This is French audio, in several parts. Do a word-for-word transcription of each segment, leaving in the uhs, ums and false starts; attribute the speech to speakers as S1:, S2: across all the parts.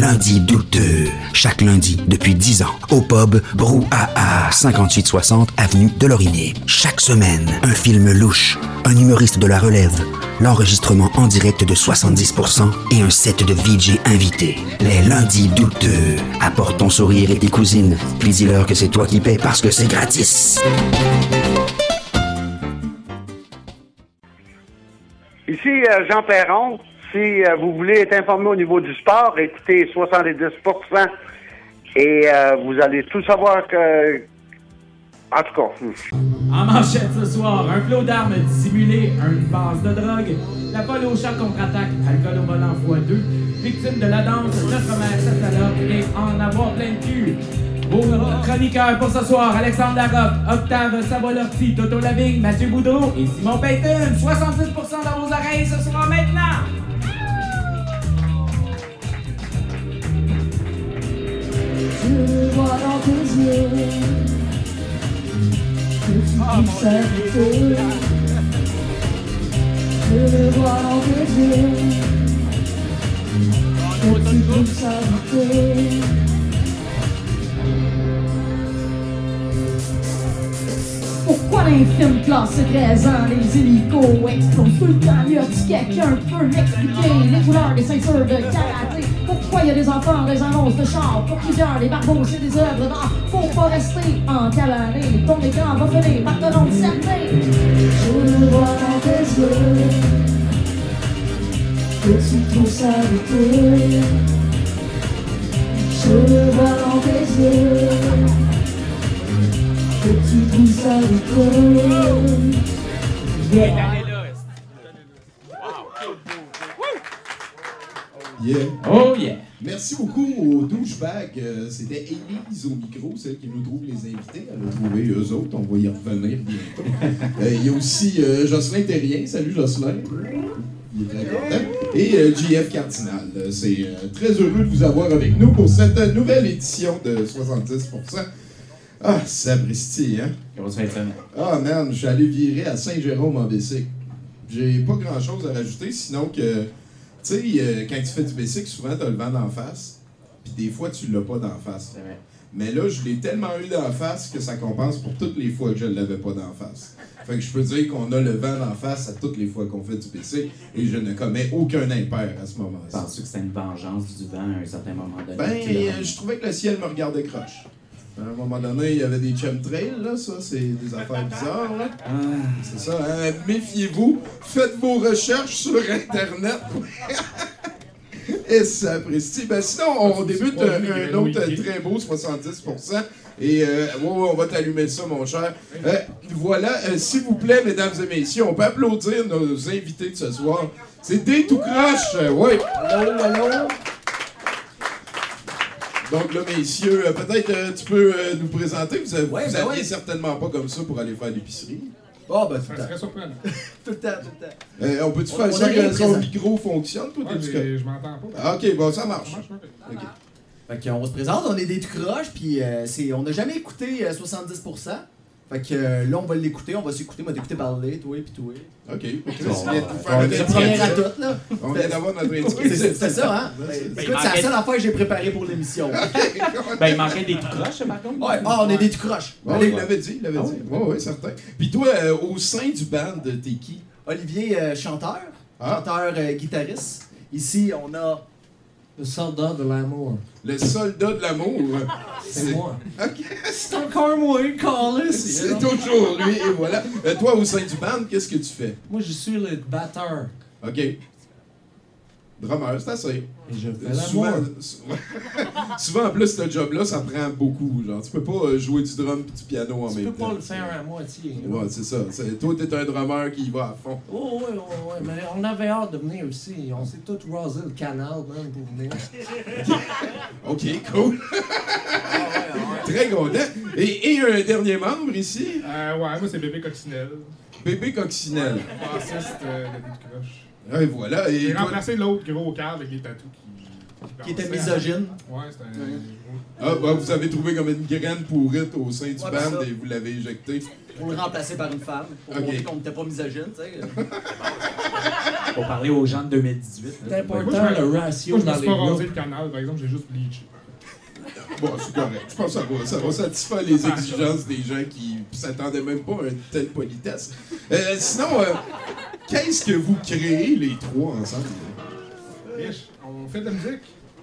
S1: lundis douteux. Chaque lundi, depuis dix ans, au pub Brouhaha, cinquante-huit soixante avenue de Lorimier. Chaque semaine, un film louche, un humoriste de la relève, l'enregistrement en direct de soixante-dix pour cent et un set de V J invités. Les lundis douteux. Apporte ton sourire et tes cousines, puis dis-leur que c'est toi qui paies parce que c'est gratis.
S2: Ici euh, Jean Perron. Si euh, vous voulez être informé au niveau du sport, écoutez soixante-dix pour cent et euh, vous allez tout savoir que... En tout cas.
S3: En manchette ce soir, un flot d'armes dissimulé, une base de drogue, la folle au chat contre-attaque, alcool au volant fois deux, victime de la danse, notre mère Satala et en avoir plein de cul. Vos chroniqueurs pour ce soir, Alexandre Larocque, Octave Savolorti, Toto Lavigne, Mathieu Boudreau et Simon Payton. soixante-dix pour cent dans vos oreilles ce soir maintenant.
S4: Je le vois dans tes yeux, que tu puisses s'arrêter. Je le vois dans tes yeux, que tu puisses s'arrêter. Pourquoi dans les films classiques raisants, les hélicos explosent tout le temps? Y a-t-il quelqu'un qui peut m'expliquer les couleurs des ceintures de karaté? Pourquoi y a des enfants, des annonces de char? Pour plusieurs, les barbeaux, c'est des œuvres d'art. Faut pas rester en calané, ton écran va finir par te non cerner. Je le vois dans tes yeux, que tu trouves ça arrêter. Je le vois dans tes yeux, que tu trouves ça arrêter. Yeah.
S5: Yeah.
S3: Oh yeah!
S5: Merci beaucoup aux douchebags. Euh, C'était Élise au micro, celle qui nous trouve les invités. Elle a trouvé eux autres, on va y revenir bientôt. Euh, Il y a aussi euh, Jocelyn Terrien. Salut Jocelyn. Il est très content. Et euh, J F Cardinal. Euh, C'est euh, très heureux de vous avoir avec nous pour cette euh, nouvelle édition de soixante-dix pour cent. Ah, sapristi, hein? Ah, man, je suis allé virer à Saint-Jérôme en bicycle. J'ai pas grand-chose à rajouter, sinon que... Tu sais, euh, quand tu fais du bicycle, souvent, t'as le vent d'en face, puis des fois, tu l'as pas d'en face.
S3: C'est vrai.
S5: Mais là, je l'ai tellement eu d'en face que ça compense pour toutes les fois que je l'avais pas d'en face. Fait que je peux dire qu'on a le vent d'en face à toutes les fois qu'on fait du bicycle, et je ne commets aucun impair à ce moment-là.
S6: Penses-tu que c'était une vengeance du vent à un certain moment donné?
S5: Ben, euh, je trouvais que le ciel me regardait croche. À un moment donné, il y avait des chemtrails, là, ça, c'est des affaires bizarres, là.
S6: Ah.
S5: C'est ça, hein? Méfiez-vous, faites vos recherches sur Internet. Et ça, Presti. Ben, sinon, on débute un, un autre très beau soixante-dix pour cent. Et, euh, ouais, ouais, on va t'allumer ça, mon cher. Euh, voilà, euh, s'il vous plaît, mesdames et messieurs, on peut applaudir nos invités de ce soir. C'est des tout croche, euh, ouais.
S4: Allô, allô?
S5: Donc là, messieurs, euh, peut-être euh, tu peux euh, nous présenter. Vous, avez,
S4: Ouais,
S5: vous
S4: ben
S5: aviez
S4: ouais.
S5: certainement pas comme ça pour aller faire l'épicerie.
S4: Oh, ben tout le
S7: Ça
S4: temps.
S7: serait surprenant.
S4: Tout le temps, tout le temps.
S5: Euh, on peut-tu
S4: On-
S5: faire
S4: on
S5: ça
S4: a rien
S5: que son
S4: présent.
S5: micro fonctionne? Toi,
S7: Ouais,
S5: t'es du
S7: mais je m'entends pas.
S5: Ah, ok, bon, ça marche.
S7: Ça marche, ouais.
S5: Ok.
S4: Fait qu'on se présente, on est des tout croches, puis euh, c'est, on n'a jamais écouté euh, soixante-dix pour cent. Fait que euh, là, on va l'écouter, on va s'écouter, on va t'écouter parler, toi, puis toi.
S5: Ok. Chris
S4: Bon,
S5: vient de nous
S4: on
S5: faire
S4: est
S5: notre
S4: la première à
S5: étiquette.
S4: toutes, là.
S5: On vient d'avoir notre
S4: C'est,
S5: étiquette.
S4: c'est ça, hein?
S5: Ben, c'est-
S4: Écoute, c'est la seule affaire que j'ai préparée pour l'émission.
S6: Ben, il manquait des tout croches, par contre.
S4: Ouais, ah, on est des tout croches.
S5: Ouais,
S4: Allez,
S5: il l'avait dit, il l'avait dit. Oui, oui, certain. Puis toi, euh, au sein du band, t'es qui?
S4: Olivier, euh, chanteur,
S5: Ah.
S4: chanteur euh, guitariste. Ici, on a
S8: Le soldat de l'amour.
S5: Le soldat de l'amour.
S8: C'est moi.
S5: Ok.
S8: C'est encore moi, Carlis.
S5: C'est toujours lui, et voilà. Euh, toi, au sein du band, qu'est-ce que tu fais?
S8: Moi, je suis le batteur.
S5: Ok. Drummer, c'est assez.
S8: Et je fais
S5: Souvent,
S8: l'amour.
S5: souvent, en plus, ce job-là, ça prend beaucoup. Genre, tu peux pas euh, jouer du drum et du piano en
S8: Tu
S5: même
S8: peux
S5: temps.
S8: pas le faire à moitié. là.
S5: Ouais, c'est ça. C'est- Toi, t'es un drummer qui y va à fond.
S8: Oh, ouais, ouais, ouais, mais on avait hâte de venir aussi. On s'est tous rasé le canal, même, pour venir.
S5: Ok, cool. Très content. Et, et un dernier membre ici,
S7: Euh, ouais, moi, c'est Bébé Coccinelle.
S5: Bébé Coccinelle.
S7: Bassiste euh, de Des tout croches.
S5: Et voilà. Et
S7: J'ai
S5: toi-
S7: remplacé l'autre gros cave avec les tatous qui...
S4: qui était
S7: dansait à-
S4: misogyne.
S7: Ouais, c'était un...
S5: Ah, bah, vous avez trouvé comme une graine pourrite au sein du
S4: Ouais,
S5: band
S4: ça.
S5: et vous l'avez éjecté.
S4: Pour le remplacer par une femme. Pour
S5: Ok.
S4: montrer qu'on n'était pas misogyne, tu sais.
S6: Pour parler aux gens de deux mille dix-huit.
S8: C'est
S6: là.
S8: important,
S7: Moi, je me-
S8: le ratio
S7: Moi, je me
S8: dans
S7: suis
S8: les
S7: pas rasé
S8: groupes.
S7: le canal, par exemple, j'ai juste bleaché.
S5: Bon, c'est correct. Je pense que ça va, ça va satisfaire les exigences des gens qui s'attendaient même pas à une telle politesse. Euh, sinon, euh, qu'est-ce que vous créez les trois ensemble?
S7: Riche, on fait de la musique.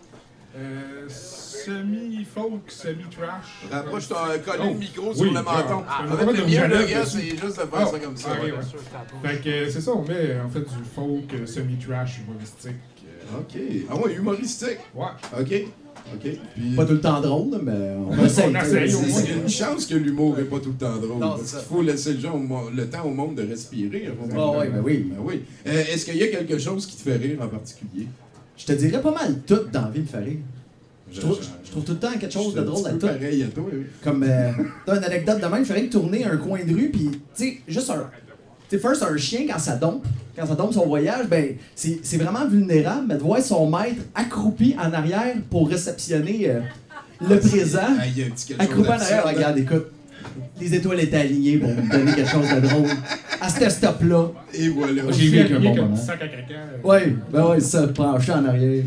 S7: Euh, semi-folk, semi-trash.
S5: Rapproche ton coller
S7: Oh,
S5: le micro
S7: oui,
S5: sur le menton.
S7: ah,
S5: Avec
S7: ah,
S5: le
S7: de
S5: mien,
S7: rouge à
S5: le
S7: lèvres
S5: gars,
S7: dessus.
S5: c'est juste de faire
S7: Ah,
S5: ça comme ça.
S7: ok,
S5: ouais.
S7: ouais. Fait que euh, c'est ça, on met en fait du folk, euh, semi-trash, humoristique. euh,
S5: OK. Ah ouais, humoristique.
S7: Ouais.
S5: OK. OK. Puis,
S8: Pas tout le temps drôle, là, mais on
S7: On
S8: essaye.
S7: essaye, au
S5: c'est
S7: moins.
S5: c'est une chance que l'humour n'est pas tout le temps drôle.
S8: Non,
S5: parce
S8: c'est ça.
S5: qu'il faut laisser le, gens au mo- le temps au monde de respirer.
S8: Ah ouais, ben oui.
S5: Ben oui. Euh, Est-ce qu'il y a quelque chose qui te fait rire en particulier?
S8: Je te dirais pas mal tout dans la vie me fait rire. Je trouve, je trouve tout le temps quelque chose de drôle à tout.
S5: Pareil à toi, oui.
S8: Comme, euh, t'as une anecdote de même, je ferais que tourner un coin de rue, puis, tu sais, juste un. Tu sais, first, un chien, quand ça dompe, quand ça dompe son voyage, ben, c'est c'est vraiment vulnérable, mais de voir son maître accroupi en arrière pour réceptionner euh, le présent.
S5: Ah, il y a un petit quelque chose
S8: Accroupi en
S5: d'absurde,
S8: arrière,
S5: hein?
S8: regarde, écoute. Les étoiles étaient alignées pour me donner quelque chose de drôle. À ce stop-là.
S5: Et voilà.
S8: J'ai vu
S7: Aussi
S8: qu'un
S7: habillé
S8: bon
S7: qu'un
S8: moment.
S7: petit sac à caca. euh,
S8: Ouais, ben ouais, ça, penché en arrière.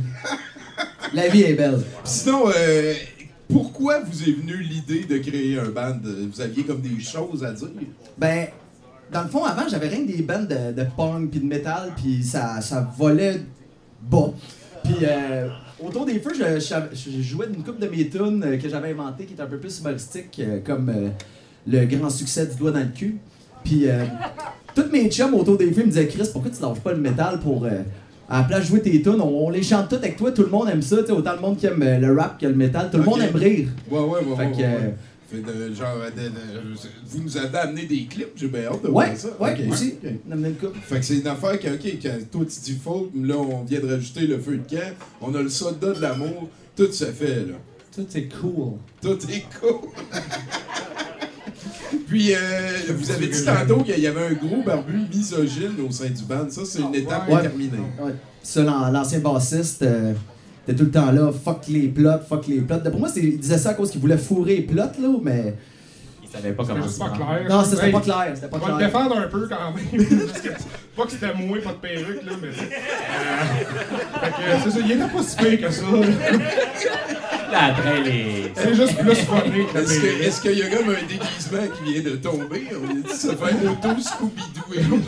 S8: La vie est belle.
S5: Sinon, euh, pourquoi vous est venue l'idée de créer un band? Vous aviez comme des choses à dire?
S8: Ben, dans le fond, avant, j'avais rien que des bands de, de punk puis de métal, puis ça, ça volait bas. Puis euh, autour des feux, je, je, je jouais d'une couple de mes tunes euh, que j'avais inventées qui étaient un peu plus humoristiques, euh, comme euh, le grand succès du doigt dans le cul. Puis euh, tous mes chums autour des feux me disaient « Chris, pourquoi tu lâches pas le métal pour... Euh, à la place de jouer tes tunes, on, on les chante toutes avec toi, tout le monde aime ça, tu sais, autant le monde qui aime euh, le rap que le métal, tout le
S5: Ok.
S8: monde aime rire. »
S5: Ouais, ouais, ouais.
S8: Fait
S5: ouais,
S8: que,
S5: ouais.
S8: euh,
S5: Fait de, genre, de- de- vous nous avez amené des clips, j'ai bien hâte de
S8: Ouais,
S5: voir ça.
S8: ouais,
S5: Ok,
S8: aussi.
S5: ok.
S8: On a amené une couple.
S5: Fait que c'est une affaire que, ok, quand toi tu dis folk, là on vient de rajouter le feu de camp, on a le soldat de l'amour, tout se fait là.
S8: Tout est cool.
S5: Tout est cool. Puis, euh, vous avez dit tantôt qu'il y avait un gros barbu misogyne au sein du band. Ça, c'est une étape
S8: Ouais.
S5: déterminée.
S8: Ouais. Ça, l'an- l'ancien bassiste euh, était tout le temps là, fuck les plots, fuck les plots. Pour moi, c'est- il disait ça à cause qu'il voulait fourrer les plots, là, mais.
S6: Ils savaient pas
S7: C'était
S6: comment
S7: juste
S6: se
S7: pas
S6: vendre.
S7: clair.
S8: Non, c'était
S7: Hey,
S8: pas clair, c'était pas
S7: On va le
S8: clair.
S7: défendre un peu quand même. Parce que, pas que c'était moi, pas de perruque, là, mais. Euh, fait que, c'est ça, il était pas si pire que ça.
S6: Là, après, les.
S7: C'est juste plus funny que la
S5: Est-ce que-
S7: perruque.
S5: est-ce qu'il y a comme un déguisement qui vient de tomber? On a dit se faire auto Scooby-Doo.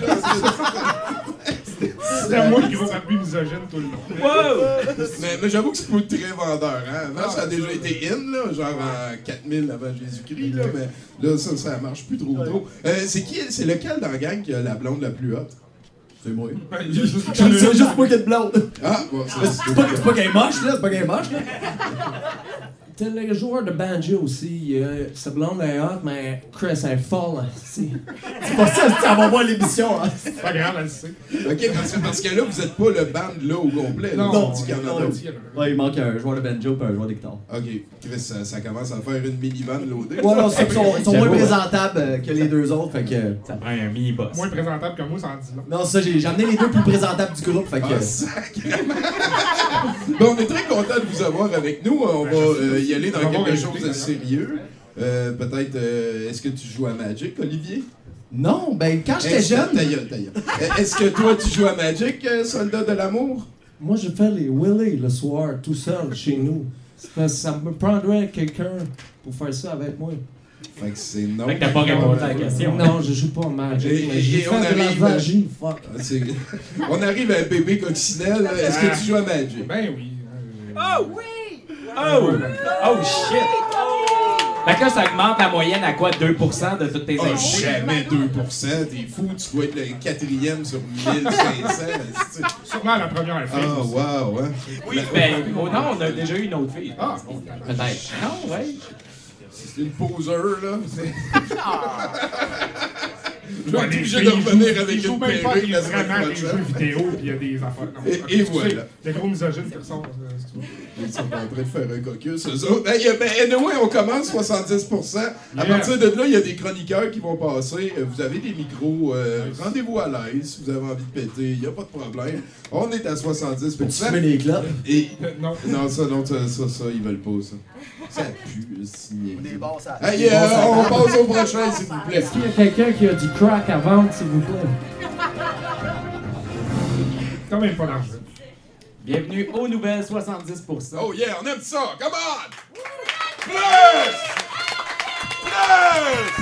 S7: C'était moi le gros barbu misogyne tout le long.
S6: Wow!
S5: mais mais j'avoue que c'est pas très vendeur. Hein? Avant,
S7: Ah,
S5: ça a
S7: c'est
S5: déjà
S7: ça.
S5: été in, là, genre en quatre mille avant Jésus-Christ. Là, mais là, ça, ça marche plus trop trop. Euh, c'est qui? C'est lequel dans la gang qui a la blonde la plus haute? C'est moi.
S7: Ben, il y a juste-
S8: C'est juste moi qui ai de blonde.
S5: Ah, bon, ça,
S8: C'est pas, c'est pas qu'elle est moche, là, c'est pas qu'elle est moche, là. T'es le joueur de banjo aussi, euh, sa blonde est hot, mais Chris, elle est folle. C'est c'est pas ça, ça va voir l'émission. Hein.
S7: C'est pas grave, elle le sait.
S5: Ok, parce, que- parce que là, vous êtes pas le band là au complet. Là,
S7: Non,
S5: on dit qu'il y en a
S7: on
S5: d'autres.
S7: dit qu'il y en a.
S8: Ouais, il manque un joueur de banjo et un joueur de guitare.
S5: Ok, Chris, ça, ça commence à faire une minivan loadée.
S8: Ouais, non, c'est qu'ils sont, ils sont moins
S6: J'avoue, ouais.
S8: présentables euh, que les deux autres, fait que.
S6: Ça prend un mini-boss.
S7: Moins présentable que moi, ça en dit long.
S8: Non, ça, j'ai j'ai amené les deux plus présentables du groupe, fait que.
S5: Ah, sacrément. Bon, on est très content de vous avoir avec nous. On va euh, y aller dans
S7: On va
S5: quelque
S7: voir
S5: chose de
S7: invité,
S5: sérieux. Euh, Peut-être, euh, est-ce que tu joues à Magic, Olivier?
S8: Non, ben, quand j'étais
S5: Est-ce que-
S8: jeune.
S5: Ta gueule, ta gueule. Euh, Est-ce que toi, tu joues à Magic, euh, soldat de l'amour?
S8: Moi, je fais les Willy le soir, tout seul, chez nous. C'est parce que ça me prendrait quelqu'un pour faire ça avec moi.
S5: Fait que c'est non.
S6: Fait que t'as pas répondu à la question.
S8: Non, je joue pas au Magic,
S5: Et-
S8: mais je
S5: et
S8: fais
S5: on
S8: de la
S5: arrive-
S8: magie, fuck.
S5: Ah, c'est- On arrive à bébé coccinelle. Est-ce que tu joues à Magic?
S7: Ben oui. euh,
S6: Oh! Oh! Oh shit! Fait que là, ça augmente la moyenne à quoi? deux pour cent de toutes tes
S5: Oh,
S6: invités?
S5: jamais deux pour cent. T'es fou, tu dois être le quatrième sur mille cinq cents.
S7: Sûrement la première fille.
S5: Ah,
S7: aussi.
S5: wow, hein?
S6: Oui, ben, oh non, on a déjà eu une autre fille.
S7: Ah,
S6: Peut-être. Non, ouais.
S5: C'est une poseur, là. C'est- Je vais
S7: Ouais,
S5: être
S7: les
S5: obligé
S7: filles
S5: de revenir
S7: jouent-
S5: avec
S7: ils jouent
S5: une
S7: même pas
S5: perruque
S7: des-
S5: la semaine
S7: vraiment des jeux
S5: prochaine.
S7: vidéo, puis il y a des affaires. Non,
S5: Et-
S7: ok,
S5: et
S7: tu
S5: voilà.
S7: sais, des gros misogynes qui ressortent. euh, si tu veux.
S5: Ils sont en train de faire un caucus, eux autres. Hey, ben, anyway, on commence soixante-dix pour cent. À
S7: Yeah.
S5: partir de là, il y a des chroniqueurs qui vont passer. Euh, Vous avez des micros. euh, Rendez-vous à l'aise si vous avez envie de péter. Il n'y a pas de problème. On est à soixante-dix pour
S8: Tu
S5: cent.
S8: fais les clubs?
S5: Et...
S7: Euh, Non.
S5: Non, ça, non, ça, ça, ça, ils veulent pas, ça. Ça pue, signé.
S8: Des bons, ça.
S5: Hey,
S8: des bons,
S5: euh,
S8: ça
S5: on
S8: va.
S5: passe au prochain, s'il vous plaît.
S8: Est-ce qu'il y a quelqu'un qui a du crack à vendre, s'il vous plaît?
S7: quand même pas d'argent.
S6: Bienvenue aux nouvelles soixante-dix pour cent.
S5: Oh yeah, on aime ça! Come on! Plus! Plus!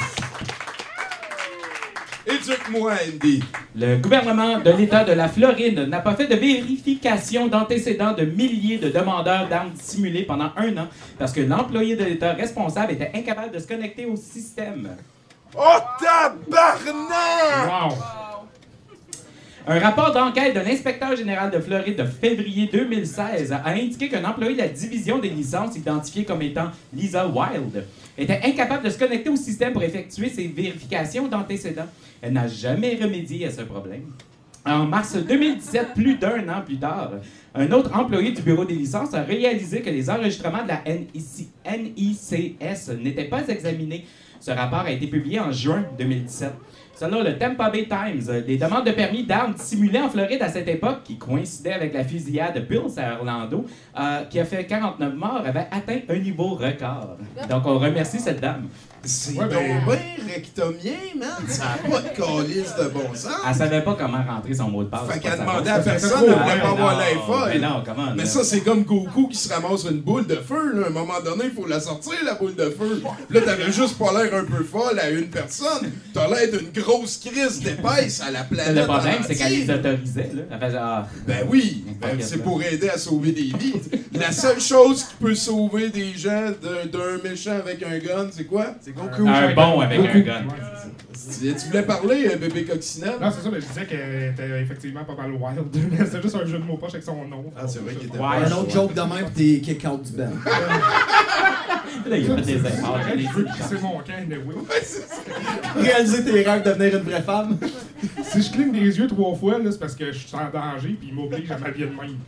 S5: Éduque-moi, Andy.
S6: Le gouvernement de l'État de la Floride n'a pas fait de vérification d'antécédents de milliers de demandeurs d'armes dissimulées pendant un an parce que l'employé de l'État responsable était incapable de se connecter au système.
S5: Oh, tabarnak!
S7: Wow!
S6: Un rapport d'enquête de l'inspecteur général de Floride de février deux mille seize a indiqué qu'un employé de la division des licences, identifié comme étant Lisa Wild, était incapable de se connecter au système pour effectuer ses vérifications d'antécédents. Elle n'a jamais remédié à ce problème. En mars deux mille dix-sept, plus d'un an plus tard, un autre employé du bureau des licences a réalisé que les enregistrements de la N I C S n'étaient pas examinés. Ce rapport a été publié en juin deux mille dix-sept. Selon le Tampa Bay Times, les demandes de permis d'armes dissimulées en Floride à cette époque, qui coïncidaient avec la fusillade de Pulse à Orlando, euh, qui a fait quarante-neuf morts, avaient atteint un niveau record. Donc, on remercie cette dame.
S5: C'est
S7: Ouais,
S5: donc
S7: ben-
S5: bien rectomien, man. Ça n'a pas de calice de bon sens.
S6: Elle savait pas comment rentrer son mot de passe.
S5: Fait
S6: c'est
S5: qu'elle
S6: pas sa
S5: demandait
S6: faute.
S5: à personne,
S7: trop
S5: elle
S7: vrai,
S5: voulait pas
S6: Mais
S5: avoir
S6: non,
S5: l'air folle.
S6: Mais non, comment?
S5: Mais
S6: là?
S5: ça, c'est comme Goku qui se ramasse une boule de feu. Là. À un moment donné, il faut la sortir, la boule de feu. Là, t'avais juste pas l'air un peu folle à une personne. T'as l'air d'une grosse crise d'épaisse à la planète.
S6: Le problème, c'est qu'elle
S5: entière.
S6: les autorisait. Là. Elle faisait, ah,
S5: Ben oui, ben, c'est pour aider à sauver des vies. La seule chose qui peut sauver des gens d'un d'un méchant avec un gun, c'est quoi? C'est Goku.
S6: un bon avec un gun.
S5: Tu, tu voulais parler, euh, bébé coccinelle?
S7: Non, c'est ça, mais je disais qu'elle était effectivement pas mal wild. C'est juste un jeu de mots poche avec son nom.
S5: Ah, c'est vrai qu'il était
S6: Ouais,
S8: Un autre joke de même, pis t'es kick out du band.
S6: Là, il y a pas des efforts.
S7: Arrête,
S6: les
S7: je veux
S6: efforts.
S7: crisser mon camp, anyway.
S8: Réaliser tes rêves de devenir une vraie femme.
S7: Si je cligne des yeux trois fois, là, c'est parce que je suis en danger puis il m'oblige à m'habiller de même.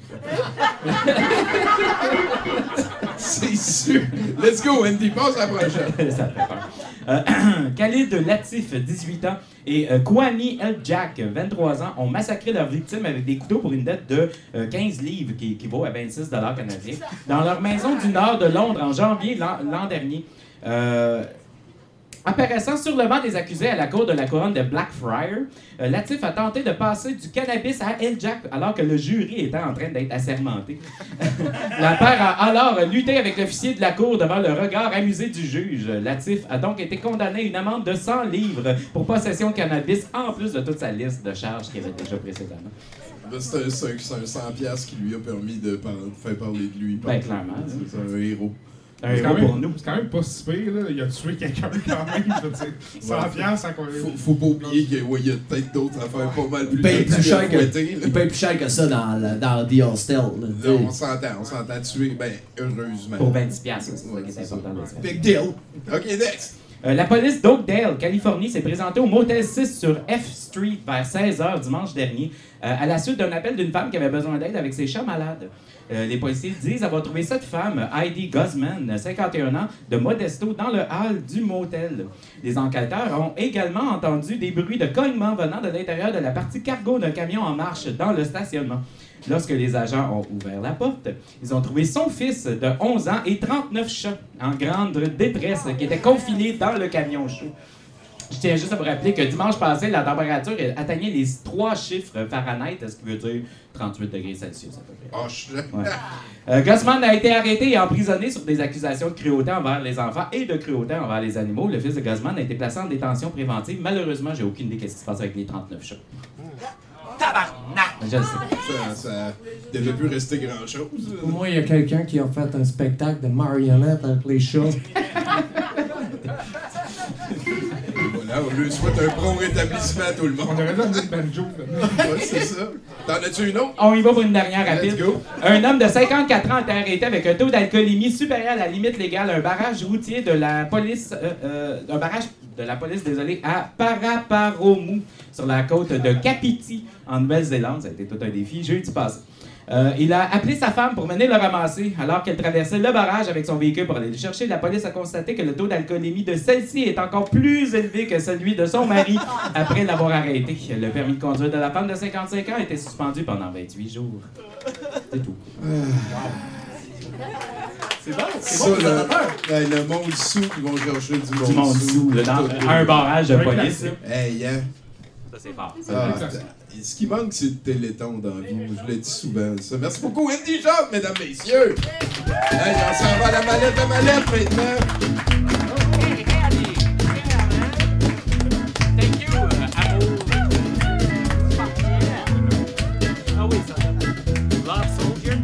S5: C'est sûr. Let's go, Andy, passe à la prochaine.
S6: Ça fait peur. Euh, Khalid Latif, dix-huit ans, et euh, Kwani El Jack, vingt-trois ans, ont massacré leurs victimes avec des couteaux pour une dette de euh, quinze livres, qui équivaut à vingt-six dollars canadiens, dans leur maison du nord de Londres en janvier l'an l'an dernier. Euh, Apparaissant sur le banc des accusés à la cour de la couronne de Blackfriars, euh, Latif a tenté de passer du cannabis à El Jack alors que le jury était en train d'être assermenté. La paire a alors lutté avec l'officier de la cour devant le regard amusé du juge. Latif a donc été condamné à une amende de cent livres pour possession de cannabis, en plus de toute sa liste de charges qu'il avait déjà précédemment.
S5: Ben, c'est un, c'est un- c'est un cent piastres qui lui a permis de par- faire parler de lui.
S6: Ben, clairement.
S5: C'est un héros.
S6: Un
S7: C'est quand,
S6: héros pour
S7: même-
S6: nous.
S7: c'est quand même pas si pire, là. Il a tué quelqu'un quand même, je veux dire. cent piastres, ça quoi.
S5: Faut, faut pas oublier qu'il ouais, y a peut-être d'autres affaires pas mal plus
S8: Il paye
S5: grandes
S8: plus cher que,
S5: fouetter, là.
S8: il paye plus cher que ça dans, le- dans The Hostel. là, tu
S5: Là,
S8: sais.
S5: on s'entend, on s'entend tuer, ben, heureusement.
S6: Pour vingt-dix piastres, c'est ça
S5: Ouais,
S6: qui est
S5: c'est ça.
S6: important de le savoir.
S8: Big deal.
S5: Ok, next!
S6: Euh, la police d'Oakdale, Californie, s'est présentée au Motel six sur F Street vers seize heures dimanche dernier, euh, à la suite d'un appel d'une femme qui avait besoin d'aide avec ses chats malades. Euh, les policiers disent avoir trouvé cette femme, Heidi Guzman, cinquante et un ans, de Modesto, dans le hall du motel. Les enquêteurs ont également entendu des bruits de cognement venant de l'intérieur de la partie cargo d'un camion en marche dans le stationnement. Lorsque les agents ont ouvert la porte, ils ont trouvé son fils de onze ans et trente-neuf chats en grande détresse qui étaient confinés dans le camion chaud. Je tiens juste à vous rappeler que dimanche passé, la température atteignait les trois chiffres Fahrenheit, ce qui veut dire trente-huit degrés Celsius à peu près.
S5: Oh, je...
S6: Ouais. Euh, Guzman a été arrêté et emprisonné sur des accusations de cruauté envers les enfants et de cruauté envers les animaux. Le fils de Guzman a été placé en détention préventive. Malheureusement, j'ai aucune idée de ce qui se passe avec les trente-neuf chats. Tabarnak! Je le sais.
S5: ça, ça devait plus rester grand-chose.
S9: Pour moi, il y a quelqu'un qui a fait un spectacle de marionnettes avec les chats.
S5: Voilà, on lui souhaite un bon rétablissement à tout le
S7: On
S5: monde.
S7: aurait dû amener le banjo.
S5: Ouais, c'est ça. T'en as-tu une autre?
S6: On y va pour une dernière rapide.
S5: Let's go.
S6: Un homme de cinquante-quatre ans a été arrêté avec un taux d'alcoolémie supérieur à la limite légale. Un barrage routier de la police, euh, euh, un barrage de la police, désolé, à Paraparaumu, sur la côte de Kapiti, en Nouvelle-Zélande. Ça a été tout un défi jeudi passé. Euh, il a appelé sa femme pour venir le ramasser alors qu'elle traversait le barrage avec son véhicule pour aller le chercher. La police a constaté que le taux d'alcoolémie de celle-ci est encore plus élevé que celui de son mari après l'avoir arrêté. Le permis de conduire de la femme de cinquante-cinq ans a été suspendu pendant vingt-huit jours. C'est tout.
S8: C'est bon, c'est
S5: Ça,
S8: bon,
S5: là,
S8: présentateur.
S5: hey, le monde sous qui vont chercher du monde,
S6: Du monde sous, là, dans
S5: Tout-
S6: un barrage de
S7: Un
S6: police.
S7: classique.
S5: Hey, hein?
S6: Ça, c'est fort.
S5: Ah,
S7: classique.
S5: t- Et ce qui manque, c'est le téléthon dans la vie. Moi, je le dis souvent, ça. Merci beaucoup, Indie Job, mesdames, messieurs. Hey, on s'en va à la mallette à mallette maintenant.
S6: Thank you, euh, amour. Ah oui, ça. Love Soldier.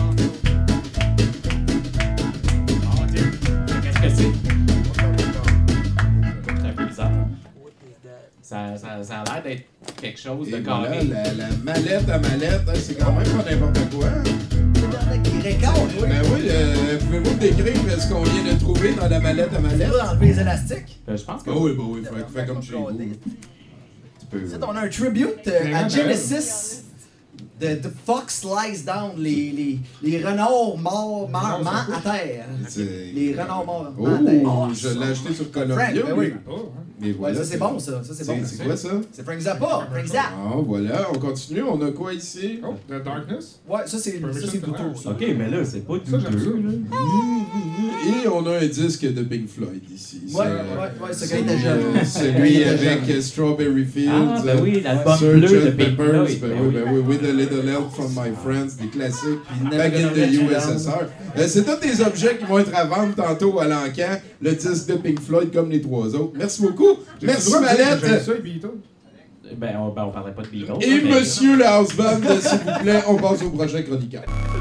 S6: Oh Dieu. Qu'est-ce que c'est? C'est un peu bizarre. Ça, ça, ça a l'air d'être quelque chose de
S5: Et
S6: carré.
S5: voilà, la, la mallette à mallette, hein, c'est quand même pas n'importe quoi. Hein?
S8: Qui récolte, oui.
S5: Ben oui, euh, pouvez-vous décrire ce qu'on vient de trouver dans la mallette à mallette?
S8: Tu vas enlever les élastiques.
S6: Euh, je pense que
S5: Ah oui, bah oui, fait, fait comme chez vous. Tu peux.
S8: Ici, on a un tribute euh, à Genesis de The Fox Lies Down, les, les, les renards morts, morts, morts à terre.
S5: C'est-
S8: Les renards morts
S5: Oh,
S8: à terre.
S5: je l'ai acheté sur
S8: Frank,
S5: Columbia.
S8: ben oui.
S7: Oh,
S5: Mais
S8: Ouais,
S5: voilà,
S8: ça c'est bon ça, ça c'est bon.
S5: C'est quoi ça?
S8: C'est Frank Zappa, Frank Zappa.
S5: Ah, voilà, on continue. On a quoi ici?
S7: oh, The Darkness.
S8: Ouais, ça c'est ça c'est douteux ça.
S6: OK, mais là, c'est pas
S7: Ça, j'aime ça.
S6: douteux, là.
S5: Et on a un disque de Pink Floyd ici.
S8: Ouais,
S5: C'est-
S8: ouais, ouais, c'est quand
S5: c'est
S8: il était jeune.
S5: euh, Celui avec euh, Strawberry Fields.
S6: Ah, ben oui, l'album
S5: Sir
S6: bleu de
S5: Chet
S6: Pink
S5: Peppers,
S6: Floyd.
S5: ben
S6: Ben
S5: oui,
S6: oui.
S5: ben oui, With a Little Help from My Friends, des classiques.
S8: Never
S5: Back in
S8: Gonna
S5: the
S8: Let You
S5: U S S R. Euh, c'est tous des objets qui vont être à vendre tantôt à l'encan. Le disque de Pink Floyd comme les trois autres. Merci beaucoup.
S7: J'ai
S5: Merci
S7: le droit de dire que J'aime
S5: Mallette.
S7: ça, les Beatles.
S6: Ben, on, ben, on parlait pas de Beatles.
S5: Et
S6: mais-
S5: monsieur le house band, s'il vous plaît, on passe au prochain chroniqueur.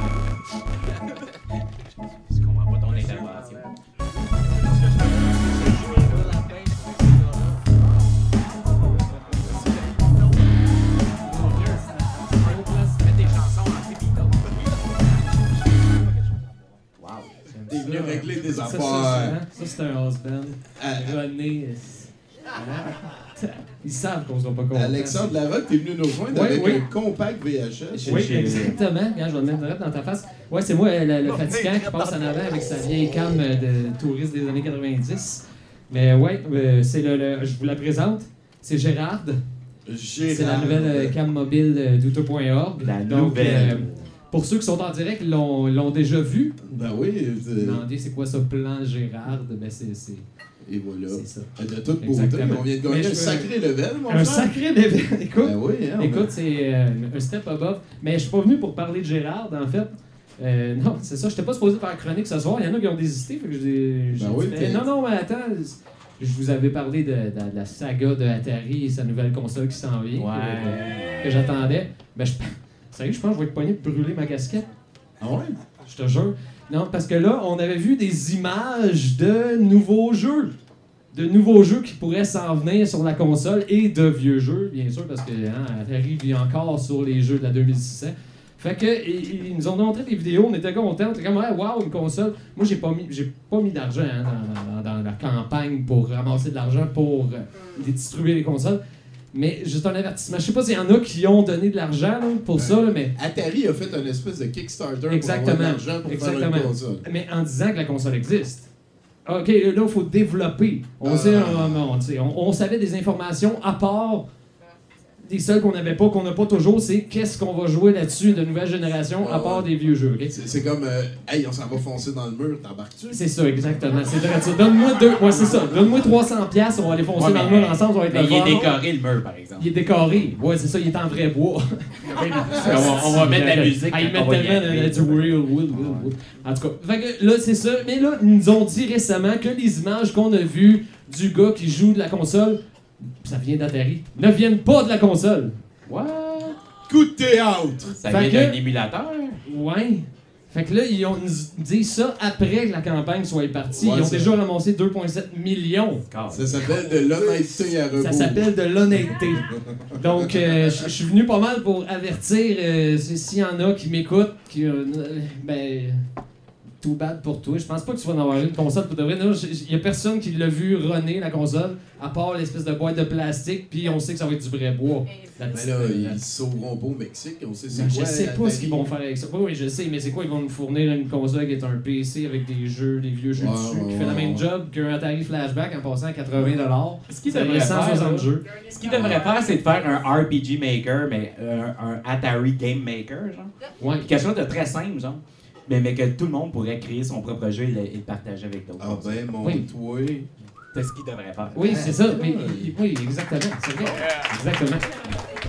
S6: Je comprends pas ton intervention. Mettre des chansons anti-Beatles. Wow.
S5: T'es venu régler des
S9: Ça, ça,
S5: affaires.
S9: ça, ça, c'est un house band.
S5: Ah,
S9: René. euh, Ils savent qu'on sera pas content.
S5: Alexandre Larocque, t'es venu nous rejoindre
S9: Oui,
S5: avec
S9: oui.
S5: un compact V H S.
S9: Oui,
S6: J'ai-
S9: exactement. Regarde, je vais le mettre direct dans ta face. Ouais, c'est moi, euh, le, le fatigant qui passe en avant avec sa vieille cam de touriste des années quatre-vingt-dix. Mais ouais, euh, c'est le, le- je vous la présente. C'est Gérard. C'est la nouvelle euh, cam mobile de douteux point org.
S6: La
S9: Donc,
S6: nouvelle.
S9: euh, pour ceux qui sont en direct, l'ont l'ont déjà vu.
S5: Ben oui, c'est-
S9: Demandez c'est quoi ce plan Gérard. Ben c'est c'est-
S5: et voilà.
S9: c'est ça.
S5: De toute beauté,
S9: Exactement.
S5: on vient de gagner
S9: Mais
S5: un
S9: je-
S5: sacré level, mon
S9: Un
S5: frère.
S9: sacré level. Écoute,
S5: Ben oui, hein, on
S9: écoute, c'est euh, un step above. Mais je suis pas venu pour parler de Gérard, en fait. Euh, non, c'est ça, je n'étais pas supposé faire chronique ce soir. Il y en a qui ont désisté, fait que j'ai j'ai
S5: Ben
S9: dit,
S5: oui,
S9: mais
S5: t'es-
S9: non, non, mais attends, je vous avais parlé de, de- de la saga de Atari et sa nouvelle console qui s'en vient,
S6: Ouais.
S9: que, que j'attendais. Ben, je, sérieux, je pense que je vais être pogné de brûler ma casquette.
S5: Ah ouais?
S9: Je te jure. Non, parce que là, on avait vu des images de nouveaux jeux. De nouveaux jeux qui pourraient s'en venir sur la console et de vieux jeux, bien sûr, parce que hein, Atari vit encore sur les jeux de la deux mille six cents. Fait que ils, ils nous ont montré des vidéos, on était contents, on était comme ouais, waouh, une console. Moi j'ai pas mis j'ai pas mis d'argent hein, dans, dans- dans la campagne pour ramasser de l'argent pour euh, distribuer les consoles. Mais juste un avertissement. Je sais pas s'il y en a qui ont donné de l'argent là, pour ça, là, mais,
S5: Atari a fait un espèce de Kickstarter
S9: Exactement.
S5: pour avoir de l'argent pour
S9: Exactement.
S5: faire une console.
S9: mais en disant que la console existe. OK, là, il faut développer. On,
S5: Ah.
S9: sait, on, on- tu sais, on- on savait des informations à part des seules qu'on n'avait pas, qu'on n'a pas toujours, c'est qu'est-ce qu'on va jouer là-dessus de nouvelle génération à
S5: Ouais,
S9: part
S5: ouais.
S9: des vieux jeux. OK?
S5: C'est c'est comme, euh, hey, on s'en va foncer dans le mur, t'embarques-tu?
S9: C'est ça, exactement. C'est vrai, ça. Donne-moi deux. Ouais, c'est ça. Donne-moi trois cents piastres, on va aller foncer
S6: Ouais,
S9: dans le
S6: mais-
S9: mur ensemble, ça va être
S6: Mais
S9: le
S6: il est
S9: fun.
S6: décoré, le mur, par exemple.
S9: Il est décoré. Ouais, c'est ça, il est en vrai bois.
S6: on, va, on va mettre la musique.
S9: Ah, ils
S6: quand on
S9: mettent
S6: va y
S9: tellement
S6: aller.
S9: de- du real wood, wood, wood. En tout cas, fait que là, c'est ça. Mais là, ils nous ont dit récemment que les images qu'on a vues du gars qui joue de la console, ça vient d'Atari, ne viennent pas de la console. What?
S5: Coup de théâtre!
S6: Ça
S9: Fait
S6: vient
S9: que-
S6: d'un émulateur.
S9: Ouais. Fait que là, ils ont nous dit ça après que la campagne soit partie.
S5: Ouais,
S9: ils ont
S5: c'est-
S9: déjà ramassé deux virgule sept millions.
S5: Ça s'appelle de l'honnêteté à rebours.
S9: Ça s'appelle de l'honnêteté. Donc, euh, je je suis venu pas mal pour avertir euh, s'il y en a qui m'écoutent, qui, euh, ben, too bad pour toi. Je pense pas que tu vas en avoir une console pour de vrai. Il y a personne qui l'a vu runner la console, à part l'espèce de boîte de plastique, puis on sait que ça va être du vrai bois. La
S5: Mais
S9: petite-
S5: là,
S9: la-
S5: ils se sauveront pas au Mexique, on sait c'est
S9: Ben,
S5: quoi.
S9: je sais pas
S5: Atari.
S9: ce qu'ils vont faire avec ça. Oui, oui, je sais, mais c'est quoi? Ils vont nous fournir une console qui est un P C avec des jeux, des vieux jeux
S5: Ouais,
S9: dessus,
S5: ouais,
S9: qui fait le
S5: ouais,
S9: même
S5: ouais.
S9: job qu'un Atari Flashback en passant à quatre-vingts dollars.
S6: Ce qu'il
S9: Ça
S6: devrait
S9: fait cent soixante
S6: faire, là,
S9: jeux.
S6: Ce qu'il devrait faire, c'est de faire un R P G Maker, mais euh, un Atari Game Maker, genre.
S9: Ouais.
S6: Puis quelque chose de très simple, genre. Mais, mais que tout le monde pourrait créer son propre jeu et le, et le partager avec d'autres.
S5: Ah ben, mon
S9: Oui.
S5: toi.
S6: C'est ce qu'il devrait faire.
S9: Oui, c'est ça. Mais, oui, exactement. C'est vrai. Exactement.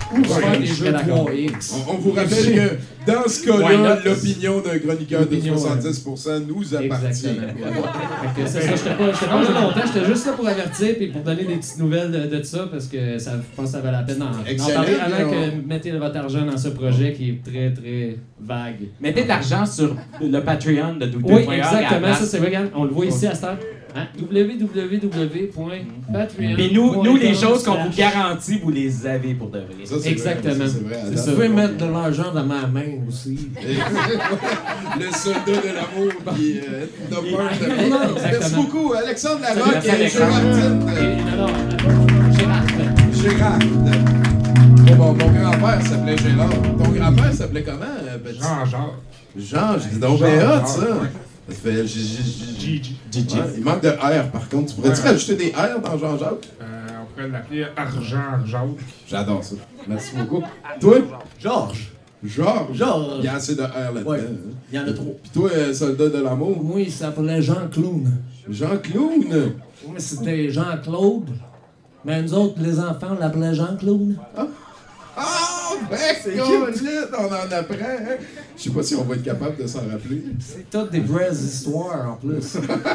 S9: Ou faire
S5: Ouais,
S9: des
S5: je
S9: jeux
S5: serais d'accord.
S9: trois X.
S5: On, on vous rappelle que dans ce
S9: Why
S5: cas-là,
S9: not?
S5: l'opinion d'un chroniqueur de
S9: L'opinion,
S5: soixante-dix pour cent nous appartient.
S9: Exactement. Fait que c'est ça, j'étais pas, j'étais pas là longtemps, j'étais juste là pour avertir et pour donner des petites nouvelles de, de ça parce que ça, je pense que ça valait la peine d'en, d'en
S5: Excellent,
S9: parler avant
S5: mais
S9: que vous mettez votre argent dans ce projet qui est très très vague.
S6: Mettez de l'argent sur le Patreon de douteux
S9: Oui,
S6: point org à la
S9: exactement,
S6: place.
S9: ça c'est vrai, regarde, on le voit ici à cette heure. Hein? w w w point patreon point com.
S6: Mais nous, nous, les choses qu'on vous garantit, vous les avez pour de vrai.
S5: Ça, c'est
S9: Exactement.
S5: vrai, ça, c'est vrai.
S9: C'est ça.
S10: Vous pouvez mettre de l'argent dans ma main aussi.
S5: Le soldat de l'amour qui euh, n'a peur de
S9: Oui,
S5: rien.
S9: exactement.
S5: Merci beaucoup, Alexandre Larocque
S6: Merci,
S5: et
S6: Alexandre.
S5: Gérardine.
S9: Et- non, non, Gérard.
S5: Gérard. Bon, bon, mon grand-père s'appelait Gérard. Ton grand-père s'appelait comment, euh, petit?
S7: Jean-Jacques.
S5: Jean, j'ai dit donc bien
S7: Jean,
S5: hot, ça.
S7: ouais.
S5: Ça fait G- G- G-
S7: Gigi.
S5: Ouais, il manque de R, par contre. Tu pourrais-tu
S7: Ouais.
S5: rajouter des R dans Jean-Jacques?
S7: Euh, on pourrait l'appeler Argent Jacques.
S5: J'adore ça. Merci beaucoup. Toi?
S8: Georges.
S5: Georges.
S8: Georges.
S5: Il y a assez de R là-dedans.
S8: Ouais.
S5: hein.
S8: Il y en a trop.
S5: Puis toi, euh, soldat de l'amour?
S10: Moi, il s'appelait Jean Clown.
S5: Jean Clown.
S10: Oui, c'était Jean-Claude. Mais nous autres, les enfants, on l'appelait Jean-Claude.
S5: Ah, ben, Colette, on en apprend, hein? Je sais pas si on va être capable de s'en rappeler.
S10: C'est toutes des vraies histoires, en plus.
S5: Le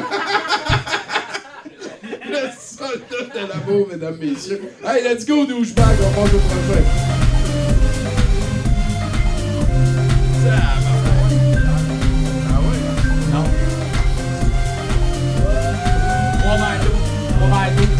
S5: soldat de l'amour, mesdames, messieurs. Hey, let's go, douchebag, on passe au prochain.
S6: Trois verres d'eau. Trois verres d'eau.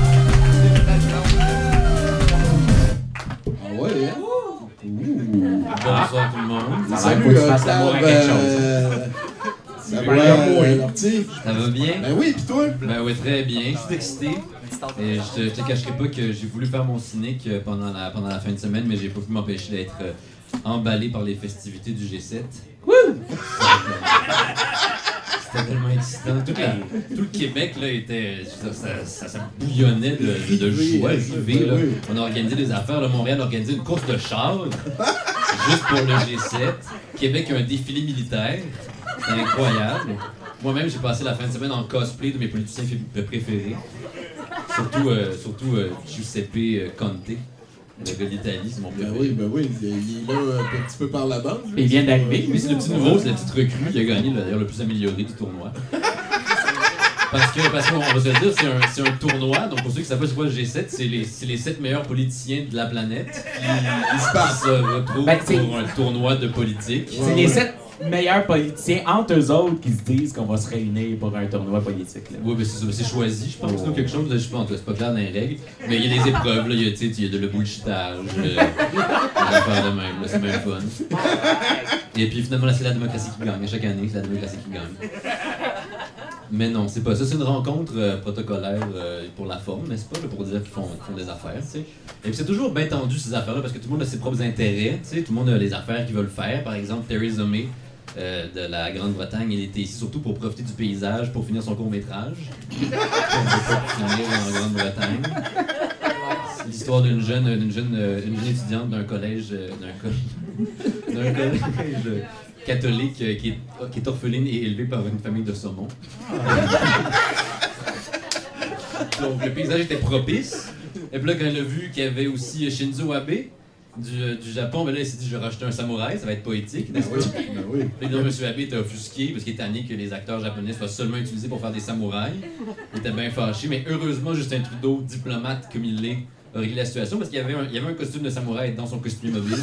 S5: Ah ouais, hein?
S11: Bonsoir tout le monde.
S6: Ça a l'air
S5: Salut,
S6: faut que tu
S5: euh,
S6: fasses l'amour à
S5: Clave,
S6: quelque chose.
S5: euh, Ça va,
S7: Ouais,
S5: euh,
S7: ouais.
S5: Lortie?
S11: Ça va bien?
S5: Ben oui, pis toi?
S11: Ben oui, très bien. Je suis excité. Et je te, je te cacherai pas que j'ai voulu faire mon cynique euh, pendant la, pendant la fin de semaine, mais j'ai pas pu m'empêcher d'être euh, emballé par les festivités du G sept. C'était tellement excitant. Tout, la- tout le Québec là, était. je veux dire, Ça, ça, ça bouillonnait de, de joie, rivé, là. On a organisé des affaires. Là, Montréal a organisé une course de chars juste pour le G sept. Québec a un défilé militaire. C'était incroyable. Moi-même, j'ai passé la fin de semaine en cosplay de mes politiciens fi- préférés. Surtout, euh, surtout euh, Giuseppe euh, Conte, le gars d'Italie, c'est mon
S5: Ben
S11: préféré.
S5: oui, ben oui, il est là un petit peu par la bande. lui.
S6: Il vient d'arriver.
S11: Lui, c'est le petit nouveau, c'est la petite recrue qui a gagné là, d'ailleurs le plus amélioré du tournoi. Parce que, parce qu'on va se le dire, c'est un, c'est un tournoi, donc pour ceux qui savent pas c'est quoi le G sept, c'est les, c'est les sept meilleurs politiciens de la planète qui, qui se retrouvent
S6: Ben, c'est-
S11: pour un tournoi de politique.
S6: C'est les sept meilleurs politiciens entre eux autres qui se disent qu'on va se réunir pour un tournoi politique. Là.
S11: Oui, mais c'est ça, c'est choisi, je pense, ou quelque chose, je sais pas, en tout cas, c'est pas clair dans les règles. Mais il y a des épreuves, là, il y a, tu sais, il y a de le bullshitage, euh, des affaires de même, là, c'est même fun. Et puis finalement, là, c'est la démocratie qui gagne, à chaque année, c'est la démocratie qui gagne. Mais non, c'est pas ça, c'est une rencontre euh, protocolaire euh, pour la forme, n'est-ce pas, là, pour dire qu'ils font, font des affaires, tu sais. Et puis c'est toujours bien tendu ces affaires-là, parce que tout le monde a ses propres intérêts, tu sais, tout le monde a les affaires qu'ils veulent faire. Par exemple, Theresa May, Euh, de la Grande-Bretagne. Il était ici surtout pour profiter du paysage, pour finir son court-métrage. On ne peut pas finir en Grande-Bretagne. C'est l'histoire d'une jeune, d'une jeune, euh, une jeune étudiante d'un collège, euh, d'un, co- d'un collège euh, catholique euh, qui, est, qui est orpheline et élevée par une famille de saumon. Donc le paysage était propice. Et puis là, quand elle a vu qu'il y avait aussi Shinzo Abe, Du, du Japon, ben là, il s'est dit, je vais rajouter un samouraï, ça va être poétique, n'est-ce pas?
S5: Ben oui.
S11: Puis là, M. Abe était offusqué parce qu'il est tanné que les acteurs japonais soient seulement utilisés pour faire des samouraïs. Il était bien fâché, mais heureusement, Justin Trudeau, diplomate comme il l'est, a réglé la situation parce qu'il y avait un, il y avait un costume de samouraï dans son costumier mobile.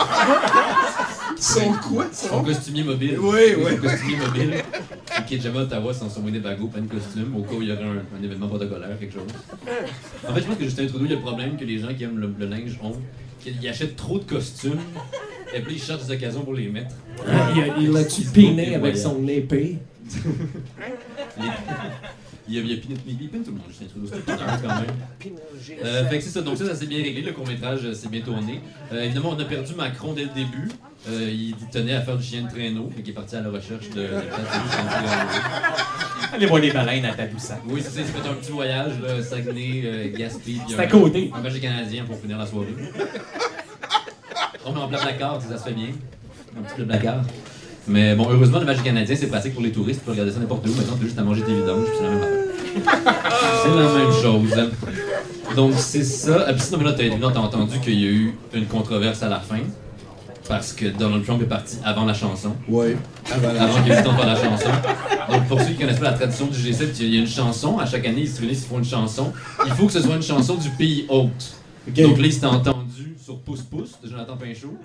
S5: Son quoi,
S11: Son
S5: son?
S11: costumier mobile.
S5: Oui, oui.
S11: Son costumier mobile. Qui est jamais à Ottawa sans son monnaie bagot, plein de costumes, au cas où il y aurait un, un événement protocolaire, quelque chose. En fait, je pense que Justin Trudeau, il a le problème que les gens qui aiment le, le linge ont. Ils achètent trop de costumes, et puis ils cherchent des occasions pour les mettre.
S10: Il, a- il l'a-tu piné avec son épée?
S11: Les- Il a, il a piné, il pine tout le monde, Justin Trudeau, c'est un quand même. Euh, fait que c'est ça, donc ça, ça s'est bien réglé, le court-métrage euh, s'est bien tourné. Euh, évidemment, on a perdu Macron dès le début. Euh, il tenait à faire du chien de traîneau, fait qu'il est parti à la recherche de, de place de chien de traîneau.
S6: Allez voir les baleines à Tadoussac.
S11: Oui, c'est ça, il s'est fait un petit voyage, là, Saguenay, euh, Gaspé, puis
S6: C'est à
S11: un-
S6: côté.
S11: Un Belge canadien pour finir la soirée. On met en plat placard, ça se fait bien. Un petit plat placard. Mais bon, heureusement, le match canadien, c'est pratique pour les touristes. Tu peux regarder ça n'importe où. Maintenant, tu as juste à manger tes vidanges, puis c'est la même affaire. C'est la même chose. Donc, c'est ça. Et puis, sinon, mais là, t'as là, t'as entendu qu'il y a eu une controverse à la fin. Parce que Donald Trump est parti avant la chanson.
S5: Oui, avant la
S11: Avant qu'il ait eu le temps de faire la chanson. Donc, pour ceux qui connaissent pas la tradition du G sept, il y a une chanson. À chaque année, ils se réunissent, ils font une chanson. Il faut que ce soit une chanson du pays hôte.
S5: Okay.
S11: Donc là, il s'est entendu sur Pouce Pouce de Jonathan Pinchot.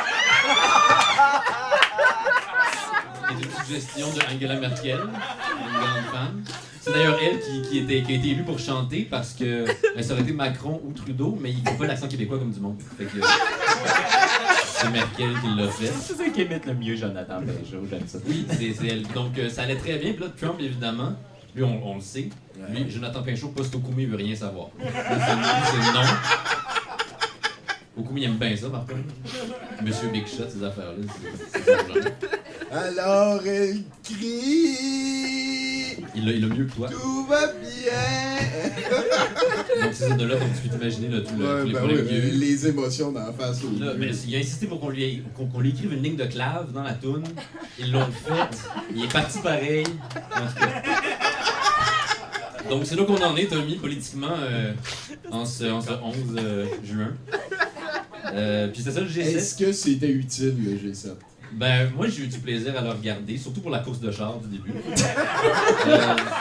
S11: Et une suggestion de Angela Merkel, une grande fan. C'est d'ailleurs elle qui, qui, était, qui a été élue pour chanter parce que ben, ça aurait été Macron ou Trudeau, mais il ne faut pas l'accent québécois comme du monde. Fait que, c'est Merkel qui l'a fait.
S6: C'est ça qui imite le mieux Jonathan Pinchot, j'aime ça.
S11: Oui, c'est, c'est elle. Donc euh, ça allait très bien. Puis là, Trump, évidemment, lui, on, on le sait. Lui, Jonathan Pinchot, post-Okumi, il veut rien savoir. Lui, c'est non, c'est non. Okumi, il aime bien ça, par contre. Monsieur Big Shot, ces affaires-là, c'est, c'est son genre.
S5: Alors elle crie.
S11: Il l'a, il l'a mieux que toi.
S5: Tout va bien.
S11: Donc c'est ça de là, donc tu peux t'imaginer là, tout le,
S5: Ouais,
S11: tous les
S5: ben
S11: problèmes
S5: oui,
S11: qu'il y a eu.
S5: les émotions dans la face. Au
S11: Là, ben, il a insisté pour qu'on lui, qu'on, qu'on lui écrive une ligne de clave dans la toune. Ils l'ont fait. Il est parti pareil. En tout cas. Donc c'est là qu'on en est, Tommy, politiquement, euh, en, ce, en ce onze euh, juin. Euh, Puis c'est ça le G sept.
S5: Est-ce que c'était utile le G sept?
S11: Ben, moi, j'ai eu du plaisir à le regarder, surtout pour la course de char du début. euh,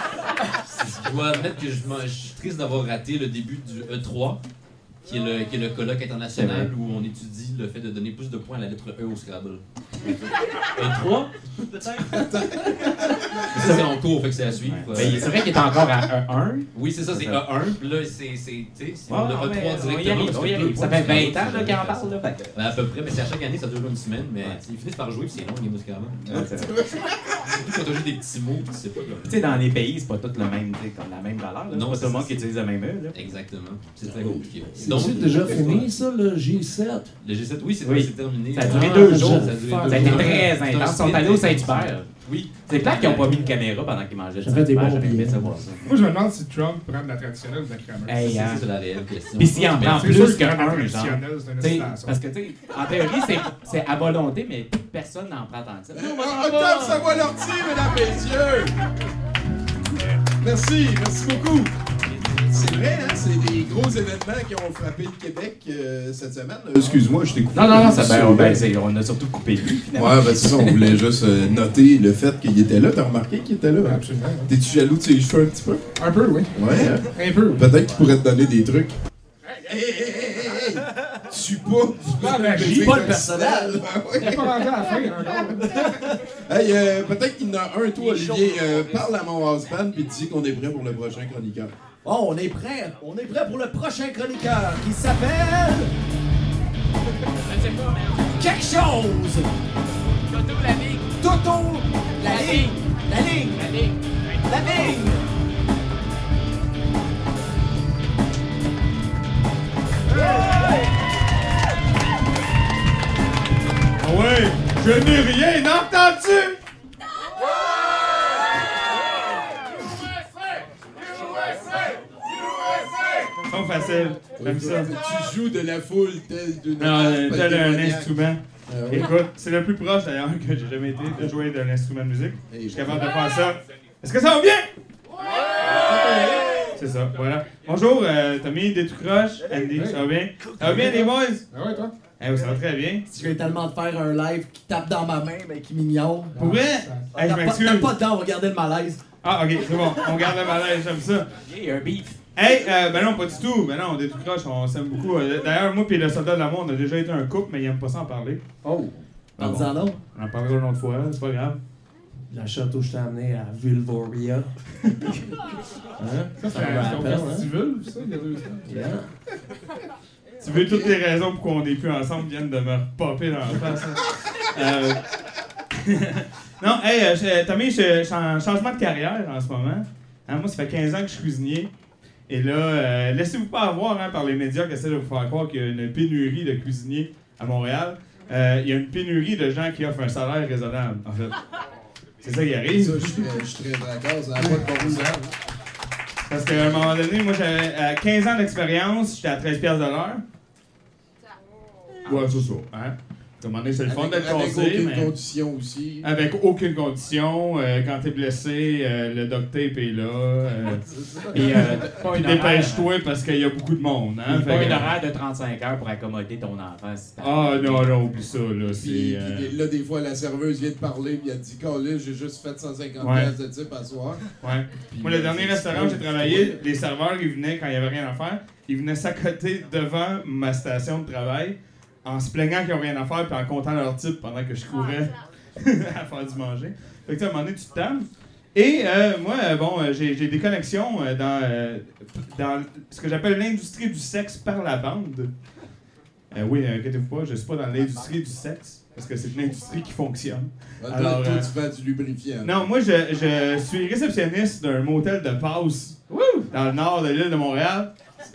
S11: je dois admettre que je, m'en- je suis triste d'avoir raté le début du E trois, qui est le, qui est le colloque international où on étudie le fait de donner plus de points à la lettre E au Scrabble. E trois? Peut-être? Ça, c'est en cours, fait que c'est à suivre.
S6: Ben, c'est vrai qu'il est encore à E un.
S11: Oui, c'est ça, c'est E un. Puis là, c'est, c'est, tu sais, c'est
S6: Ouais,
S11: le E trois
S6: mais
S11: directement.
S6: on y arrive,
S11: parce
S6: on
S11: que
S6: y
S11: deux
S6: arrive. Ça
S11: points,
S6: fait
S11: c'est
S6: vingt ans là,
S11: c'est
S6: qu'il en parle. Là, fait que-
S11: Ben, à peu près, mais c'est à chaque année, ça dure une semaine, mais tu sais, ils finissent par jouer, puis c'est long, le game de Scrabble.
S6: Ouais, c'est vrai.
S11: Surtout quand t'as juste des petits mots, tu sais pas. Là.
S6: Tu sais, dans les pays, c'est pas tout le même, tu sais, comme la même valeur. Là. C'est
S11: Non,
S6: pas
S11: c'est
S6: tout le monde
S11: ça.
S6: qui utilise le même E. Là.
S11: Exactement. C'est très compliqué.
S10: C'est déjà fini, ça, le G sept?
S11: Le G sept, oui, c'est,
S6: Oui.
S11: c'est terminé.
S6: Ça a duré
S10: Ah,
S6: deux
S10: je-
S6: jours.
S11: Ça a duré
S10: Ça
S11: deux
S6: Ça a été
S11: jours.
S6: très
S11: C'est un
S6: intense. Ils sont
S11: split
S6: allés au
S11: des-
S6: Saint-Hubert.
S11: Oui.
S6: C'est plate qu'ils n'ont pas mis une caméra pendant qu'ils mangeaient.
S10: Ça fait des
S6: Saint-Hubert,
S10: bons
S6: j'aurais aimé
S10: billets.
S6: savoir ça.
S7: Moi, je me demande si Trump prend de la traditionnelle ou de la crameuse.
S6: Hey,
S11: C'est,
S6: hein.
S11: c'est la réelle question.
S6: Puis s'il en
S11: Mais
S6: prend
S11: c'est
S6: plus
S7: sûr qu'il
S6: qu'un,
S7: prend de la
S6: genre.
S7: traditionnelle, c'est une
S6: T'sais,
S7: installation.
S6: parce que, tu sais, en théorie, c'est, c'est à volonté, mais personne n'en prend tant que ça.
S5: Euh,
S6: Non, on va
S5: ah,
S6: t'en
S5: Tom
S6: pas.
S5: Savoie-Lortie, mesdames, messieurs! Merci, merci beaucoup. C'est vrai, hein? C'est des gros événements qui ont frappé le Québec euh, cette semaine. Euh, Excuse-moi, je t'ai coupé.
S6: Non, non, non, ça, ben,
S5: Sur-
S6: ben, c'est- on a surtout coupé lui, finalement.
S5: Ouais, ben c'est ça, on voulait juste euh, noter le fait qu'il était là. T'as remarqué qu'il était là?
S7: Ouais,
S5: hein?
S7: absolument.
S5: T'es-tu jaloux de ses cheveux un petit peu?
S7: Un peu, oui.
S5: Ouais, hein?
S7: Un peu.
S5: Peut-être qu'il pourrait te donner des trucs. Hey, hey, hey, hey, hey! Tu pas!
S7: Pas la
S5: baiser
S10: pas le
S5: un
S10: personnel.
S5: sel, ben ouais.
S7: On n'est pas rendu à la fin, encore.
S5: Hey, euh, peut-être qu'il y en a un, toi, Olivier. Euh, parle à mon husband puis dis qu'on est prêt pour le prochain chroniqueur.
S8: Bon, on est prêt. On est prêt pour le prochain chroniqueur qui s'appelle... Quelque chose!
S12: Toto la ligne.
S8: Toto! La
S12: La
S8: ligne!
S12: ligne.
S8: La ligne!
S12: La ligne.
S8: La ligne!
S7: Ah ouais, je n'ai rien entendu! Son facile, j'aime ça.
S5: Tu joues de la foule tel d'une.
S7: Non, euh, tel un
S5: démoniaque.
S7: instrument.
S5: Ah oui.
S7: Écoute, c'est le plus proche d'ailleurs que j'ai jamais été de jouer de l'instrument de musique.
S5: Hey,
S7: Je suis capable de faire ça. Est-ce que ça va bien? C'est ça, voilà. Bonjour, euh, Tommy, des tout croche, Andy, ça va bien? Ça va bien, les boys?
S13: Ah ouais, toi?
S7: Eh, ça va très bien.
S8: Si je viens tellement de faire un live qui tape dans ma main, mais qui m'ignore.
S7: Pour vrai?
S8: Ah,
S7: Hey, je
S8: tape pas-
S7: m'excuse.
S8: tape pas dedans, on va regarder le malaise.
S7: Ah, ok, c'est bon. On garde le malaise, j'aime ça.
S6: Il y a un beef.
S7: Hey, euh, ben non, pas du tout. Ben non, des tout croche, on s'aime beaucoup. Euh, D'ailleurs, moi et le soldat de l'amour, on a déjà été un couple, mais il aime pas ça en parler.
S8: Oh!
S7: Ah bon.
S8: Parle-en donc.
S7: On en parlera une autre fois, c'est pas grave.
S10: La château, je t'ai amené à Vulvoria. Hein?
S13: Ça,
S10: Ça
S13: c'est
S10: me
S13: un
S10: rappelle, hein?
S13: festival, ça, il y a deux ans.
S10: Yeah.
S7: Tu veux toutes les raisons pour qu'on n'est plus ensemble viennent de me popper dans la face. hein. Euh... non, hey, euh, je- Tommy, je je suis en changement de carrière en ce moment. Hein, moi, ça fait quinze ans que je suis cuisinier. Et là, euh, laissez-vous pas avoir hein, par les médias qui essaient de vous faire croire qu'il y a une pénurie de cuisiniers à Montréal. Euh, Il y a une pénurie de gens qui offrent un salaire raisonnable, en fait. C'est ça qui
S5: Ça,
S7: arrive.
S5: je suis je suis très d'accord, ça n'a pas de bon sens.
S7: Parce qu'à un moment donné, moi, j'avais à quinze ans d'expérience, j'étais à treize piastres de l'heure. Ouais, c'est ça. Hein? À un moment donné, c'est le fun
S5: Avec,
S7: d'être
S5: avec
S7: cassé,
S5: aucune
S7: mais...
S5: condition aussi.
S7: Avec aucune condition. Euh, quand t'es blessé, euh, le duct tape est là. Euh, et euh, puis dépêche-toi parce qu'il y a beaucoup de monde. Hein,
S6: Pas
S7: fait
S6: une
S7: que-
S6: horaire de trente-cinq heures pour accommoder ton enfant. si t'as-
S7: Ah non, non, oublie ça. Là, c'est,
S5: Puis,
S7: euh,
S5: puis là, des fois, la serveuse vient de parler, puis elle dit Calais, j'ai juste fait cent cinquante
S7: Ouais.
S5: piastres de type à soir.
S7: Ouais.
S5: Puis,
S7: Moi, le
S5: euh,
S7: dernier
S5: c'est-
S7: restaurant où j'ai travaillé, les serveurs, ils venaient quand il n'y avait rien à faire. Ils venaient s'accoter devant ma station de travail en se plaignant qu'ils n'ont rien à faire puis en comptant leur type pendant que je courais à faire du manger. Fait que tu sais, à un moment donné, tu te tannes. Et euh, moi, euh, bon, euh, j'ai, j'ai des connexions euh, dans, euh, dans ce que j'appelle l'industrie du sexe par la bande. Euh, oui, inquiétez-vous pas, je suis pas dans l'industrie du sexe, parce que c'est une industrie qui fonctionne.
S5: Ah, toi,
S7: Alors,
S5: toi,
S7: euh,
S5: tu fais du lubrifiant.
S7: Non, moi, je, je suis réceptionniste d'un motel de passe dans le nord de l'île de Montréal.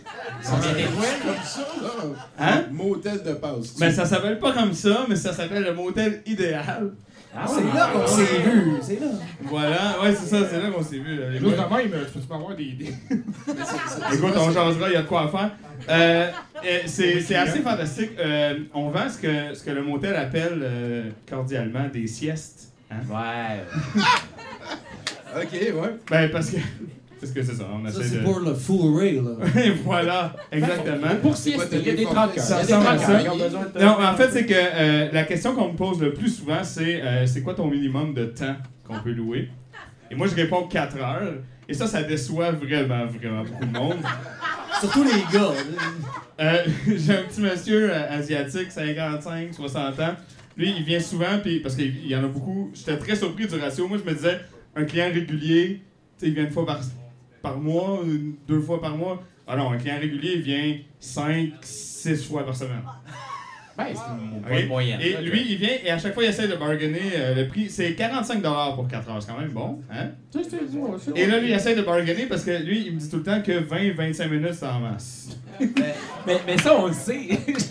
S5: Ça s'appelle comme ça, là?
S7: Hein?
S5: Motel de passe.
S7: Mais ça s'appelle pas comme ça, mais ça s'appelle le motel idéal.
S8: Ah, c'est là qu'on s'est vu. C'est là.
S7: Voilà, ouais, c'est ça, c'est là qu'on s'est vu. là, les
S13: Juste
S7: gars.
S13: de même, tu peux pas avoir des idées.
S7: Écoute, on jasera, il y a de quoi à faire. Euh, euh, c'est, c'est assez fantastique. Euh, on vend ce que, ce que le motel appelle euh, cordialement des siestes. Hein?
S6: Ouais.
S5: Ok, ouais.
S7: Ben, parce que. Parce que c'est ça, on
S10: Ça,
S7: essaie
S10: c'est
S7: de.
S10: pour le fourré, là.
S7: Et voilà, exactement.
S6: Pour
S5: C'est quoi,
S6: sieste, il y a
S5: t'as
S6: des
S5: des
S6: troqueurs.
S7: Ça
S6: Il y a
S7: ressemble
S6: des
S7: à
S6: troqueurs
S7: ça.
S6: qui ont besoin de-
S7: Non, en fait, c'est que euh, la question qu'on me pose le plus souvent, c'est euh, c'est quoi ton minimum de temps qu'on peut louer? Et moi, je réponds quatre heures. Et ça, ça déçoit vraiment, vraiment beaucoup de monde.
S8: Surtout les gars.
S7: Euh, j'ai un petit monsieur euh, asiatique, cinquante-cinq, soixante ans. Lui, il vient souvent, puis parce qu'il y en a beaucoup. J'étais très surpris du ratio. Moi, je me disais, un client régulier, tu sais, il vient une fois par, par mois, une- deux fois par mois. Ah non, un client régulier, il vient cinq, six fois par semaine.
S6: Ben, c'est une
S7: Ok?
S6: bonne moyenne.
S7: Et
S6: là,
S7: lui, il vient et à chaque fois, il essaie de bargainer euh, le prix. C'est quarante-cinq dollars pour quatre heures, c'est quand même bon. Hein?
S13: Tu sais, c'est- c'est- c'est-
S7: Et là, lui, il essaie de bargainer parce que lui, il me dit tout le temps que vingt à vingt-cinq minutes, c'est en masse.
S6: mais, mais ça, on le sait.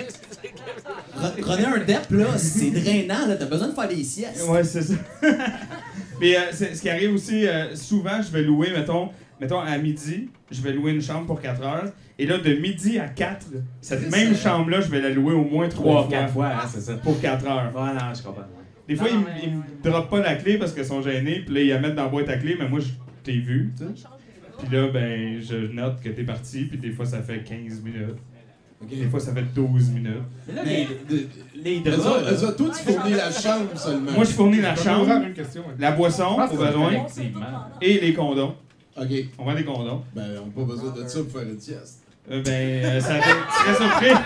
S8: Pre- Prenez un dep, là, c'est drainant, là. T'as besoin de faire des siestes.
S7: Ouais, c'est ça. Mais euh, c'est- ce qui arrive aussi, euh, souvent, je vais louer, mettons, mettons, à midi, je vais louer une chambre pour quatre heures. Et là, de midi à quatre, cette même chambre-là, je vais la louer au moins trois
S6: Trois,
S7: fois.
S6: quatre fois, hein, c'est ça.
S7: Pour quatre heures.
S6: Ouais, non, je comprends.
S7: Des fois,
S6: Ah,
S7: ils, me-
S6: mais-
S7: ils me droppent pas la clé parce qu'ils sont gênés, puis là, ils la mettent dans la boîte à clé, mais moi, je t'ai vu, tu sais. Puis là, ben, je note que t'es parti, puis des fois, ça fait quinze minutes. Des fois, ça fait douze minutes.
S6: Mais là,
S5: Mais,
S6: les,
S5: de-
S6: les
S5: Eux
S6: draps.
S5: autres-
S6: là.
S5: eux autres, toi, tu fournis la chambre seulement.
S7: Moi, je fournis la
S13: Je vais
S7: chambre,
S13: poser une question. ouais.
S7: la boisson,
S13: Ah,
S7: au
S13: c'est
S7: besoin,
S6: Effectivement.
S7: et les condoms.
S5: Ok.
S7: On vend des condoms.
S5: Ben, on n'a pas besoin de ça pour faire une sieste.
S7: Euh, ben, euh, ça fait, tu serais surpris.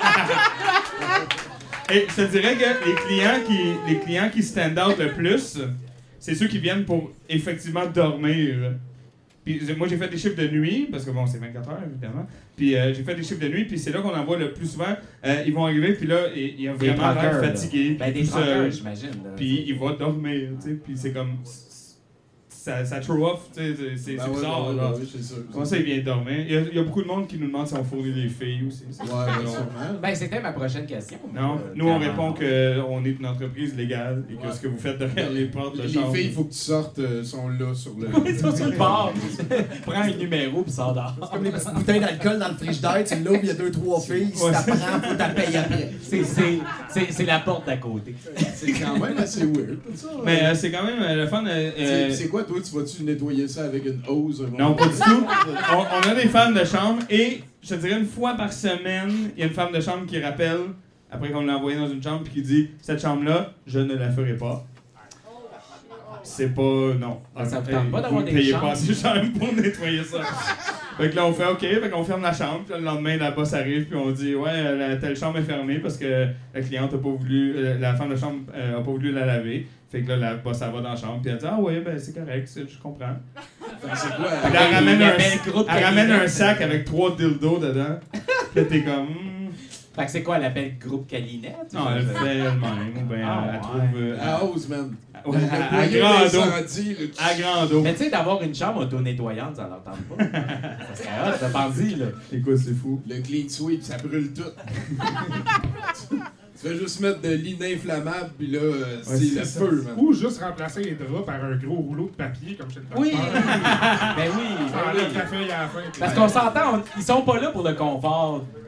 S7: Et je te dirais que les clients qui, les clients qui stand out le plus, c'est ceux qui viennent pour effectivement dormir. Puis euh, moi, j'ai fait des chiffres de nuit, parce que bon, c'est vingt-quatre heures, évidemment. Puis euh, j'ai fait des chiffres de nuit, puis c'est là qu'on en voit le plus souvent. Euh, ils vont arriver, puis là, ils il ont
S6: Des
S7: vraiment l'air
S6: troqueurs, là.
S7: fatigués.
S6: Ben, des
S7: tout seul.
S6: troqueurs, j'imagine. là.
S7: Puis il va dormir, tu sais. Puis c'est comme. Ça, ça throw off, tu sais. C'est, c'est
S5: Ben ouais,
S7: bizarre,
S5: ouais,
S7: là.
S5: ouais, ouais, c'est sûr.
S7: Comment ça, il vient dormir? Il y, a, il y a beaucoup de monde qui nous demande si on fournit les filles aussi. C'est
S5: Ouais,
S7: pas
S5: ben,
S7: long.
S5: sûrement.
S6: Ben, c'était ma prochaine question.
S7: Non,
S6: Euh,
S7: nous on
S6: clairement.
S7: répond qu'on est une entreprise légale et que ce que vous faites derrière les portes de
S5: Les
S7: chambre.
S5: filles, il faut que tu sortes, euh, sont là sur le.
S6: Ils sont sur le bord. Prends un numéro puis sors dehors.
S8: C'est comme les petites bouteilles d'alcool dans le frigidaire, tu l'ouvres, il y a deux, trois filles, si
S7: Ouais,
S8: t'as
S7: c'est
S8: prends, faut t'en payer après.
S6: C'est, c'est, c'est, c'est la porte d'à côté.
S5: C'est quand même assez weird. Ça,
S7: Mais euh, c'est quand même euh, le fun. euh,
S5: C'est-
S7: euh,
S5: C'est quoi, toi, tu vas-tu nettoyer ça avec une hose? un
S7: non,
S5: moment?
S7: pas du tout. On, on a des femmes de chambre et je te dirais une fois par semaine, il y a une femme de chambre qui rappelle, après qu'on l'a envoyée dans une chambre, puis qui dit cette chambre-là, je ne la ferai pas. C'est pas. Non.
S6: Ah, ça vous
S7: Hey,
S6: tente pas d'avoir
S7: vous
S6: des
S7: payez
S6: chambres?
S7: pas assez cher pour nettoyer ça. Fait que là, on fait OK, fait qu'on ferme la chambre, puis là, le lendemain, la boss arrive, puis on dit ouais, la telle chambre est fermée parce que la cliente a pas voulu, euh, la femme de chambre euh, a pas voulu la laver. Fait que là, la boss, elle va dans la chambre, puis elle dit ah ouais, ben c'est correct, c'est- je comprends.
S5: Fait que c'est quoi?
S7: Fait que là, elle ramène,
S6: Il
S7: un,
S6: appelle le groupe
S7: elle ramène
S6: Calinet.
S7: un sac avec trois dildos dedans. Puis là, t'es comme. hmm.
S6: Fait que c'est quoi, elle appelle groupe Calinet? tu
S7: Non,
S6: sais?
S7: elle le fait elle-même, ou bien
S6: Ah,
S7: elle
S6: ouais.
S7: trouve. euh,
S5: La hose, man.
S7: ouais,
S5: Le- le
S7: à, à
S5: poignet
S7: grand dos.
S5: d'incendie, là, tu-
S7: À grand dos.
S6: Mais tu sais, d'avoir une chambre auto-nettoyante, ça leur tente pas. Ça serait hot, ça pense-y, là.
S7: Écoute, c'est fou.
S5: Le clean sweep, ça brûle tout. Tu fais juste mettre de l'ininflammable, puis là, euh, c'est
S7: c'est
S5: le
S7: ça.
S5: feu, man.
S13: Ou juste remplacer les draps par un gros rouleau de papier comme chez le
S6: Oui!
S13: docteur.
S6: Ben oui,
S13: Ça
S6: ben
S13: enlève
S6: oui.
S13: ta feuille à la fin. puis-
S6: Parce qu'on s'entend, on- ils sont pas là pour le confort du lit,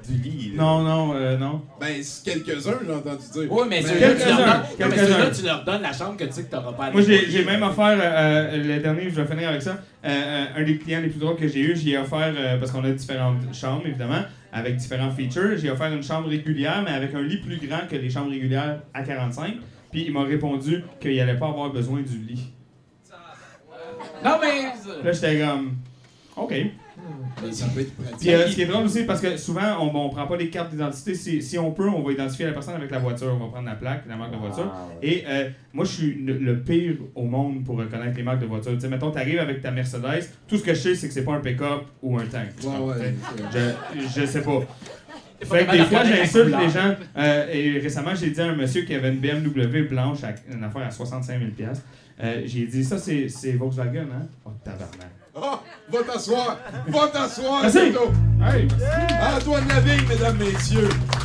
S5: là.
S7: Non, non, euh, non.
S5: Ben, c'est quelques-uns, j'ai entendu dire.
S6: Oui, mais
S5: Ben,
S6: ceux-là, tu leur
S7: quelques-uns,
S6: donnes- non, mais
S7: quelques-uns.
S6: ceux-là, tu leur donnes la chambre que tu sais que t'auras pas à
S7: Moi, j'ai
S6: nettoyer.
S7: j'ai même offert, euh, le dernier, je vais finir avec ça, euh, euh, un des clients les plus drôles que j'ai eu, j'ai offert, euh, parce qu'on a différentes chambres, évidemment, avec différents features, j'ai offert une chambre régulière, mais avec un lit plus grand que les chambres régulières à quarante-cinq, puis il m'a répondu qu'il n'allait pas avoir besoin du lit.
S6: Non, mais...
S7: Là, j'étais comme, OK.
S5: Ben, ça peut être pratique.
S7: Puis euh, ce qui est drôle aussi, parce que souvent, on, on prend pas les cartes d'identité. Si, si on peut, on va identifier la personne avec la voiture. On va prendre la plaque, la marque de voiture.
S6: Ah,
S7: Et euh, moi, je suis le, le pire au monde pour reconnaître les marques de voiture. Tu sais, mettons, t'arrives avec ta Mercedes, tout ce que je sais, c'est que c'est pas un pick-up ou un tank.
S5: Ouais, ouais.
S7: Je, je sais pas.
S6: pas
S7: Fait que
S6: capable
S7: des
S6: de
S7: fois,
S6: reconnaître la
S7: j'insulte
S6: couleur.
S7: les gens. Euh, et récemment, j'ai dit à un monsieur qui avait une B M W blanche, à, une affaire à soixante-cinq mille dollars. Euh, j'ai dit, ça, c'est c'est Volkswagen, hein? Oh, tabarnak.
S5: Ah! Va t'asseoir! Va t'asseoir!
S7: Merci.
S5: Toto.
S13: Hey, merci.
S5: Antoine Lavigne, mesdames, messieurs.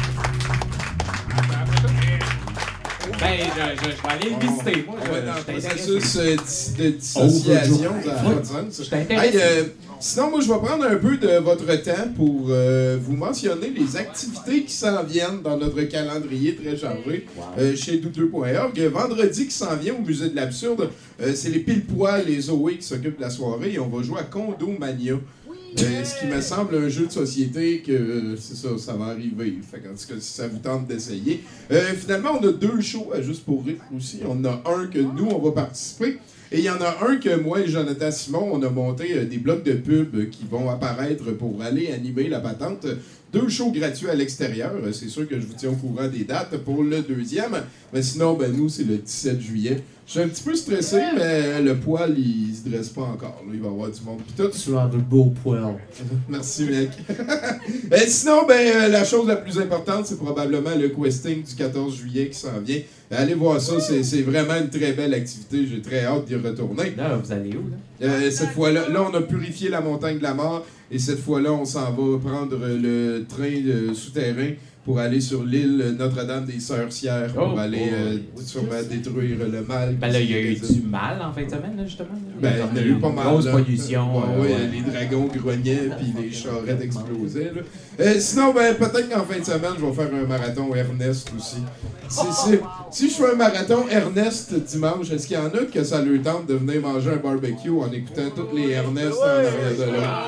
S6: Ben, je, je, je vais aller le visiter. Moi,
S5: On
S6: je,
S5: va être dans
S6: je
S5: le
S6: t'intéresse.
S5: processus euh, dis- de dissociation. Ça n'a pas de sens.
S6: Je t'intéresse.
S5: Hey, euh, sinon, moi, je vais prendre un peu de votre temps pour euh, vous mentionner les activités qui s'en viennent dans notre calendrier très chargé euh, chez douteux point org. Vendredi qui s'en vient au Musée de l'Absurde, euh, c'est les pile-poils, les Zoé qui s'occupent de la soirée et on va jouer à Condomania. Euh, ce qui me semble un jeu de société que euh, c'est ça, ça va arriver. Fait qu'en tout cas, si ça vous tente d'essayer. Euh, finalement, on a deux shows à Juste pour rire aussi. On en a un que nous, on va participer. Et il y en a un que moi et Jonathan Simon, on a monté euh, des blocs de pub euh, qui vont apparaître pour aller animer la patente. Deux shows gratuits à l'extérieur. Euh, C'est sûr que je vous tiens au courant des dates pour le deuxième. Mais sinon, ben nous, c'est le dix-sept juillet. Je suis un petit peu stressé, mais le poil, il se dresse pas encore. Là. Il va y avoir du monde. Puis tout.
S10: Tu as de beaux poils.
S5: Merci, mec. Et sinon, ben, euh, la chose la plus importante, c'est probablement le questing du quatorze juillet qui s'en vient. Allez voir ça, c'est c'est vraiment une très belle activité. J'ai très hâte d'y retourner.
S6: Là, vous allez où, là?
S5: Euh, cette fois-là, là, on a purifié la montagne de la mort. Et cette fois-là, on s'en va prendre le train euh, souterrain pour aller sur l'île Notre-Dame-des-Sœurs-Sierres pour
S6: Oh,
S5: aller euh,
S6: oh,
S5: sûrement détruire le mal.
S6: Ben là, il y a eu du mal en fin de semaine, là, justement.
S5: Ben, il y en a eu pas mal.
S6: Grosse
S5: là.
S6: pollution.
S5: Ouais,
S6: euh,
S5: ouais,
S6: ouais.
S5: les dragons grognaient puis les charrettes explosaient. Là. Euh, sinon, ben, peut-être qu'en fin de semaine, je vais faire un marathon Ernest aussi. Si, si, si je fais un marathon Ernest dimanche, est-ce qu'il y en a que ça leur tente de venir manger un barbecue en écoutant tous les Ernest en arrière de là?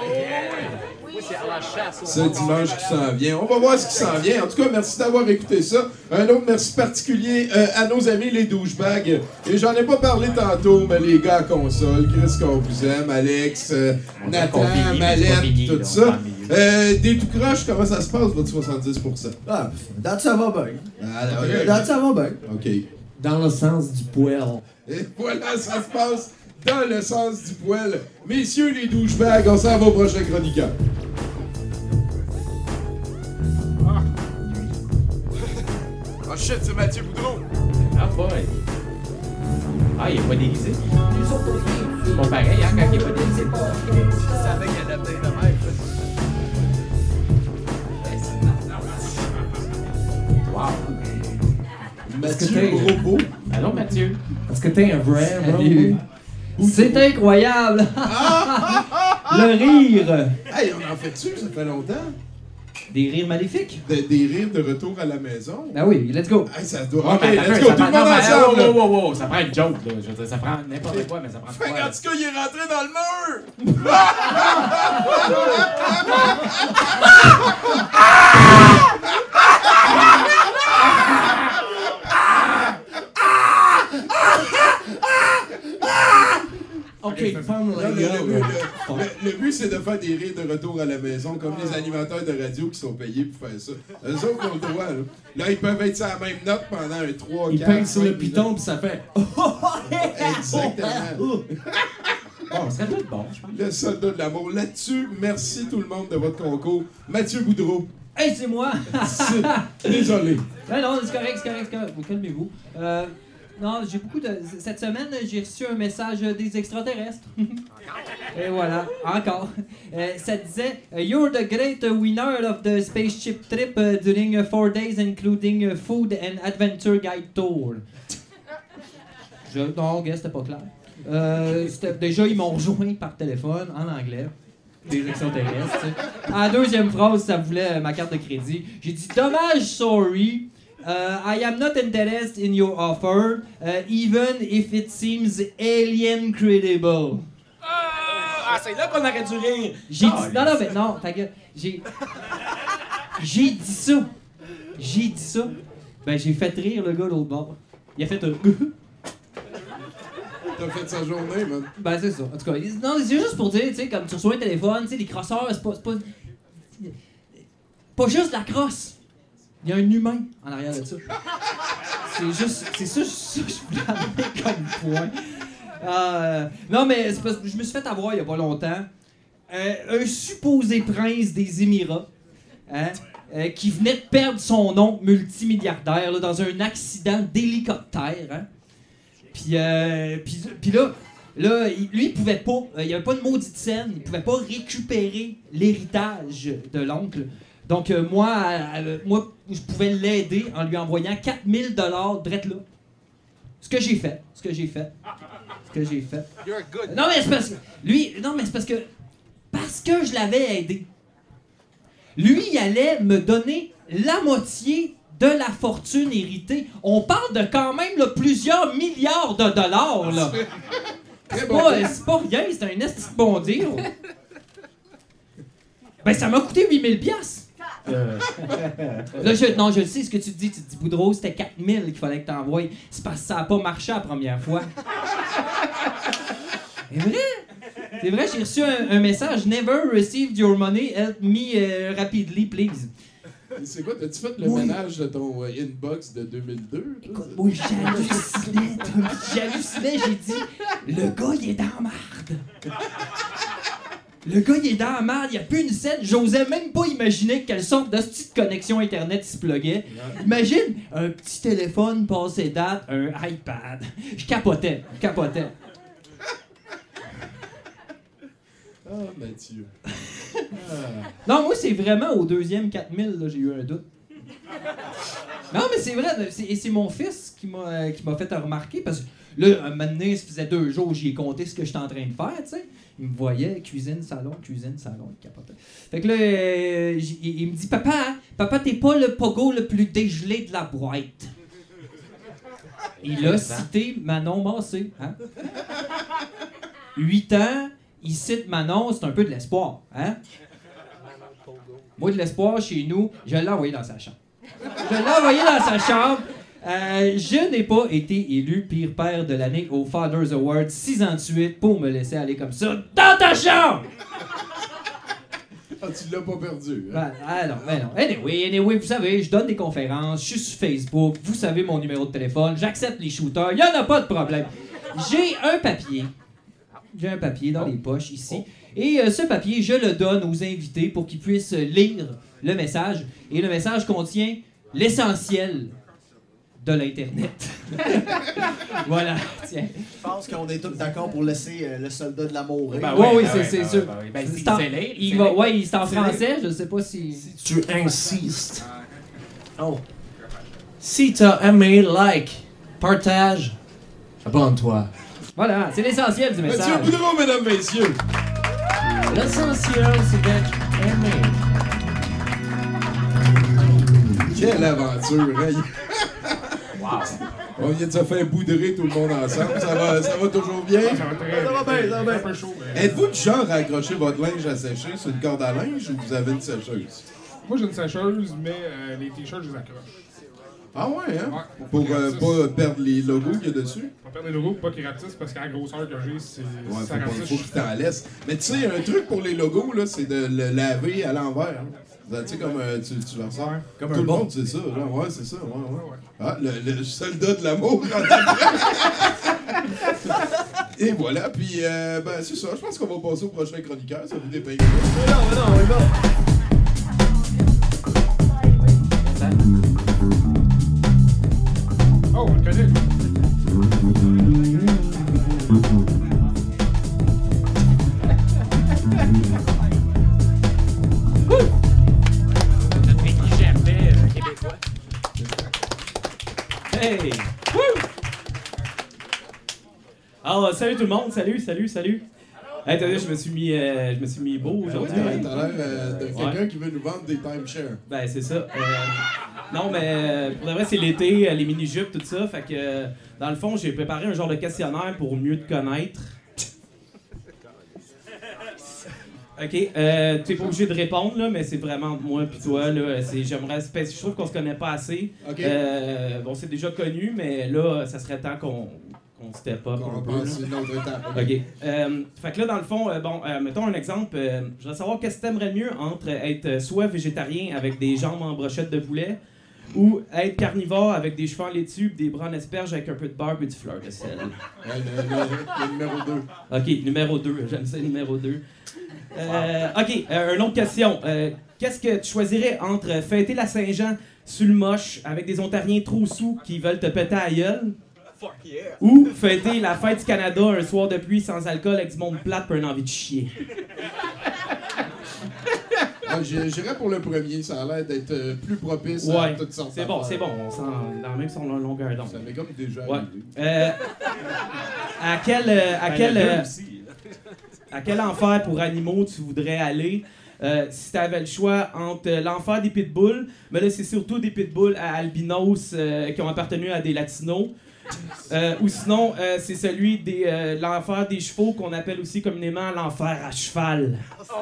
S5: Ce dimanche qui s'en vient. On va voir ce qui s'en vient. En tout cas, merci d'avoir écouté ça. Un autre merci particulier euh, à nos amis les douchebags. Et j'en ai pas parlé tantôt, mais les gars à console, Chris qu'on vous aime, Alex, euh, Nathan,
S6: qu'on finit,
S5: Malette,
S6: c'est pas fini,
S5: tout
S6: là,
S5: ça.
S6: on est en milieu.
S5: Euh, des tout croches, comment ça se passe, votre soixante-dix pour cent?
S8: Ah, date, ça va bien.
S5: Ah, là, ok.
S8: Date, ça va bien.
S5: OK.
S10: Dans le sens du poil.
S5: Et voilà, ça se passe dans le sens du poil. Messieurs les douchebags, on s'en va au prochain chroniqueur.
S14: Oh shit, c'est Mathieu Boudreau.
S6: Ah, boy. Ah, il est pas déguisé. C'est pas pareil, hein, quand il est pas déguisé.
S14: Je savais qu'il allait peut-être de même.
S6: Wow.
S5: Mathieu Brobo.
S6: Allô, Mathieu.
S10: Est-ce que t'es un vrai
S6: Salut.
S10: bro? C'est incroyable! Le rire!
S5: Hey, on en fait-tu? Ça fait longtemps.
S10: Des rires maléfiques?
S5: De- des rires de retour à la maison.
S10: Ah oui, let's go!
S5: Hey, ça doit...
S6: Ouais,
S5: OK,
S6: mais attends,
S5: let's
S6: ça
S5: go, tout
S6: prend-
S5: le
S6: non,
S5: monde
S6: mais,
S5: ensemble!
S6: wow, wow, wow, ça prend une joke, là. Je veux dire, ça prend n'importe quoi, mais ça prend
S5: Fait
S6: quoi?
S5: qu'en
S6: là?
S5: tout cas, il est rentré dans le mur!
S10: Ok, ferme
S5: Non,
S10: la
S5: le, le-
S10: gueule.
S5: le- le- le but, c'est de faire des rires de retour à la maison, comme les animateurs de radio qui sont payés pour faire ça. Eux autres ont le droit, là. Là, ils peuvent être sur la même note pendant un trois,
S10: Il
S5: quatre,
S10: peigne sur le
S5: cinq
S10: piton pis ça fait.
S5: minutes. Exactement.
S6: Bon, on serait tous bons, je pense.
S5: Le soldat de l'amour. Là-dessus, merci tout le monde de votre concours. Mathieu Boudreau.
S10: Hey, c'est moi!
S5: C'est- Désolé.
S10: Non, non, c'est correct, c'est correct, c'est correct. Vous calmez-vous. Euh, non, j'ai beaucoup de. Cette semaine, j'ai reçu un message des extraterrestres. Et voilà, encore. Euh, ça disait You're the great winner of the spaceship trip uh, during uh, four days, including uh, food and adventure guide tour. Je, non, gars, c'était pas clair. Euh, c'était- déjà, ils m'ont rejoint par téléphone en anglais. des extraterrestres. tu sais. À la deuxième phrase, ça voulait euh, ma carte de crédit. J'ai dit dommage, sorry. Uh, I am not interested in your offer, uh, even if it seems alien credible.
S6: Ah, c'est là qu'on aurait dû rire.
S10: J'ai
S6: Ah,
S10: dit non, non, mais non, ta gueule. J'ai. J'ai dit ça. J'ai dit ça. Ben, j'ai fait rire le gars de l'autre bord. Il a fait un.
S5: T'as fait sa journée, man.
S10: Ben, c'est ça. En tout cas, non, c'est juste pour dire, tu sais, comme tu reçois un téléphone, tu sais, les crosseurs, c'est pas, c'est pas. Pas juste la crosse. Il y a un humain en arrière de ça. C'est juste. C'est ça, ça que je voulais amener comme point. Euh, non, mais c'est parce que je me suis fait avoir il y a pas longtemps. Euh, un supposé prince des Émirats, hein, euh, qui venait de perdre son oncle multimilliardaire là, dans un accident d'hélicoptère. Hein. Puis, euh, puis, puis là, là, il- lui, il pouvait pas. euh, il y avait pas de maudite scène. Il pouvait pas récupérer l'héritage de l'oncle. Donc, euh, moi, euh, moi, je pouvais l'aider en lui envoyant quatre mille dollars drette là. Ce que j'ai fait. Ce que j'ai fait. Ce que j'ai fait.
S14: You're a good.
S10: Non, mais c'est parce que. Lui, non, mais c'est parce que. Parce que je l'avais aidé. Lui, il allait me donner la moitié de la fortune héritée. On parle de quand même là, plusieurs milliards de dollars, là. C'est
S5: bon
S10: pas,
S5: deal.
S10: c'est pas rien, c'est un esti de bon deal. Ben, ça m'a coûté huit mille piastres. Là, je, non, je le sais ce que tu te dis. Tu te dis, Boudreau, c'était quatre mille qu'il fallait que t'envoies. C'est parce que ça a pas marché la première fois. C'est vrai? C'est vrai, j'ai reçu un, un message. Never received your money. Help me uh, rapidly, please.
S5: C'est quoi, t'as-tu fait le
S10: Oui.
S5: ménage de ton euh, inbox de deux mille deux? toi?
S10: Écoute, moi, j'hallucinais. Tommy. J'hallucinais. J'ai dit, le gars, il est dans la marde. Le gars, il est dans la merde, il n'y a plus une scène. J'osais même pas imaginer quelle sorte de petite connexion Internet il se pluguait. Imagine un petit téléphone passé date, un iPad. Je capotais, je capotais.
S5: Ah, Mathieu.
S10: Non, moi, c'est vraiment au deuxième quatre mille, là, j'ai eu un doute. Non, mais c'est vrai, c'est, et c'est mon fils qui m'a, euh, qui m'a fait remarquer, parce que là, un moment donné, ça faisait deux jours, j'y ai compté ce que j'étais en train de faire, tu sais. Il me voyait, cuisine, salon, cuisine, salon, il capotait. Fait que là, euh, j- il, il me dit, papa, papa, t'es pas le pogo le plus dégelé de la boîte. Il a cité Manon Massé, hein. huit ans, il cite Manon, c'est un peu de l'espoir, hein. Moi, de l'espoir, chez nous, je l'ai envoyé dans sa chambre. Je l'ai envoyé dans sa chambre. Euh, je n'ai pas été élu pire père de l'année au Fathers Award six ans de suite pour me laisser aller comme ça dans ta chambre!
S5: Ah, tu l'as pas perdu. Hein?
S10: Ben, ah non, ben non. Anyway, anyway, vous savez, je donne des conférences, je suis sur Facebook, vous savez mon numéro de téléphone, j'accepte les shooters, il y en a pas de problème. J'ai un papier. J'ai un papier dans les poches ici. Et euh, ce papier, je le donne aux invités pour qu'ils puissent lire le message. Et le message contient l'essentiel de l'Internet. Voilà, tiens.
S8: Je pense qu'on est tous d'accord pour laisser euh, le soldat de l'amour mourir.
S10: Ben oui, oui, c'est, c'est
S6: ben
S10: sûr.
S6: oui, ben oui. Ben,
S10: C'est en-
S6: c'est lire,
S10: il
S6: c'est
S10: va,
S6: lire.
S10: ouais, c'est en
S8: C'est
S10: français, je sais pas si...
S15: Tu insistes. Oh. Si t'as aimé, like, partage, abonne-toi.
S10: Voilà, c'est l'essentiel du
S5: Mathieu
S10: message.
S5: Boudreau, mesdames, messieurs.
S15: L'essentiel, c'est d'être aimé.
S5: Quelle aventure, hein? On vient de se faire boudrer tout le monde ensemble. Ça va, ça va toujours bien?
S13: Ça va très
S8: Ça va bien, ça va bien.
S13: un peu chaud, mais...
S5: Êtes-vous du genre à accrocher votre linge à sécher sur une corde à linge ou vous avez une sécheuse?
S13: Moi, j'ai une sécheuse, mais euh, les t-shirts, je les accroche.
S5: Ah ouais, hein?
S13: Ouais,
S5: Pour
S13: qu'ils
S5: euh,
S13: ratissent.
S5: pas perdre les logos qu'il y a dessus?
S13: On perd les logos pour pas qu'ils ratissent parce qu'à la grosseur que j'ai, c'est.
S5: Ouais,
S13: ça
S5: faut, pas-
S13: ratisse,
S5: faut
S13: je
S5: qu'il t'en laisse. Mais tu sais, un truc pour les logos, là, c'est de le laver à l'envers. hein. Tu sais, comme euh, tu, tu le ressens.
S13: Ouais.
S8: Comme
S5: Tout
S8: un
S5: le
S8: bon.
S5: monde, c'est ça. Là. Ouais, c'est ça. Ouais, ouais.
S13: Ouais, ouais.
S5: Ah, le, le soldat de l'amour. Et voilà, puis euh, ben, c'est ça. Je pense qu'on va passer au prochain chroniqueur. Ça vous dépeint.
S8: Non, non, non, non.
S13: Oh, on le connaît.
S6: Notre Émilie Gervais, euh, québécois.
S9: Hey! Woo! Alors, salut tout le monde, salut, salut, salut.
S6: Hey, t'as vu, je me suis mis, euh, je me suis mis beau aujourd'hui.
S5: Ouais, t'as l'air euh, de quelqu'un
S6: Ouais.
S5: qui veut nous vendre des timeshares.
S6: Ben, c'est ça. Euh, non, mais euh, pour de vrai, c'est l'été, euh, les mini-jupes, tout ça. Fait que, euh, dans le fond, j'ai préparé un genre de questionnaire pour mieux te connaître. OK. Euh, tu es pas obligé de répondre, là, mais c'est vraiment moi puis toi. Là, c'est, j'aimerais, je trouve qu'on se connaît pas assez.
S5: OK.
S6: Euh, bon, c'est déjà connu, mais là, ça serait temps qu'on, qu'on step up
S5: On
S6: un peu.
S5: passe
S6: là.
S5: une autre étape.
S6: OK. Euh, fait que là, dans le fond, euh, bon, euh, mettons un exemple. Euh, je voudrais savoir qu'est-ce que t'aimerais mieux entre être soit végétarien avec des jambes en brochette de poulet ou être carnivore avec des cheveux en laitue, des bras en asperges avec un peu de barbe et du fleur de sel.
S5: Ouais, le, le, le numéro deux.
S6: OK, numéro deux. J'aime ça, numéro deux. Euh, OK, euh, une autre question. Euh, qu'est-ce que tu choisirais entre fêter la Saint-Jean sur le moche avec des Ontariens trop sous qui veulent te péter à la gueule ou fêter la fête du Canada un soir de pluie sans alcool avec du monde plate pour une envie de chier?
S5: Ah, j'ai- J'irais pour le premier, ça a l'air d'être euh, plus propice à
S6: Ouais,
S5: toutes sortes
S6: c'est bon,
S5: d'affaires.
S6: c'est bon. On sent dans la même son longueur d'onde.
S5: Ça m'est comme déjà
S6: Ouais.
S5: arrivé.
S6: Euh, à quel, euh, à
S7: Ben,
S6: quel,
S7: le deux
S6: euh,
S7: aussi.
S6: à quel enfer pour animaux tu voudrais aller euh, si tu avais le choix entre euh, l'enfer des pitbulls, mais là c'est surtout des pitbulls à albinos euh, qui ont appartenu à des latinos, euh, ou sinon euh, c'est celui des euh, l'enfer des chevaux qu'on appelle aussi communément l'enfer à cheval.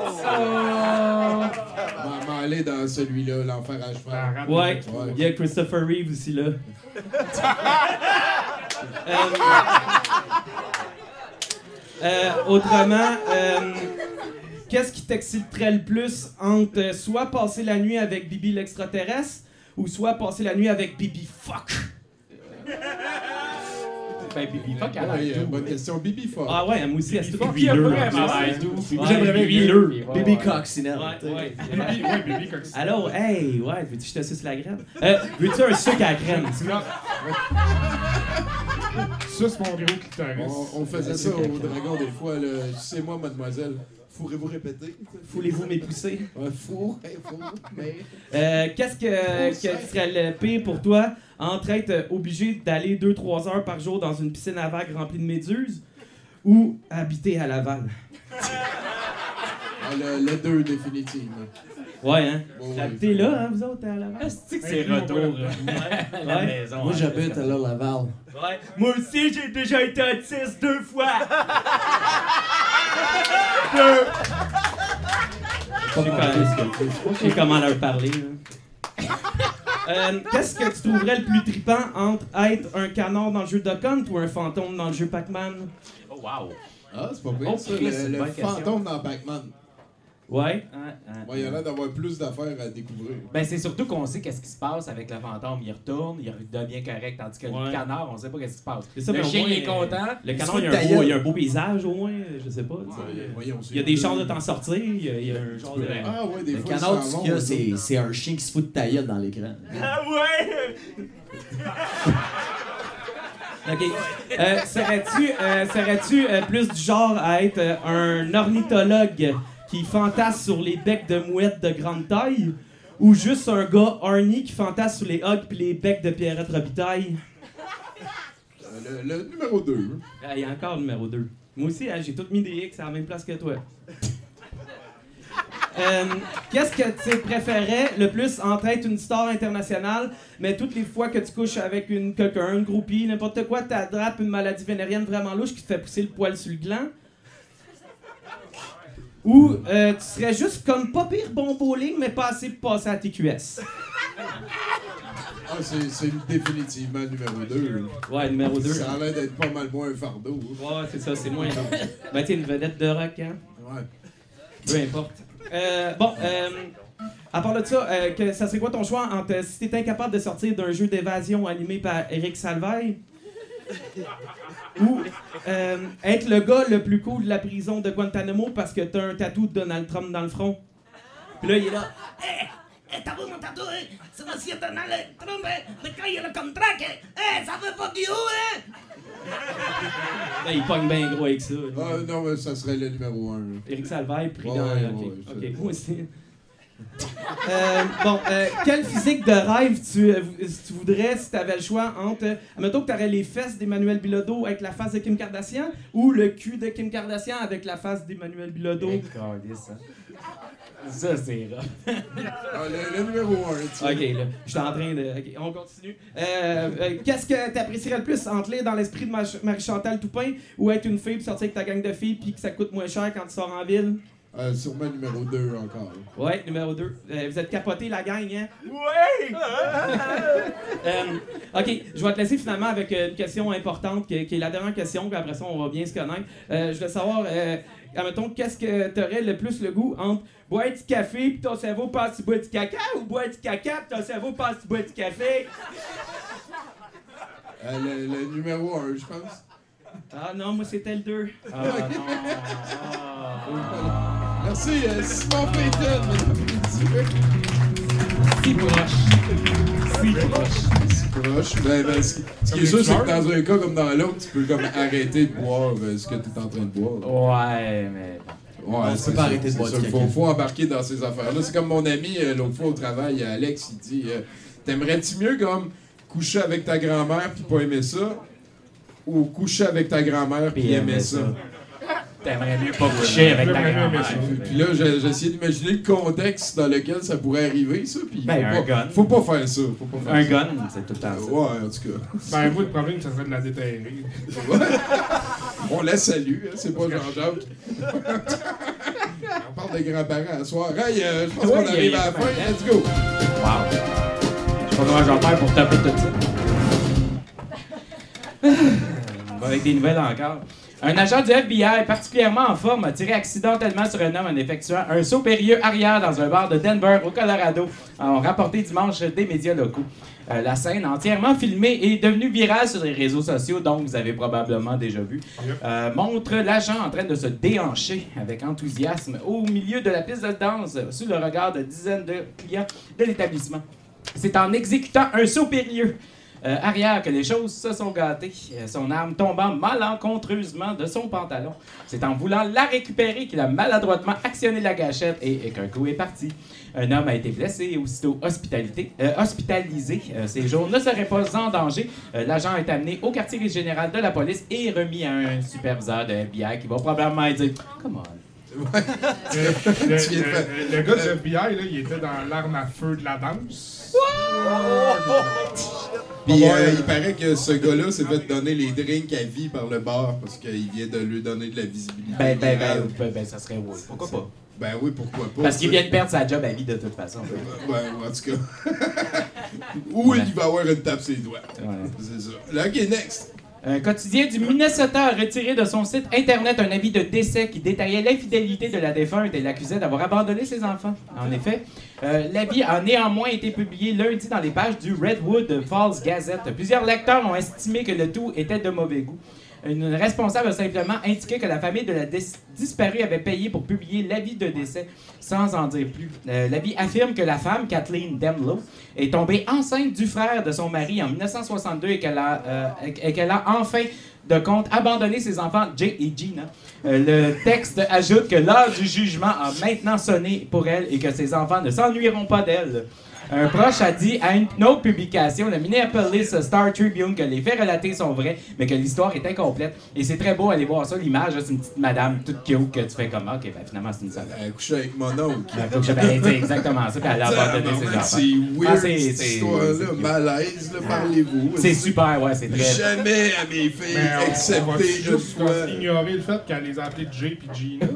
S5: On va aller dans celui-là, l'enfer à cheval.
S6: Ouais, il y a Christopher Reeve aussi là. Euh, euh, autrement, euh, qu'est-ce qui t'exciterait le plus entre euh, soit passer la nuit avec Bibi l'extraterrestre ou soit passer la nuit avec Bibi Fuck?
S7: Ben, Bibi Fuck, elle a
S5: Ouais,
S7: l'air
S5: euh,
S7: doux.
S5: bonne question. Bibi Fuck.
S6: Ah ouais, moi aussi, elle se
S7: Fuck,
S6: trouve
S7: il a
S6: huileux,
S7: vraiment
S6: en plus.
S7: l'air doux.
S6: Ouais,
S9: J'aimerais bien
S6: huileux.
S9: huileux.
S8: Baby
S7: ouais.
S8: coccinelle.
S6: Ouais, ouais.
S7: Bibi, ouais, Bibi Coccinelle.
S6: Alors, hey, ouais, veux-tu que je te suce la graine? Euh, veux-tu un sucre à la crème?
S13: Ça, c'est mon gros clitoris.
S5: On, on faisait ça au Dragon des fois. Là. C'est moi, mademoiselle. Fourrez-vous répéter?
S6: Voulez-vous m'épousser?
S5: Ouais, four, hey, four, mais...
S6: Euh, qu'est-ce que, que serait le pire pour toi entre être obligé d'aller deux trois heures par jour dans une piscine à vagues remplie de méduses ou habiter à Laval?
S5: Ah, le, le deux, définitivement.
S6: Ouais, hein?
S5: Ouais, ouais.
S6: Habitez là, hein, vous autres, à Laval?
S7: Est-ce que c'est retour euh, à la
S6: Ouais.
S7: maison?
S15: Moi,
S7: hein,
S15: j'habite à la Laval.
S6: Ouais. Moi aussi, j'ai déjà été autiste deux fois! Je sais comment- je sais comment leur parler. là. Euh, Qu'est-ce que tu trouverais le plus trippant entre être un canard dans le jeu Duck Hunt ou un fantôme dans le jeu Pac-Man?
S7: Oh, wow.
S5: Ah, c'est pas pire,
S7: Oh,
S5: ça.
S7: Chris, c'est
S5: Le,
S7: une
S5: le
S7: bonne question.
S5: fantôme dans Pac-Man.
S6: Ouais.
S7: Ouais,
S5: Ouais, il y a l'air d'avoir plus d'affaires à découvrir.
S7: Ben, c'est surtout qu'on sait qu'est-ce qui se passe avec le fantôme. Il retourne, il devient correct. Tandis que
S6: Ouais.
S7: le canard, on sait pas qu'est-ce qui se passe.
S6: C'est ça,
S7: le
S6: mais au
S7: chien,
S6: moins,
S7: il est content.
S6: Le
S8: Il
S6: canard,
S8: se
S6: il y, a
S8: fout de
S6: un
S8: ta
S6: beau,
S8: gueule.
S6: il y a un beau paysage au moins, je sais pas. tu sais.
S5: Ouais, voyons, c'est
S6: Il y a des
S5: deux.
S6: chances de t'en sortir, il y a, il y a un genre de...
S5: Ah ouais, des
S8: Le
S5: fois, ils
S8: canard,
S5: s'en
S8: tout ce
S5: vont,
S8: qu'il y a,
S5: eux
S8: c'est,
S5: autres.
S8: c'est un chien qui se fout de ta gueule dans l'écran.
S6: Ah ouais! OK. Euh, serais-tu euh, serais-tu euh, plus du genre à être euh, un ornithologue qui fantasme sur les becs de mouettes de grande taille ou juste un gars horny qui fantasme sur les hogs pis les becs de Pierrette Robitaille?
S5: Euh, Le, le numéro deux.
S6: Ah, il y a encore le numéro deux. Moi aussi, hein, j'ai tout mis des X à la même place que toi. Euh, Qu'est-ce que tu préférais le plus entre être une star internationale, mais toutes les fois que tu couches avec une quelqu'un, une groupie, n'importe quoi, t'attrapes une maladie vénérienne vraiment louche qui te fait pousser le poil sur le gland? Ou euh, tu serais juste comme pas pire bon bowling, mais pas assez pour passer à T Q S?
S5: Ah, c'est c'est définitivement le numéro deux.
S6: Ouais, numéro deux.
S5: Ça a l'air d'être pas mal moins un fardeau.
S6: Ouais, c'est ça, c'est moins long. Ben, t'es une vedette de rock, hein?
S5: Ouais.
S6: Peu importe. Euh, bon, euh, à part de ça, euh, que, ça serait quoi ton choix entre si t'étais incapable de sortir d'un jeu d'évasion animé par Eric Salvaille ou euh, être le gars le plus cool de la prison de Guantanamo parce que t'as un tatou de Donald Trump dans le front? Puis là, il est là. Hé! Hé, t'as vu mon tatou, hein? C'est monsieur Donald Trump, hein? Mais quand il y a le contrat, hé, ça fait pas du haut, hein? Là, il pogne bien gros avec ça.
S5: Ah non, mais ça serait le numéro un.
S6: Eric Salvaille pris
S5: Ouais,
S6: dans.
S5: ouais,
S6: ok,
S5: ouais,
S6: ok,
S5: c'est-
S6: moi aussi.
S16: Euh, bon, euh, quelle physique de rêve tu, euh, tu voudrais si tu avais le choix entre... Euh, admettons que tu aurais les fesses d'Emmanuel Bilodeau avec la face de Kim Kardashian ou le cul de Kim Kardashian avec la face d'Emmanuel Bilodeau?
S6: Ça, c'est rare.
S5: Ah, le, le numéro un, tu sais.
S16: OK, là, je suis en train de... OK, on continue. Euh, euh, Qu'est-ce que tu apprécierais le plus entre lire dans l'esprit de Mar- Marie-Chantal Toupin ou être une fille puis sortir avec ta gang de filles puis que ça coûte moins cher quand tu sors en ville?
S5: Euh, sûrement numéro deux encore.
S16: Ouais, numéro deux. Euh, vous êtes capotés, la gang, hein?
S6: Ouais!
S16: euh, OK, je vais te laisser finalement avec une question importante qui, qui est la dernière question, puis après ça, on va bien se connaître. Euh, je veux savoir, euh, admettons, qu'est-ce que t'aurais le plus le goût entre boire du café puis ton cerveau passe, tu bois du caca ou boire du caca puis ton cerveau passe, tu bois du café?
S5: Euh, le, le numéro un, je pense.
S16: Ah non, moi c'était le deux.
S6: Ah non.
S5: Ah. Merci, euh, Simon Payton, mesdames
S6: Si proche. Si proche.
S5: Si proche. Ben, ben, ce, ce qui est sûr, c'est que dans un cas comme dans l'autre, tu peux comme arrêter de boire euh, ce que tu es en train de boire.
S6: Ouais, mais...
S5: Ouais,
S8: on peut pas arrêter de boire du
S5: Il faut, faut embarquer dans ces affaires-là. C'est comme mon ami, euh, l'autre fois au travail, Alex, il dit euh, t'aimerais-tu mieux comme coucher avec ta grand-mère puis pas aimer ça, ou coucher avec ta grand-mère puis aimer ça?
S6: T'aimerais mieux pas coucher avec ta grand-mère.
S5: Puis là, j'ai, j'ai essayé d'imaginer le contexte dans lequel ça pourrait arriver, ça. Puis
S6: ben,
S5: faut,
S6: un
S5: pas,
S6: gun.
S5: faut pas faire ça. Faut pas faire
S6: un
S5: ça.
S6: gun, c'est tout le temps ça.
S5: Ouais, en tout cas.
S13: Ben, vous, le problème, ça serait de la déterrer.
S5: Ouais. On la salue, hein, c'est pas Jean-Jacques. On parle de grands-parents à soir. Hey, euh, je pense
S6: ouais,
S5: qu'on arrive à la fin. Let's go.
S6: Wow. Je sais pas comment je vais faire pour taper tout ça. On va avec des nouvelles encore. Un agent du F B I, particulièrement en forme, a tiré accidentellement sur un homme en effectuant un saut périlleux arrière dans un bar de Denver, au Colorado, ont rapporté dimanche des médias locaux. Euh, la scène, entièrement filmée, est devenue virale sur les réseaux sociaux, donc vous avez probablement déjà vu, euh, montre l'agent en train de se déhancher avec enthousiasme au milieu de la piste de danse, sous le regard de dizaines de clients de l'établissement. C'est en exécutant un saut périlleux Euh, arrière que les choses se sont gâtées, euh, son arme tombant malencontreusement de son pantalon. C'est en voulant la récupérer qu'il a maladroitement actionné la gâchette et, et qu'un coup est parti. Un homme a été blessé et aussitôt hospitalité, euh, hospitalisé. Euh, ses jours ne seraient pas en danger. Euh, l'agent est amené au quartier général de la police et remis à un superviseur de F B I qui va probablement dire « Come on ».
S13: Ouais. le, le, le, le gars du F B I, là, il était dans l'arme à feu de la danse.
S5: Puis euh, il paraît que ce gars-là s'est fait donner les drinks à vie par le bar parce qu'il vient de lui donner de la visibilité.
S6: Ben, ben, ben, ben, ben ça serait oui. Pourquoi pas?
S5: Ben oui, pourquoi pas.
S6: Parce qu'il vient de perdre sa job à vie de toute façon.
S5: Ouais, en tout cas. Ou ouais. Il va avoir une tape sur les doigts. Ouais. C'est ça. Là, OK, next.
S6: Un quotidien du Minnesota a retiré de son site Internet un avis de décès qui détaillait l'infidélité de la défunte et l'accusait d'avoir abandonné ses enfants. En effet, euh, l'avis a néanmoins été publié lundi dans les pages du Redwood Falls Gazette. Plusieurs lecteurs ont estimé que le tout était de mauvais goût. Une responsable a simplement indiqué que la famille de la dis- disparue avait payé pour publier l'avis de décès, sans en dire plus. Euh, l'avis affirme que la femme, Kathleen Demlow, est tombée enceinte du frère de son mari en dix-neuf cent soixante-deux et qu'elle a, euh, et qu'elle a enfin de compte abandonné ses enfants, Jay et Gina. Euh, le texte ajoute que l'heure du jugement a maintenant sonné pour elle et que ses enfants ne s'ennuieront pas d'elle. Un proche a dit à une autre publication, le Minneapolis Star Tribune, que les faits relatés sont vrais, mais que l'histoire est incomplète. Et c'est très beau aller voir ça. L'image, là, c'est une petite madame toute cute que tu fais comme OK, ben finalement, c'est une salle.
S5: Elle a couché avec mon oncle.
S6: Elle a couché avec c'est exactement ça, puis elle a abandonné ses enfants.
S5: C'est weird,
S6: ah, c'est,
S5: cette
S6: c'est,
S5: histoire-là. Malaise, là, parlez-vous.
S6: C'est super, ouais, c'est très...
S5: Jamais à mes filles accepter
S13: une fois. Ignorer le fait qu'elle les a appelés Jay puis Gina.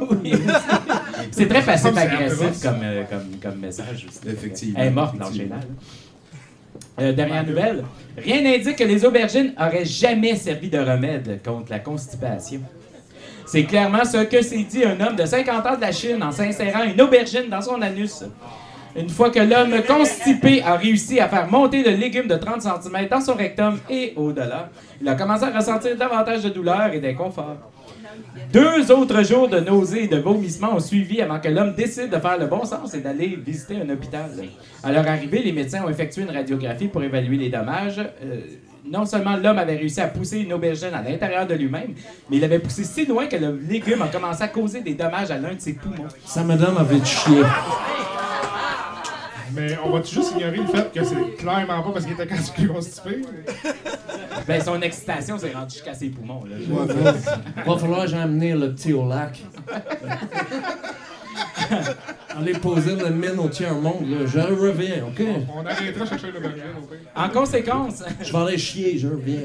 S6: C'est très passif-agressif comme, euh, comme, comme message.
S5: Effectivement.
S6: Elle est morte dans le général. Euh, dernière nouvelle. Rien n'indique que les aubergines auraient jamais servi de remède contre la constipation. C'est clairement ce que s'est dit un homme de cinquante ans de la Chine en s'insérant une aubergine dans son anus. Une fois que l'homme constipé a réussi à faire monter le légume de trente centimètres dans son rectum et au-delà, il a commencé à ressentir davantage de douleur et d'inconfort. Deux autres jours de nausées et de vomissements ont suivi avant que l'homme décide de faire le bon sens et d'aller visiter un hôpital. À leur arrivée, les médecins ont effectué une radiographie pour évaluer les dommages. Euh, non seulement l'homme avait réussi à pousser une aubergine à l'intérieur de lui-même, mais il avait poussé si loin que le légume a commencé à causer des dommages à l'un de ses poumons.
S15: Sa madame avait chier.
S13: Mais on va-tu juste ignorer le fait que c'est clairement pas parce qu'il était constipé?
S6: Ben, son excitation s'est rendue jusqu'à ses poumons. Là.
S15: Ouais, va, va falloir que j'emmène le petit au lac. Allez poser le mine au tiers-monde, là. Je reviens, OK?
S13: On arrêtera de chercher le berger, au pire.
S6: En conséquence...
S15: Je vais aller chier, je reviens.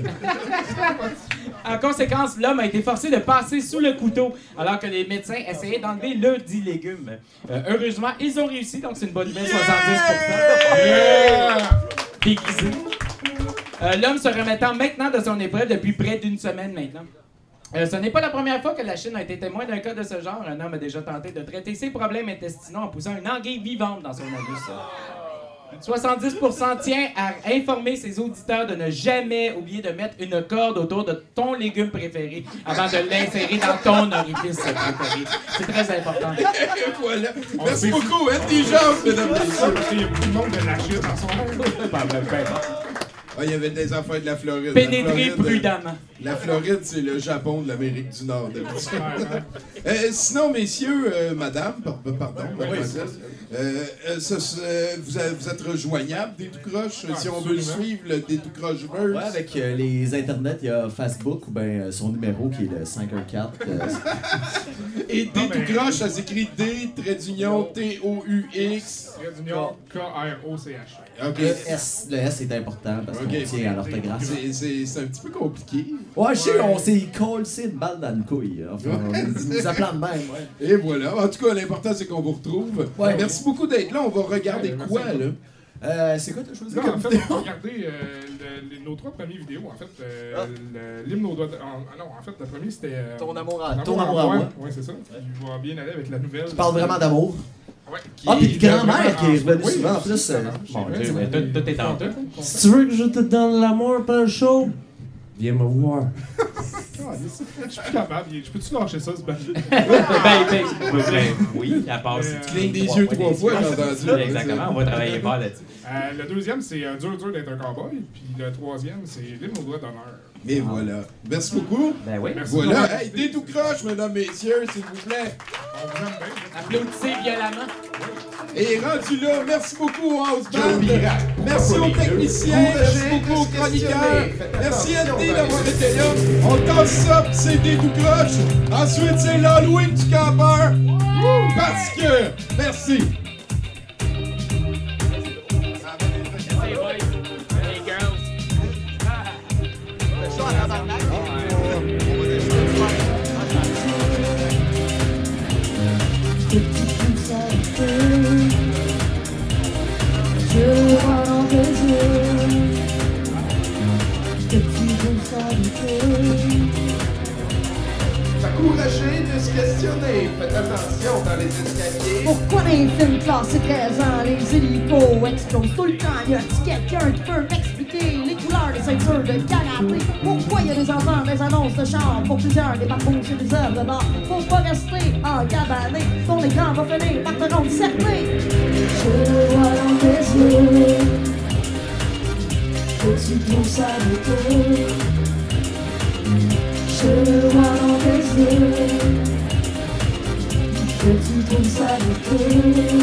S6: En conséquence, l'homme a été forcé de passer sous le couteau alors que les médecins essayaient d'enlever le dit légume. Euh, heureusement, ils ont réussi, donc c'est une bonne nouvelle, soixante-dix pour cent. Yeah! Déguisé. Euh, l'homme se remettant maintenant de son épreuve depuis près d'une semaine maintenant. Euh, ce n'est pas la première fois que la Chine a été témoin d'un cas de ce genre. Un homme a déjà tenté de traiter ses problèmes intestinaux en poussant une anguille vivante dans son anus. soixante-dix pour cent tient à informer ses auditeurs de ne jamais oublier de mettre une corde autour de ton légume préféré avant de l'insérer dans ton orifice préféré. C'est très important.
S5: Voilà. Merci beaucoup, intelligence, mesdames et messieurs.
S13: Parce qu'il y a beaucoup de monde de la chute dans son
S5: Ah, il y avait des affaires de la Floride.
S6: Pénétrer
S5: la Floride,
S6: prudemment.
S5: La Floride, c'est le Japon de l'Amérique du Nord. euh, sinon, messieurs, euh, madame, par- pardon, mademoiselle, euh, euh, ça, euh, vous, a- vous êtes rejoignables des tout croches si on veut le suivre, le des tout croches verse.
S8: Ouais, avec euh, les internets, il y a Facebook ou ben son numéro qui est le cinq un quatre. Euh,
S5: Et des tout croches, ça s'écrit D, trait d'union, T O U X.
S13: Trait d'union, K R O C H.
S5: OK.
S8: Le S, le S est important parce qu'on
S5: OK.
S8: tient à l'orthographe.
S5: C'est- C'est c'est un petit peu compliqué.
S8: Ouais, je sais, on s'est collé une balle dans le couille. Enfin, on nous appelons de même, ouais.
S5: Et voilà. En tout cas, l'important, c'est qu'on vous retrouve.
S8: Ouais.
S5: Merci beaucoup d'être là. On va regarder
S13: Ouais, merci
S5: quoi,
S13: beaucoup.
S5: là?
S8: Euh, c'est quoi t'as choisi
S13: Non,
S8: comme
S13: en fait,
S8: vidéo?
S13: on va regarder euh, le- le- nos trois premières vidéos. En fait, euh,
S8: Ah.
S13: le- l'hymne aux doigts de... en- ah non, en fait, le premier, c'était... euh,
S8: Ton amour à- ton amour à moi.
S13: Oui, c'est ça. Il va bien aller avec la nouvelle.
S8: Tu parles vraiment d'amour.
S13: Ouais, qui
S8: Ah, puis
S13: est
S8: de grand-mère
S13: vraiment
S8: qui est
S13: en-
S8: revenue
S13: oui,
S8: souvent en plus.
S13: c'est
S8: euh,
S13: ça.
S8: Bon,
S13: Ouais,
S8: tu sais,
S6: mais tout, tout est en tout.
S15: Si tu veux que je te donne l'amour par le show, viens me voir.
S13: Ah, je suis plus capable. Je peux-tu lâcher ça, ce band?
S6: ben, ben, ben, oui, à part si
S13: Euh,
S6: tu
S5: clignes des yeux trois fois, j'ai entendu.
S6: Exactement, on va travailler fort là-dessus.
S13: Euh, le deuxième, c'est euh, Dur Dur d'être un cowboy. Puis le troisième, c'est L'hymne aux doigts d'honneur.
S5: Et voilà. Merci beaucoup.
S6: Ben oui.
S13: Merci
S5: Voilà.
S13: beaucoup.
S5: Hey, des tout croches, mesdames, messieurs, s'il vous plaît.
S13: On vous aime bien.
S6: Applaudissez violemment.
S5: Et rendu là, merci beaucoup au House Band. Merci aux techniciens, merci beaucoup aux chroniqueurs. Merci à Andy d'avoir été là. On tasse ça, puis c'est des tout croches. Ensuite, c'est l'Halloween du campeur. Parce que, merci.
S12: Hey, boys. Hey, girls.
S4: Je vois dans tes yeux que tu veux s'habiter.
S5: S'encourager de se questionner. Faites attention dans les escaliers.
S4: Pourquoi dans les films classiques raisants, les hélicos explosent tout le temps? Y a-t-il quelqu'un qui peut m'expliquer les couleurs des ceintures de karaté? Pourquoi y a des enfants, des annonces de char pour plusieurs, des parcours chez des œuvres de bar? Faut pas rester en cabané, ton écran va finir par te rendre cerné. Je vois dans tes yeux que tu trouves ça beauté. Je vois dans tes yeux que tu trouves ça beauté.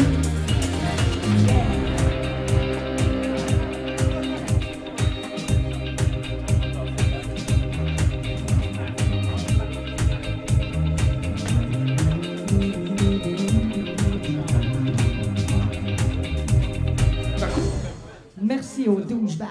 S4: Merci aux douchebags.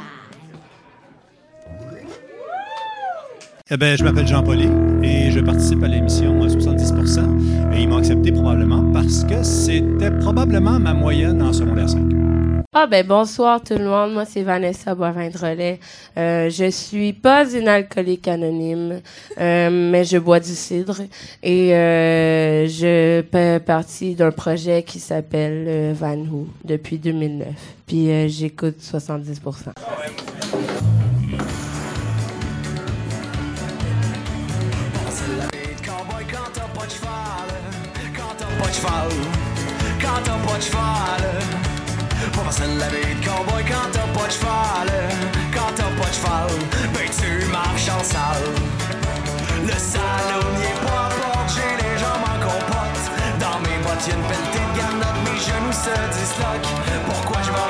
S17: Eh ben, je m'appelle Jean Pauly et je participe à l'émission soixante-dix pour cent. Et ils m'ont accepté probablement parce que c'était probablement ma moyenne en secondaire cinq.
S18: Ah ben bonsoir tout le monde, moi c'est Vanessa Boivin-Drolet. Euh, je suis pas une alcoolique anonyme, euh, mais je bois du cidre et euh, je fais partie d'un projet qui s'appelle euh, Van Who depuis deux mille neuf. Puis euh, j'écoute soixante-dix pour cent.
S19: Pas de cheval, quand t'as pas de cheval, pas facile la vie de cowboy quand t'as pas de cheval, quand t'as pas de cheval, ben tu marches en salle. Le salon n'y est pas à porte, j'ai les jambes en compote. Dans mes bottes y'a une pelletée de garnottes, mes genoux se disloquent. Pourquoi je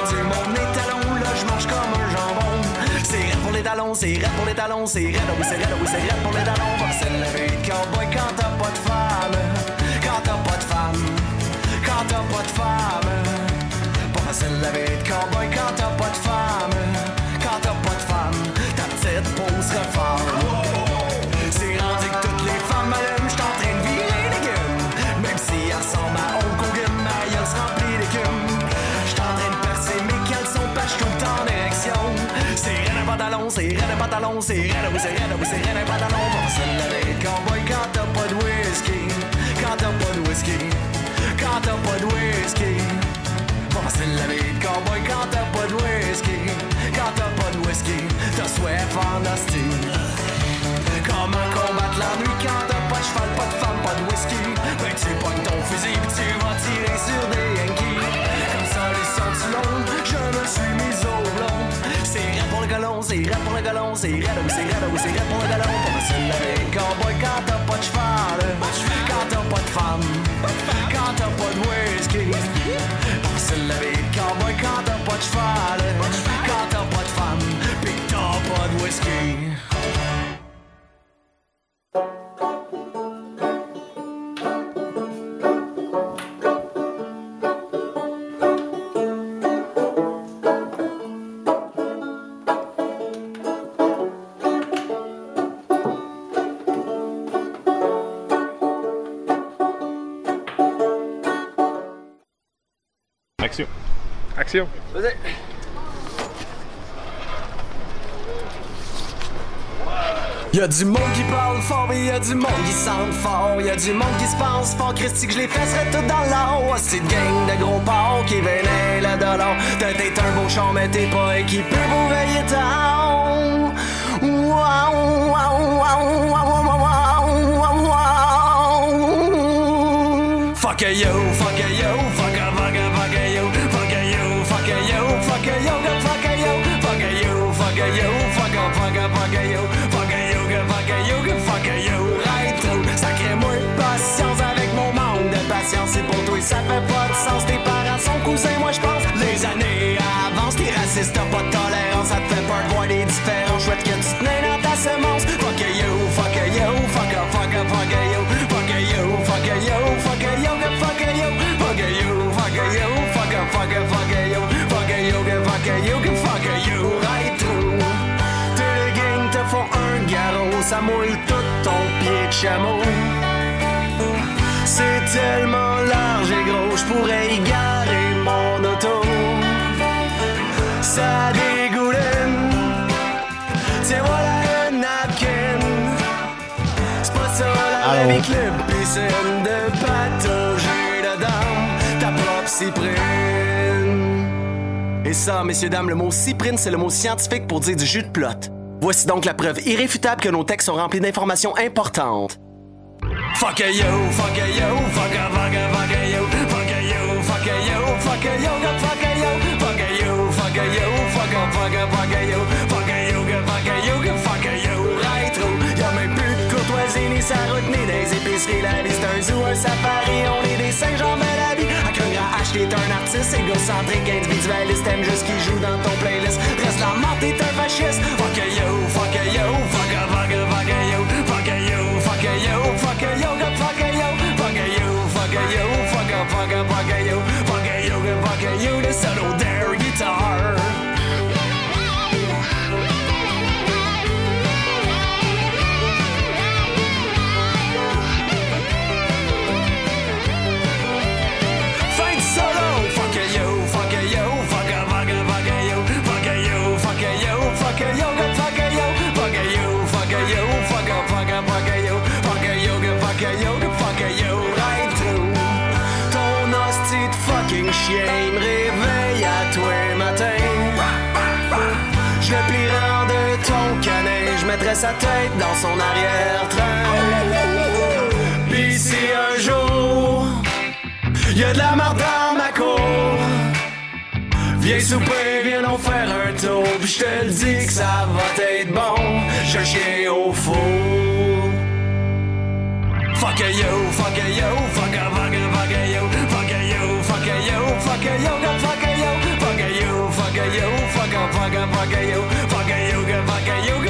S19: pantalon, c'est raide pour les talons, c'est raide, oui c'est raide, oui c'est raide pour les talons. Pas facile de lever de cowboy quand t'as pas de femme, quand t'as pas de femme, quand t'as pas de femme. Pas facile de lever de cowboy quand t'as pas de femme, quand t'as pas de femme, ta petite peau serait femme. C'est rendu que toutes les femmes m'allument, j'suis en train de virer les légumes. Même si elles ressemblent à Hulk Hogan, ma gueule se remplit d'écume. J'suis en train de percer mes caleçons, parce que j'suis tout le temps en érection. C'est raide un pantalon, c'est raide un pantalon, c'est raide, oui c'est raide, oui c'est raide un pantalon. Pas facile de lever de cowboy quand t'as pas de whisky, quand t'as pas de whisky, quand t'as pas de whisky. Pas facile de lever de cowboy quand t'as pas de whisky, quand t'as pas de whisky, t'as soif en hostie. Comment combattre la nuit quand t'as pas de cheval, pas de femme, pas de whisky? Ben tu pognes ton fusil pis tu vas tirer sur des Yankees. Comme ça les sorties longues, je me suis mis au blond. C'est raide pour le galon, c'est raide pour le galon, c'est raide, oui c'est raide, oui c'est raide pour le galon. Pas facile de lever de cowboy quand t'as pas de cheval, quand t'as pas de femme, quand t'as pas de whisky. Pas facile de lever de cowboy quand t'as pas de cheval, quand t'as pas de femme, pis que t'as pas de whisky.
S13: Action. Action.
S19: Vas-y. Y'a du monde qui parle fort et y'a du monde qui sent fort. Y'a du monde qui se pense fort, Christy que je les fesserais tout dans l'or. C'est une gang de gros porcs qui venaient le dollar. T'as peut-être un beau char mais t'es pas équipé pour veiller tant. Wow, wow, wow, wow, wow, wow. Fuck a yo, fuck a yo, fuck a fuck a fuck a yo, fuck a yo, fuck a yo, fuck a yo, fuck a yo, fuck a yo, fuck a yo, fuck a fuck a fuck a yo, fuck a yo, fuck a yo, fuck a yo, right through. Sacré-moi patience avec mon manque de patience, c'est pour toi ça fait pas de sens. Tes parents sont cousins, moi j'pense. Les années avancent, t'es raciste, t'as pas de tolérance, ça te fait peur de voir des différences. Chouette que tu te tenais dans ta semence. Fuck a yo, fuck a yo, fuck a fuck a fuck a yo, fuck a yo, fuck a yo, fuck a yo, fuck a yo, fuck a yo, fuck a yo, fuck a fuck a fuck a yo, fuck a yo, fuck a yo, fuck a yo, right through. Tous les gangs te font un garrot, ça mouille tout ton pied de chameau. C'est tellement large et gros, j'pourrais y garer mon auto. Ça dégouline, tiens voilà un napkin. C'est pas ça la vie club, piscine de patauger dedans ta propre cyprine. Et ça, messieurs, dames, le mot cyprine, c'est le mot scientifique pour dire du jus de plot. Voici donc la preuve irréfutable que nos textes sont remplis d'informations importantes. Fuck a yo, fuck a yo, fuck a fuck a fuck a yo, fuck a yo, fuck a yo, fuck a yo, fuck a yo, fuck a yo, fuck a yo, fuck a fuck a fuck a yo, fuck a yo, fuck a yo, fuck a yo, right through. Y'a même plus de courtoisie ni sa retenue des épiceries. La vie c'est un zoo, un safari, on est des singes, j'en mets la vie. Un grand H, t'es un artiste, égocentrique, individualiste, t'aimes juste qui joue dans ton playlist. Reste la mort, t'es un fasciste. Fuck a yo, fuck a yo, fuck a fuck a fuck a yo, fuck a yo, fuck a yo, fuck a yo, fuck a yo, fuck a yo, fuck a yo, fuck a fuck a fuck a yo, fuck a yo, fuck a yo, the subtle dare guitar. Chien me réveille à tous les matins. Je le plierai en deux ton canet, je mettrai sa tête dans son arrière-train. Pis si un jour y'a de la marde dans ma cour, viens souper, viens nous faire un tour. Pis je te le dis que ça va être bon, j'ai un chien au four. Fuck a yo, fuck a yo, fuck a fuck a fuck a yo, fuck a yo, fuck a yo, fuck a yo, fuck a yo, fuck a yo, fuck a yo, fuck a fuck a fuck a yo, fuck a yo, fuck a yo,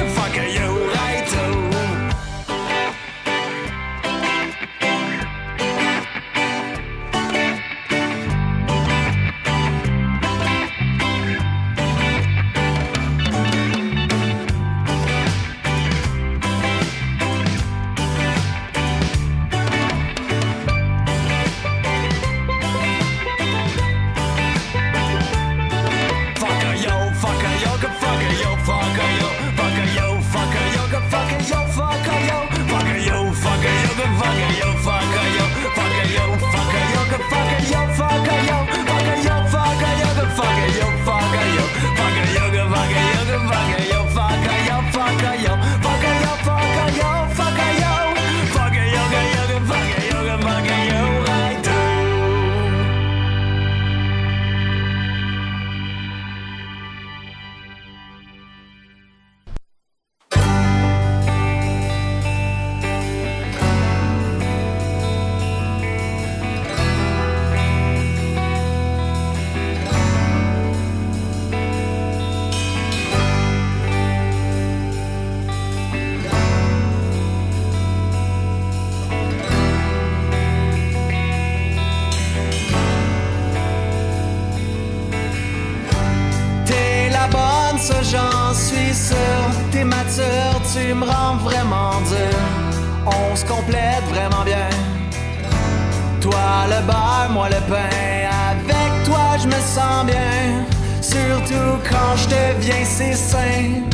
S19: t'es mature, tu me rends vraiment dur. On se complète vraiment bien. Toi le beurre, moi le pain. Avec toi je me sens bien. Surtout quand je deviens si sain.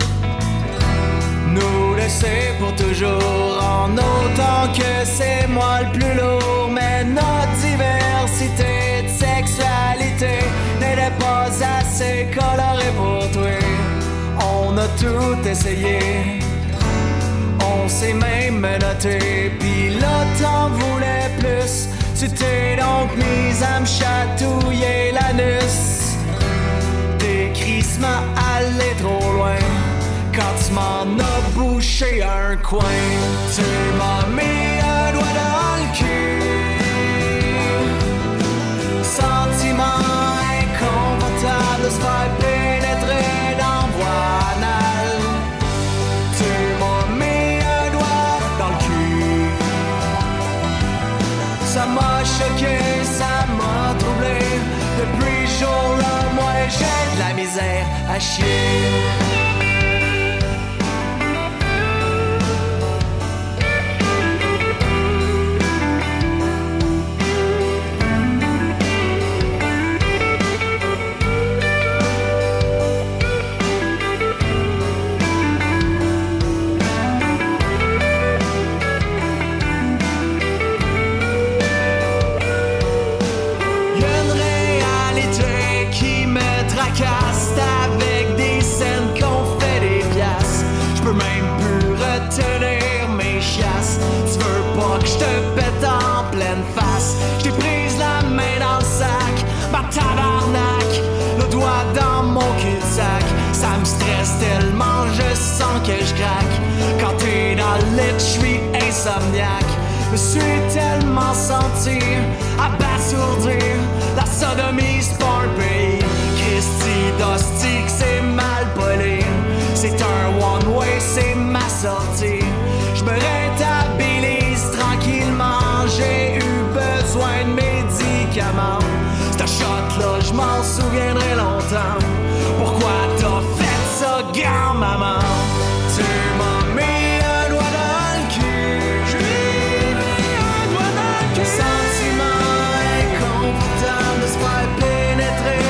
S19: Nous laisser pour toujours, en autant que c'est moi le plus lourd. Mais notre diversité de sexualité n'était pas assez colorée pour toi. On a tout essayé, on s'est même menotté. Pis là t'en voulais plus, tu t'es donc mise à me chatouiller l'anus. Tes crissements allaient trop loin quand tu m'en as bouché un coin. Tu m'as mis un doigt dans le cul. Sentiment inconfortable de se faire pénétrer dans voie anale. Tu m'as mis un doigt dans le cul. Ça m'a choqué, ça m'a troublé. Depuis ce jour-là, moi j'ai de la misère à chier. Avec des scènes qu'on fait des piastres. J'peux même plus retenir mes chiasses. Tu veux pas que j'te pète en pleine face. J't'ai prise la main dans le sac, ma tabarnak, le doigt dans mon cul-de-sac. Ça me stresse tellement, je sens que je craque. Quand t'es dans le lit, j'suis insomniaque. Me suis tellement senti abasourdi. La sodomie c'est pas un pays. Christy d'hostie que c'est mal poli. C'est un one-way, c'est ma sortie. Je me rétabilise tranquillement. J'ai eu besoin de médicaments. Cette shot-là, je m'en souviendrai longtemps. Pourquoi t'as fait ça, grand-maman? Tu m'as mis un doigt dans le cul. J'ai mis un doigt dans le cul. Sentiment inconfortable de se faire pénétrer.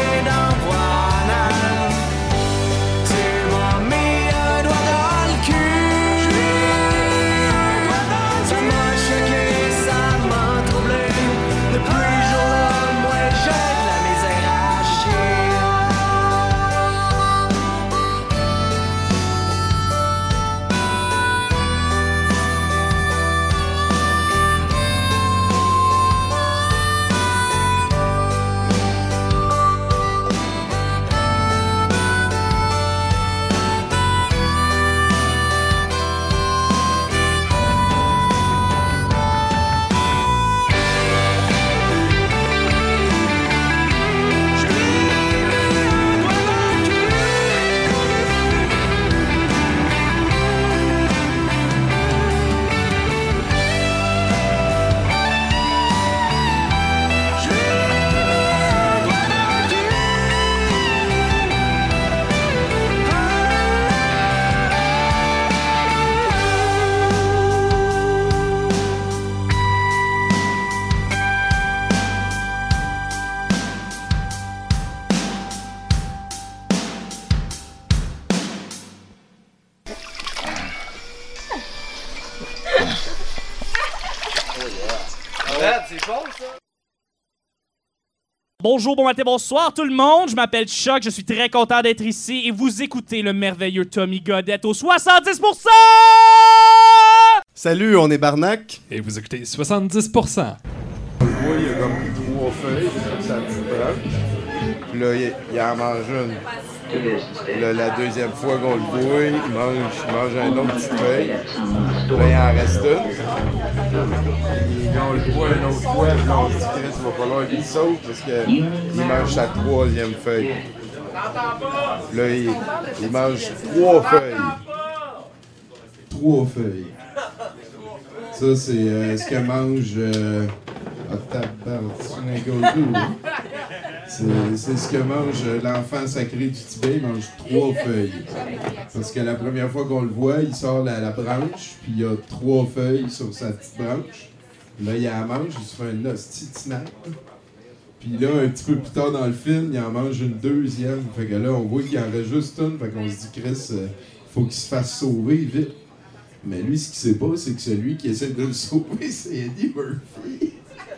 S20: Bonjour, bon matin, bonsoir tout le monde. Je m'appelle Chuck, je suis très content d'être ici et vous écoutez le merveilleux Tommy Godette au soixante-dix pour cent!
S21: Salut, on est Barnac.
S22: Et vous écoutez soixante-dix pour cent.
S23: Oui, il y a comme trois feuilles, ça se prend. Puis là, il, il en mange une. Là, la deuxième fois qu'on le voit, il mange, il mange un autre petite feuille. Là, il en reste une. Puis on le voit une autre fois, puis on se dit Chris, il va falloir qu'il saute parce qu'il mange sa troisième feuille. Là, il, il mange trois feuilles.
S5: Trois feuilles. Ça, c'est euh, ce que mange... Euh... Ah, tabarnak, c'est un goldou, hein? C'est C'est, c'est ce que mange l'enfant sacré du Tibet, il mange trois feuilles. Parce que la première fois qu'on le voit, il sort la, la branche, puis il y a trois feuilles sur sa petite branche. Là, il la mange, il se fait un hostie de snack. Puis là, un petit peu plus tard dans le film, il en mange une deuxième. Fait que là, on voit qu'il en reste juste une. Fait qu'on se dit, Chris, il euh, faut qu'il se fasse sauver vite. Mais lui, ce qu'il sait pas, c'est que celui qui essaie de le sauver, c'est Eddie Murphy.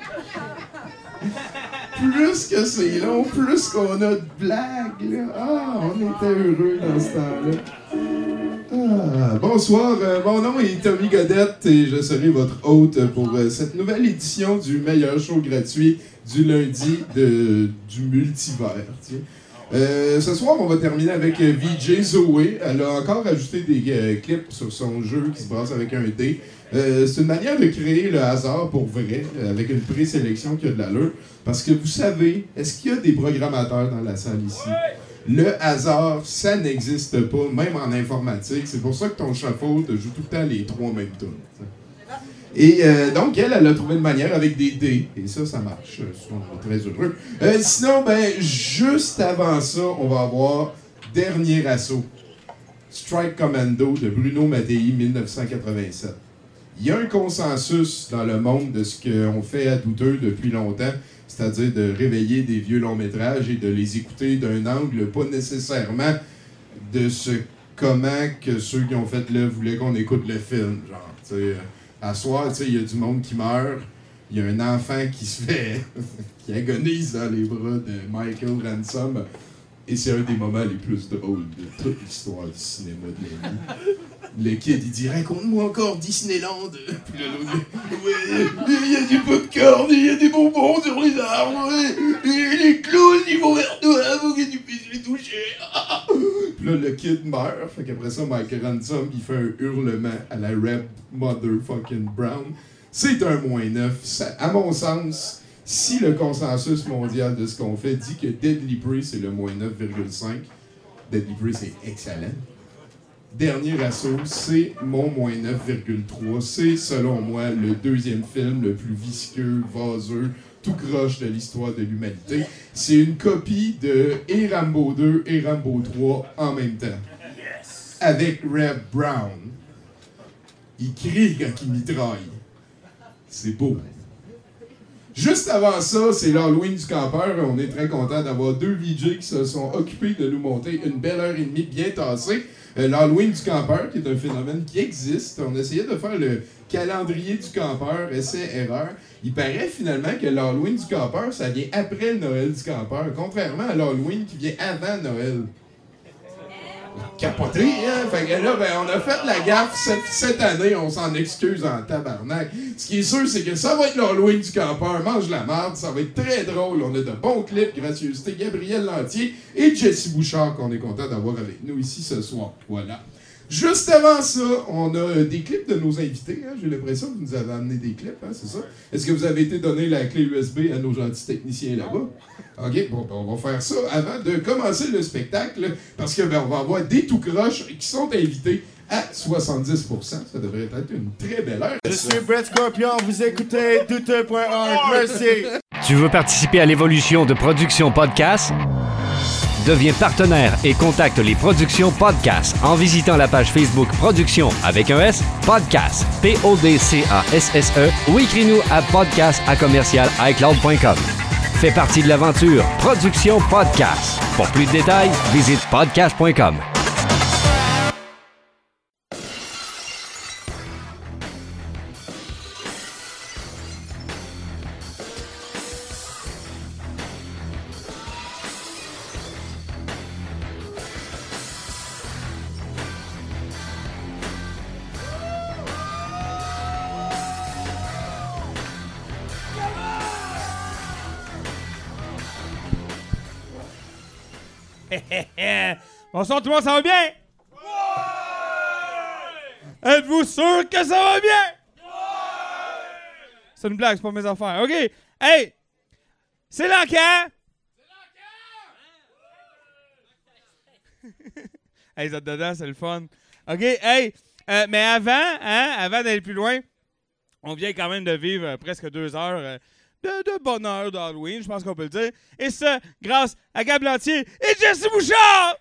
S5: Plus que c'est long, plus qu'on a de blagues, là. Ah, on était heureux dans ce temps-là. Ah, bonsoir, euh, mon nom est Tommy Godette et je serai votre hôte pour euh, cette nouvelle édition du meilleur show gratuit du lundi de, du multivers. Tiens. Euh, ce soir, on va terminer avec euh, V J Zoé. Elle a encore ajouté des euh, clips sur son jeu qui se base avec un dé. Euh, c'est une manière de créer le hasard pour vrai, euh, avec une présélection qui a de l'allure. Parce que vous savez, est-ce qu'il y a des programmateurs dans la salle ici? Le hasard, ça n'existe pas, même en informatique. C'est pour ça que ton chapeau te joue tout le temps les trois mêmes tunes. Et euh, donc, elle, elle a trouvé une manière avec des dés. Et ça, ça marche. On est très heureux. Euh, sinon, ben, juste avant ça, on va avoir Dernier Assaut. Strike Commando de Bruno Mattei, dix-neuf cent quatre-vingt-sept. Il y a un consensus dans le monde de ce qu'on fait à douteux depuis longtemps, c'est-à-dire de réveiller des vieux longs-métrages et de les écouter d'un angle pas nécessairement de ce comment que ceux qui ont fait le voulaient qu'on écoute le film. Genre, tu sais, à soir, tu sais, il y a du monde qui meurt, il y a un enfant qui se fait, qui agonise dans les bras de Michael Ransom, et c'est un des moments les plus drôles de toute l'histoire du cinéma de la vie. Le kid, il dit « Raconte-moi encore Disneyland ». Puis là, l'autre dit « Ouais, il y a du popcorn, il y a des bonbons sur les arbres, et, et les clowns, ils vont vers toi, faut que tu puisses les toucher. » Puis là, le kid meurt. Fait qu'après ça, Michael Ransom, il fait un hurlement à la Reb Motherfucking Brown. C'est un moins neuf. Ça, à mon sens, si le consensus mondial de ce qu'on fait dit que Deadly Prey, c'est le moins neuf virgule cinq, Deadly Prey, c'est excellent. Dernier Assaut, c'est mon moins neuf virgule trois. C'est, selon moi, le deuxième film le plus visqueux, vaseux, tout croche de l'histoire de l'humanité. C'est une copie de et Rambo deux et Rambo trois en même temps. Avec Reb Brown. Il crie quand il mitraille. C'est beau. Juste avant ça, c'est l'Halloween du campeur. On est très content d'avoir deux V J qui se sont occupés de nous monter une belle heure et demie bien tassée. Euh, L'Halloween du campeur, qui est un phénomène qui existe. On essayait de faire le calendrier du campeur, essai-erreur. Il paraît finalement que l'Halloween du campeur, ça vient après le Noël du campeur, contrairement à l'Halloween qui vient avant Noël. Capoté, hein? Fait que là, ben, on a fait la gaffe cette, cette année, on s'en excuse en tabarnak. Ce qui est sûr, c'est que ça va être l'Halloween du campeur, mange la marde, ça va être très drôle. On a de bons clips, gracieuseté, Gabriel Lantier et Jessie Bouchard, qu'on est content d'avoir avec nous ici ce soir. Voilà. Juste avant ça, on a des clips de nos invités. Hein? J'ai l'impression que vous nous avez amené des clips, hein? C'est ça? Est-ce que vous avez été donné la clé U S B à nos gentils techniciens là-bas? OK, bon, ben, on va faire ça avant de commencer le spectacle, parce que ben, on va avoir des tout croches qui sont invités à soixante-dix pour cent. Ça devrait être une très belle heure.
S23: Je suis Brett Scorpion, vous écoutez douteux point org. Merci.
S1: Tu veux participer à l'évolution de Production Podcast? Deviens partenaire et contacte les Productions Podcast en visitant la page Facebook Productions avec un S, Podcast, P O D C A S S E, ou écris-nous à podcast à commercial iCloud point com. Fais partie de l'aventure Productions Podcast. Pour plus de détails, visite podcast point com.
S7: Bonsoir tout le monde, ça va bien? Ouais! Êtes-vous sûr que ça va bien? Ouais! C'est une blague, c'est pas mes affaires. OK. Hey! C'est l'encan! C'est l'encan! Hey, vous êtes dedans, c'est le fun. OK, hey! Euh, mais avant, hein, avant d'aller plus loin, on vient quand même de vivre euh, presque deux heures euh, de, de bonheur d'Halloween, je pense qu'on peut le dire. Et ça, grâce à Gab Lantier et Jesse Bouchard!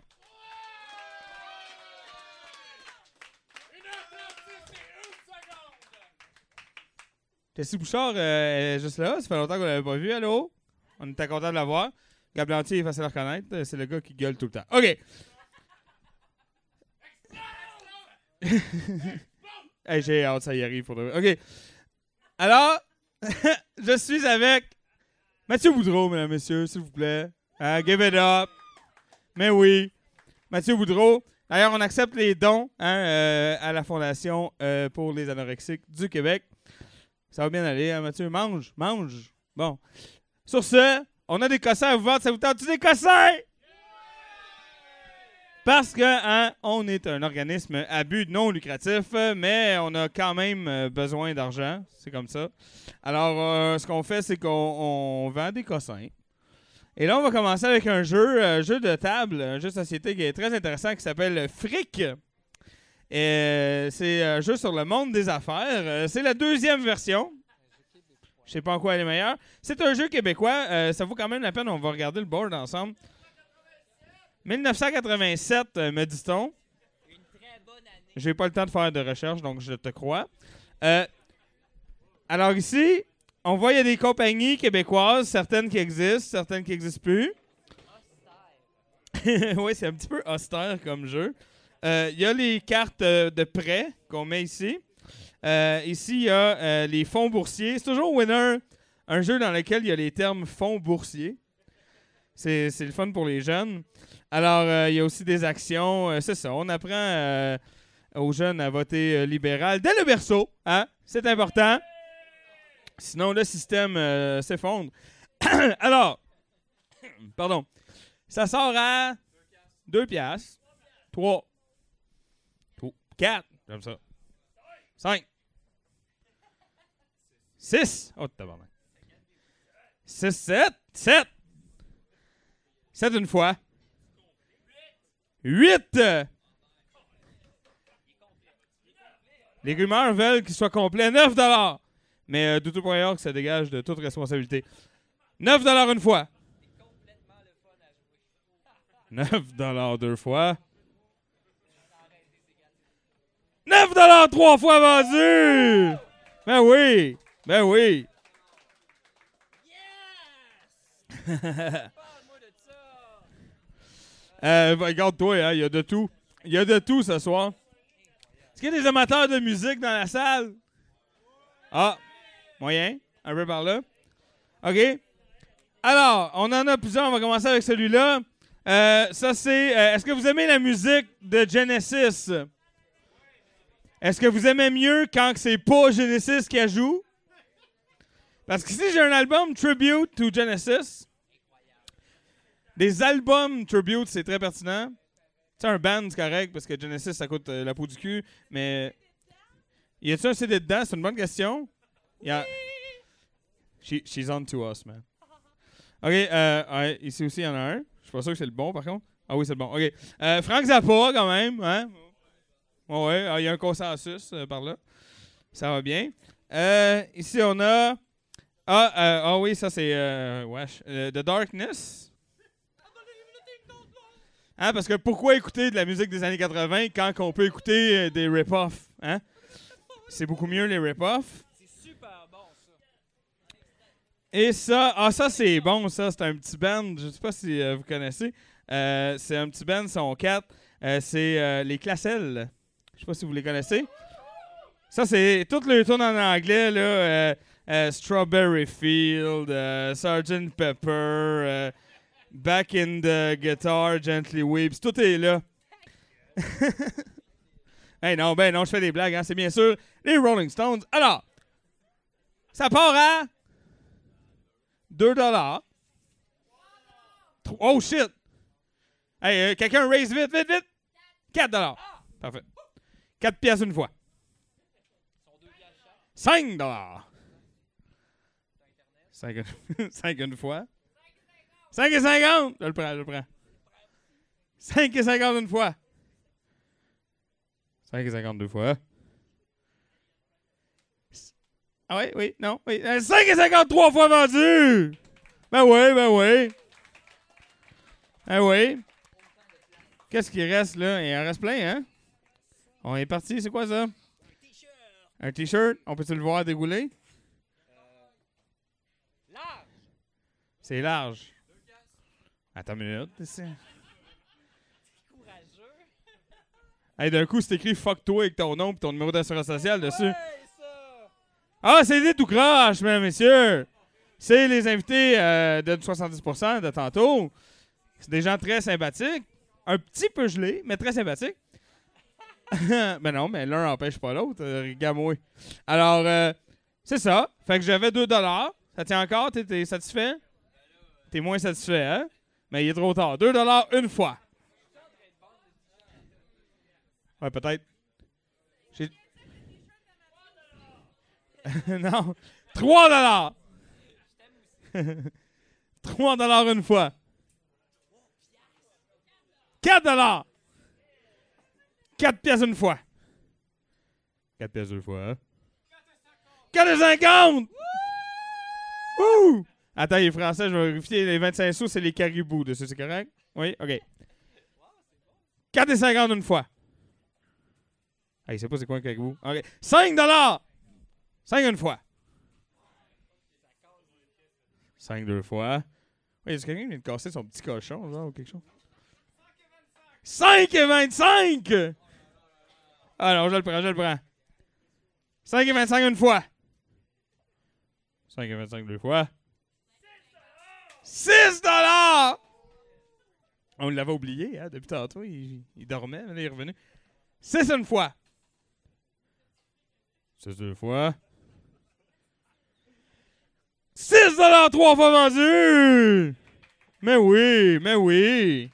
S7: Jesse Bouchard euh, est juste là, ça fait longtemps qu'on l'avait pas vu, allô? On était content de la voir. Gab Lantier est facile à reconnaître, c'est le gars qui gueule tout le temps. OK. Hey, j'ai hâte, ça y arrive pour de vrai. OK. Alors, je suis avec Mathieu Boudreau, mesdames et messieurs, s'il vous plaît. Uh, give it up. Mais oui. Mathieu Boudreau. D'ailleurs, on accepte les dons hein, euh, à la Fondation euh, pour les anorexiques du Québec. Ça va bien aller, hein, Mathieu? Mange, mange. Bon. Sur ce, on a des cossins à vous vendre. Ça vous tente-tu des cossins? Parce que hein, on est un organisme à but non lucratif, mais on a quand même besoin d'argent. C'est comme ça. Alors, euh, ce qu'on fait, c'est qu'on on vend des cossins. Et là, on va commencer avec un jeu, un jeu de table, un jeu de société qui est très intéressant, qui s'appelle Fric. Et c'est un jeu sur le monde des affaires. C'est la deuxième version. Je sais pas en quoi elle est meilleure. C'est un jeu québécois. Euh, ça vaut quand même la peine. On va regarder le board ensemble. dix-neuf cent quatre-vingt-sept, euh, me dit-on. Une très bonne année. J'ai pas le temps de faire de recherche, donc je te crois. Euh, alors ici, on voit il y a des compagnies québécoises, certaines qui existent, certaines qui n'existent plus. Oui, c'est un petit peu austère comme jeu. Il euh, y a les cartes euh, de prêt qu'on met ici. Euh, ici, il y a euh, les fonds boursiers. C'est toujours Winner, un jeu dans lequel il y a les termes fonds boursiers. C'est, c'est le fun pour les jeunes. Alors, il euh, y a aussi des actions. Euh, c'est ça, on apprend euh, aux jeunes à voter euh, libéral dès le berceau. Hein? C'est important. Sinon, le système euh, s'effondre. Alors, pardon. Ça sort à deux piastres. trois. quatre. J'aime ça. cinq. six. Oh, tabarnak. six, sept. sept. sept une fois. huit. Les rumeurs veulent qu'il soit complet. neuf dollars. Mais euh, Douteux point org ça dégage de toute responsabilité. neuf dollars une fois. neuf dollars deux fois. neuf dollars trois fois vendu! Ben oui! Ben oui! euh, regarde-toi, hein, il y a de tout. Il y a de tout ce soir. Est-ce qu'il y a des amateurs de musique dans la salle? Ah, moyen. Un peu par là. OK. Alors, on en a plusieurs. On va commencer avec celui-là. Euh, ça, c'est... Euh, est-ce que vous aimez la musique de Genesis? Est-ce que vous aimez mieux quand c'est pas Genesis qui la joue? Parce qu'ici, j'ai un album Tribute to Genesis. Des albums Tribute, c'est très pertinent. Tu sais, un band, c'est correct, parce que Genesis, ça coûte euh, la peau du cul. Mais y a-t-il un C D dedans? C'est une bonne question. Y a... She, she's on to us, man. OK, euh, ouais, ici aussi, il y en a un. Je suis pas sûr que c'est le bon, par contre. Ah oui, c'est le bon. OK. Euh, Frank Zappa, quand même. Hein? Oh, ouais, il y a un consensus euh, par là. Ça va bien. Euh, ici, on a... Ah, euh, ah oui, ça, c'est... Euh, wesh. Euh, The Darkness. Hein, parce que pourquoi écouter de la musique des années quatre-vingts quand on peut écouter euh, des rip-offs? Hein? C'est beaucoup mieux, les rip-offs.
S20: C'est super bon, ça.
S7: Et ça... Ah, ça, c'est bon, ça. C'est un petit band. Je sais pas si euh, vous connaissez. Euh, c'est un petit band, ils sont quatre. Euh, c'est euh, les Classels. Je sais pas si vous les connaissez. Ça, c'est toutes les tunes en anglais, là. Euh, euh, Strawberry Field, euh, sergeant Pepper, euh, Back in the Guitar, Gently Weeps. Tout est là. Hey, non, ben non, je fais des blagues, hein. C'est bien sûr les Rolling Stones. Alors, ça part à deux dollars. Oh, shit! Hey, euh, quelqu'un raise vite, vite, vite! quatre dollars. Parfait. quatre piastres une fois. cinq dollars. cinq une fois. cinq et cinquante. Je le prends, je le prends. cinq et cinquante une fois. cinq et cinquante deux fois. Ah oui, oui, non, oui. Euh, cinq et cinquante-trois fois vendu! Ben oui, ben oui. Ben oui. Qu'est-ce qui reste, là? Il en reste plein, hein? On est parti, c'est quoi ça? Un T-shirt. On peut-tu le voir dérouler?
S20: Large.
S7: C'est large. Attends une minute. C'est... Hey, d'un coup, c'est écrit « Fuck toi » avec ton nom et ton numéro d'assurance sociale dessus. Ah, c'est des tout croche, mesdames et messieurs. C'est les invités euh, de soixante-dix pour cent de tantôt. C'est des gens très sympathiques. Un petit peu gelés, mais très sympathiques. Ben non, mais l'un n'empêche pas l'autre. Euh, Gamoué. Alors, euh, c'est ça. Fait que j'avais deux dollars. Ça tient encore? T'es, t'es satisfait? T'es moins satisfait, hein? Mais il est trop tard. deux dollars une fois. Ouais, peut-être. J'ai... non. trois dollars. trois dollars une fois. quatre dollars. quatre pièces une fois. quatre pièces deux fois, hein? quatre cinquante! Wouh! Attends, il est français, je vais vérifier. Les vingt-cinq sous, c'est les caribous dessus, c'est correct? Oui? OK. quatre cinquante une fois. Hey, il sait pas c'est quoi un caribou. OK. cinq dollars! cinq une fois. cinq deux fois. Oui, est-ce que quelqu'un vient de casser son petit cochon, genre, ou quelque chose? cinq et vingt-cinq! Ah non, je le prends, je le prends. cinq et vingt-cinq une fois. cinq et vingt-cinq deux fois. six dollars! On l'avait oublié, hein, depuis tantôt. Il, il dormait, mais là, il est revenu. six une fois. six deux fois. six dollars trois fois vendu! Mais oui, mais oui.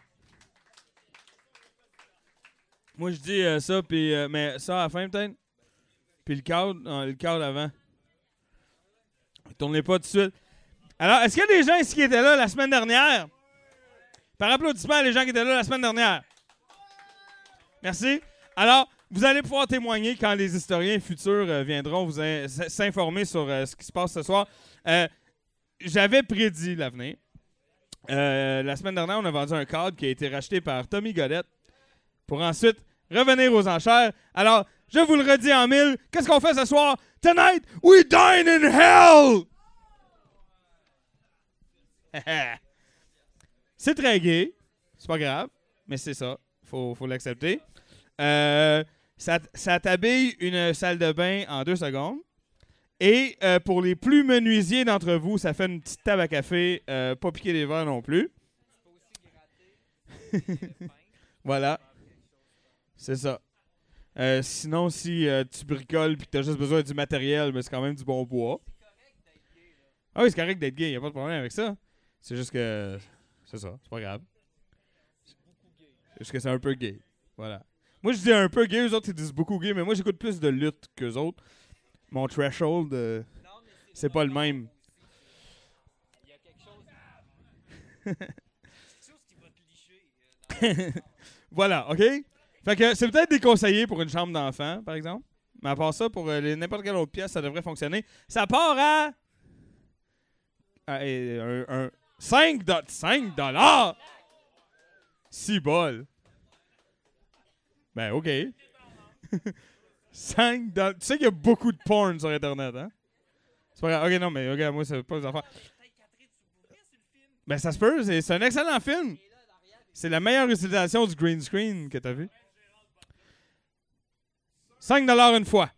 S7: Moi, je dis euh, ça, puis euh, mais ça à la fin, peut-être. Puis le cadre, non, le cadre avant. Tournez pas tout de suite. Alors, est-ce qu'il y a des gens ici qui étaient là la semaine dernière? Par applaudissement, les gens qui étaient là la semaine dernière. Merci. Alors, vous allez pouvoir témoigner quand les historiens futurs euh, viendront vous in- s'informer sur euh, ce qui se passe ce soir. Euh, j'avais prédit l'avenir. Euh, la semaine dernière, on a vendu un cadre qui a été racheté par Tommy Godette pour ensuite revenir aux enchères. Alors, je vous le redis en mille, qu'est-ce qu'on fait ce soir? Tonight, we dine in hell! C'est très gay, c'est pas grave, mais c'est ça, faut, faut l'accepter. Euh, ça, ça t'habille une salle de bain en deux secondes. Et euh, pour les plus menuisiers d'entre vous, ça fait une petite table à café, euh, pas piquer des verres non plus. Voilà. C'est ça. Euh, sinon, si euh, tu bricoles et que tu as juste besoin du matériel, mais c'est quand même du bon bois. Ah oui, c'est correct d'être gay, il n'y a pas de problème avec ça. C'est juste que... C'est ça, c'est pas grave. C'est juste que c'est un peu gay. Voilà. Moi, je dis un peu gay, eux autres, ils disent beaucoup gay, mais moi, j'écoute plus de lutte qu'eux autres. Mon threshold, euh, c'est pas le même. Il y a quelque chose qui va te licher. Voilà, OK? Fait que c'est peut-être déconseillé pour une chambre d'enfant, par exemple. Mais à part ça, pour euh, les, n'importe quelle autre pièce, ça devrait fonctionner. Ça part à... à un, un cinq dollars! six bols. Ben, OK. cinq dollars. Tu sais qu'il y a beaucoup de porn sur Internet, hein? C'est pas grave. OK, non, mais regarde, moi, ça veut pas les affaires. Ben, ça se peut. C'est, c'est un excellent film. C'est la meilleure utilisation du green screen que t'as vu. cinq dollars une fois.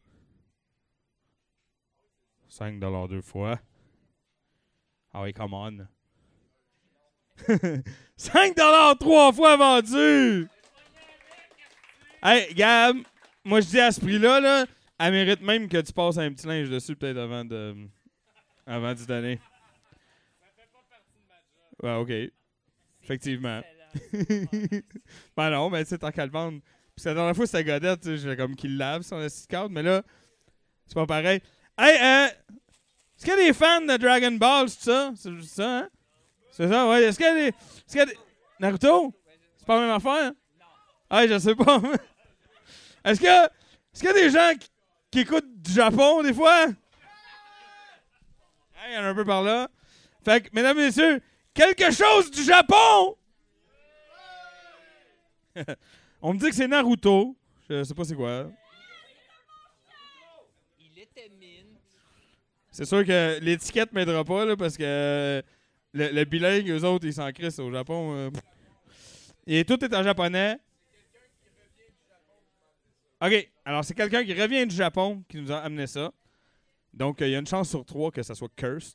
S7: cinq dollars deux fois. Ah oui, come on. cinq dollars trois fois vendu! Hey, Gab, moi je dis à ce prix-là, là, elle mérite même que tu passes un petit linge dessus peut-être avant de avant d'y donner. Ouais, OK. Effectivement. Ben non, mais tu sais, tant qu'à le vendre. Puis la dernière fois, c'était Godette, tu sais, j'ai comme qu'il lave son assist card, mais là, c'est pas pareil. Hey, euh, est-ce qu'il y a des fans de Dragon Ball, c'est ça? C'est ça, hein? C'est ça, ouais. Est-ce qu'il y a des... Est-ce qu'il y a des... Naruto? C'est pas la même affaire? Hein? Ah, je sais pas. Est-ce que... Est-ce qu'il y a des gens qui, qui écoutent du Japon, des fois? il y en a un peu par là. Fait que, mesdames et messieurs, quelque chose du Japon! On me dit que c'est Naruto. Je sais pas c'est quoi.
S10: Il était mine.
S7: C'est sûr que l'étiquette m'aidera pas, là, parce que euh, le, le bilingue, eux autres, ils s'en crissent au Japon. Euh. Et tout est en japonais. OK. Alors, c'est quelqu'un qui revient du Japon qui nous a amené ça. Donc, il euh, y a une chance sur trois que ça soit cursed.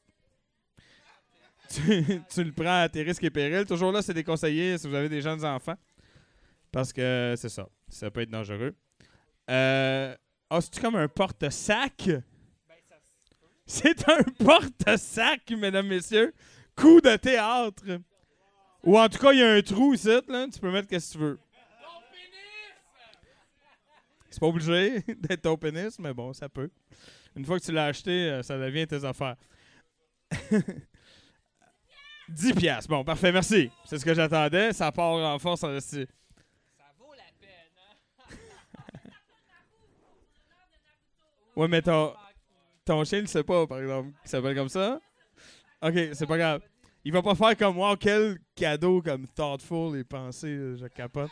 S7: tu, tu le prends à tes risques et périls. Toujours là, c'est déconseillé si vous avez des jeunes enfants. Parce que c'est ça. Ça peut être dangereux. Euh, oh, c'est-tu comme un porte-sac? C'est un porte-sac, mesdames, messieurs. Coup de théâtre. Ou en tout cas, il y a un trou ici. Là. Tu peux mettre ce que tu veux. C'est pas obligé d'être ton pénis, mais bon, ça peut. Une fois que tu l'as acheté, ça devient tes affaires. dix piastres. Bon, parfait, merci. C'est ce que j'attendais. Ça part en force en esti.
S10: Ça vaut la peine, hein?
S7: Ouais, mais ton, ton chien, il ne sait pas, par exemple, qu'il s'appelle comme ça. OK, c'est pas grave. Il va pas faire comme, wow, quel cadeau comme thoughtful et pensé, je capote.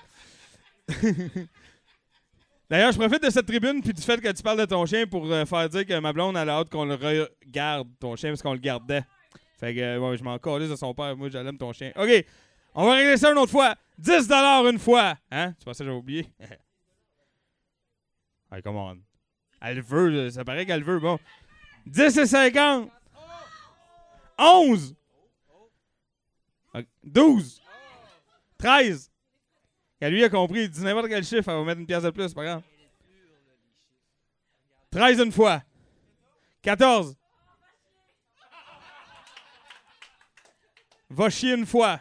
S7: D'ailleurs, je profite de cette tribune puis du fait que tu parles de ton chien pour euh, faire dire que ma blonde a hâte qu'on le regarde, ton chien, parce qu'on le gardait. Fait que, euh, ouais, je m'en calisse de son père. Moi, j'aime ton chien. OK, on va régler ça une autre fois. dix dollars une fois. Hein? Tu pensais que j'avais oublié? Hey, come on. Elle veut, ça paraît qu'elle veut. Bon. dix et cinquante. onze. douze. treize. Et lui a compris, il dit n'importe quel chiffre, elle va mettre une pièce de plus, c'est pas grave. treize une fois. quatorze. Va chier une fois.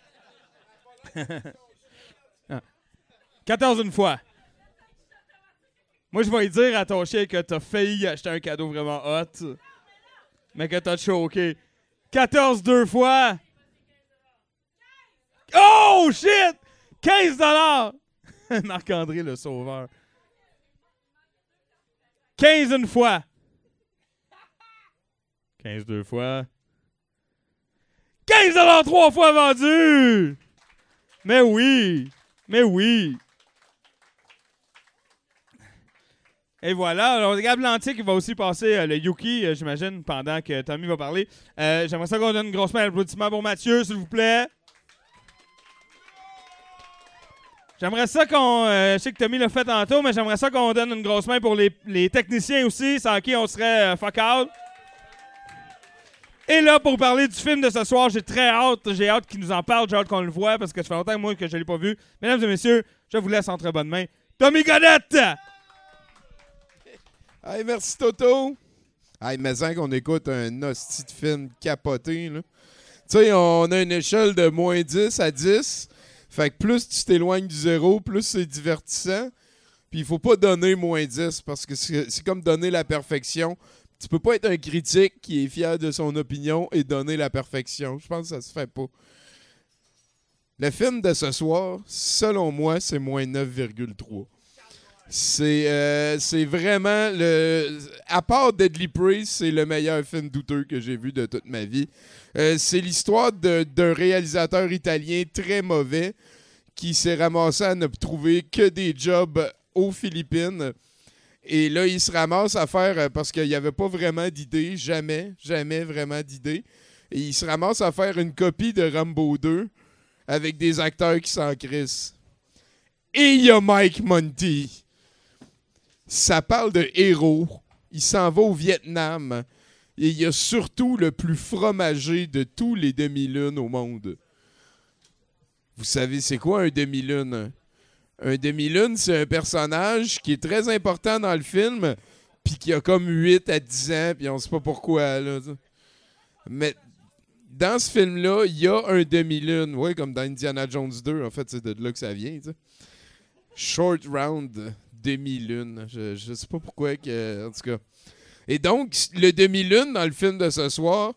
S7: quatorze une fois. Moi, je vais lui dire à ton chien que t'as failli acheter un cadeau vraiment hot, mais que t'as choqué. quatorze deux fois. Oh, shit! quinze dollars! Marc-André le sauveur. quinze une fois. quinze deux fois. quinze dollars trois fois vendu! Mais oui! Mais oui! Et voilà. Alors, Gab Lantier qui va aussi passer euh, le Yuki, euh, j'imagine, pendant que Tommy va parler. Euh, J'aimerais ça qu'on donne une grosse main d'applaudissement pour Mathieu, s'il vous plaît. J'aimerais ça qu'on... Euh, je sais que Tommy l'a fait tantôt, mais j'aimerais ça qu'on donne une grosse main pour les, les techniciens aussi, sans qui on serait euh, fuck out. Et là, pour parler du film de ce soir, j'ai très hâte. J'ai hâte qu'il nous en parle, j'ai hâte qu'on le voit, parce que ça fait longtemps moi que je ne l'ai pas vu. Mesdames et messieurs, je vous laisse entre bonnes mains. Tommy Godette!
S23: Hey, merci Toto! Hey, mais ça qu'on écoute un hostie de film capoté, là. Tu sais, on a une échelle de moins dix à dix. Fait que plus tu t'éloignes du zéro, plus c'est divertissant. Puis il faut pas donner moins dix parce que c'est comme donner la perfection. Tu peux pas être un critique qui est fier de son opinion et donner la perfection. Je pense que ça se fait pas. Le film de ce soir, selon moi, c'est moins neuf virgule trois. C'est euh, c'est vraiment le... À part Deadly Prey, c'est le meilleur film douteux que j'ai vu de toute ma vie. Euh, c'est l'histoire d'un réalisateur italien très mauvais qui s'est ramassé à ne trouver que des jobs aux Philippines. Et là, il se ramasse à faire, parce qu'il n'y avait pas vraiment d'idée, jamais, jamais vraiment d'idée. Et il se ramasse à faire une copie de Rambo deux avec des acteurs qui s'en crissent. Et il y a Mike Monty. Ça parle de héros. Il s'en va au Vietnam. Et il y a surtout le plus fromager de tous les demi-lunes au monde. Vous savez, c'est quoi un demi-lune? Un demi-lune, c'est un personnage qui est très important dans le film, puis qui a comme huit à dix ans, puis on sait pas pourquoi. Là. Mais dans ce film-là, il y a un demi-lune. Oui, comme dans Indiana Jones deux, en fait, c'est de là que ça vient. T'sais. Short round, demi-lune. Je, je sais pas pourquoi, que, en tout cas. Et donc, le demi-lune, dans le film de ce soir,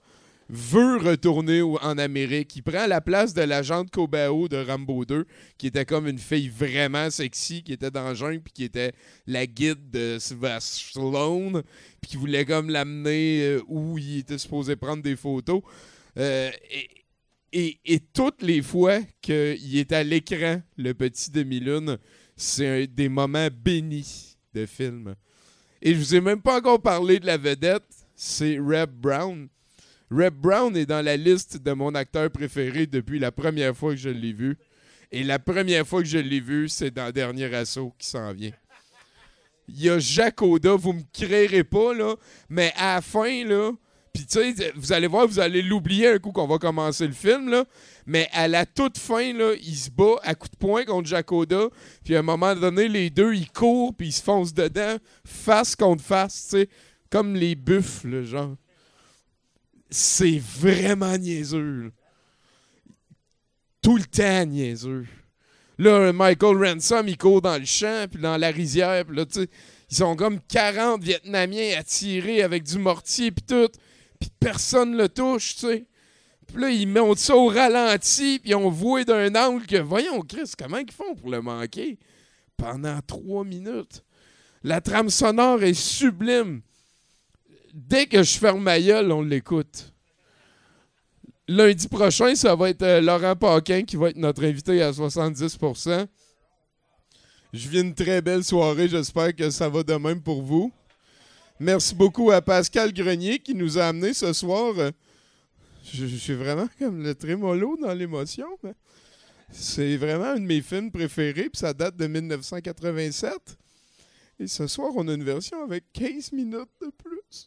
S2: veut retourner au- en Amérique. Il prend la place de l'agente Kobao de Rambo deux, qui était comme une fille vraiment sexy, qui était dans le jungle, puis qui était la guide de Sylvester Stallone, puis qui voulait comme l'amener euh, où il était supposé prendre des photos. Euh, et, et, et toutes les fois qu'il est à l'écran, le petit demi-lune, c'est un des moments bénis de film. Et je vous ai même pas encore parlé de la vedette, c'est Reb Brown. Reb Brown est dans la liste de mon acteur préféré depuis la première fois que je l'ai vu. Et la première fois que je l'ai vu, c'est dans Dernier Assaut qui s'en vient. Il y a Jacques Oda, vous me créerez pas, là, mais à la fin, là, puis tu sais, vous allez voir, vous allez l'oublier un coup qu'on va commencer le film, là, mais à la toute fin, là, il se bat à coups de poing contre Jacques Oda, puis à un moment donné, les deux, ils courent, puis ils se foncent dedans, face contre face, tu sais, comme les buffles, genre. C'est vraiment niaiseux. Là. Tout le temps niaiseux. Là, Michael Ransom, il court dans le champ, puis dans la rizière, puis là, tu sais, ils sont comme quarante Vietnamiens à tirer avec du mortier, puis tout, puis personne le touche, tu sais. Puis là, ils montent ça au ralenti, puis on voit d'un angle que, voyons, Chris, comment ils font pour le manquer? Pendant trois minutes. La trame sonore est sublime. Dès que je ferme ma gueule, on l'écoute. Lundi prochain, ça va être euh, Laurent Paquin qui va être notre invité à soixante-dix pour cent. Je vis une très belle soirée. J'espère que ça va de même pour vous. Merci beaucoup à Pascal Grenier qui nous a amenés ce soir. Je, je suis vraiment comme le trémolo dans l'émotion. Mais c'est vraiment un de mes films préférés. Puis ça date de dix-neuf cent quatre-vingt-sept. Et ce soir, on a une version avec quinze minutes de plus.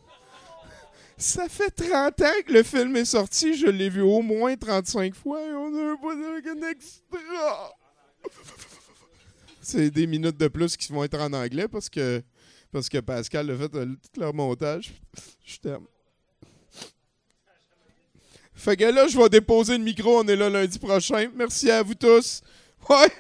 S2: Ça fait trente ans que le film est sorti. Je l'ai vu au moins trente-cinq fois et on a un bout avec un extra. C'est des minutes de plus qui vont être en anglais parce que, parce que Pascal a fait euh, tout leur montage. Je t'aime. Fait que là, je vais déposer le micro. On est là lundi prochain. Merci à vous tous. Ouais!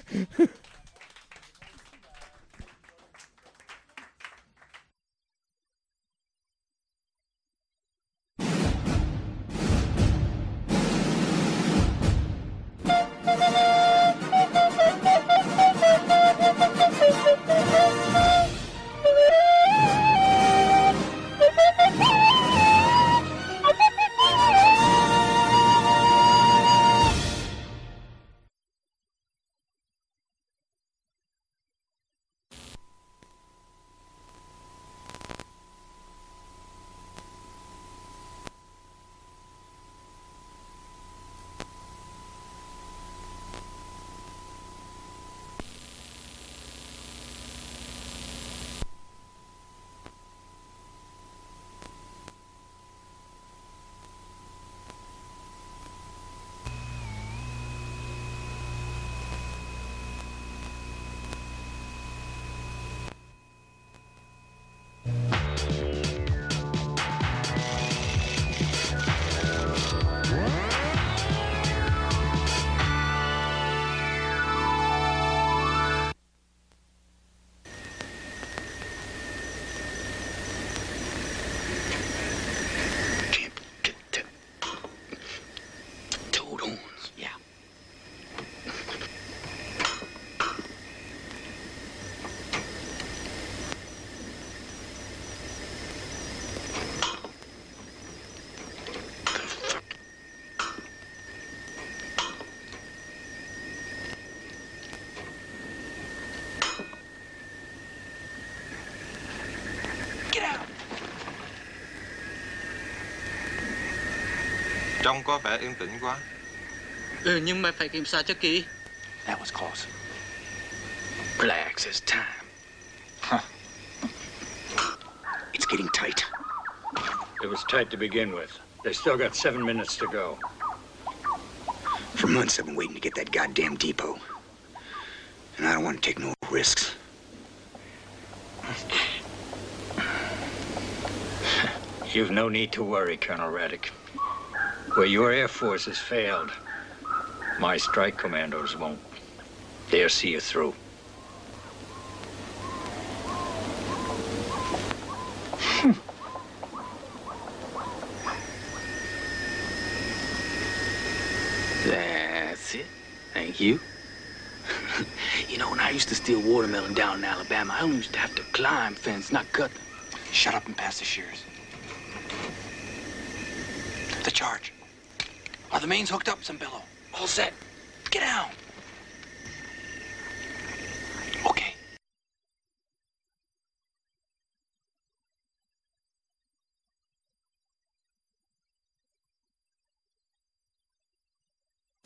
S3: Trông có vẻ yên tĩnh quá.
S21: Ừ, nhưng mà phải kiểm tra cho kỹ.
S3: That was close.
S21: Relax, it's time.
S3: Huh.
S21: It's getting tight.
S24: It was tight to begin with. They still got seven minutes to go.
S21: For months I've been waiting to get that goddamn depot. And I don't want to take no risks.
S24: You've no need to worry, Colonel Raddick. Where your Air Force has failed, my strike commandos won't. They'll see you through.
S21: Thank you. You know, when I used to steal watermelon down in Alabama, I only used to have to climb fence, not cut them.
S3: Shut up and pass the shears. The charge. Are the mains hooked up, Zambello? All set. Get down.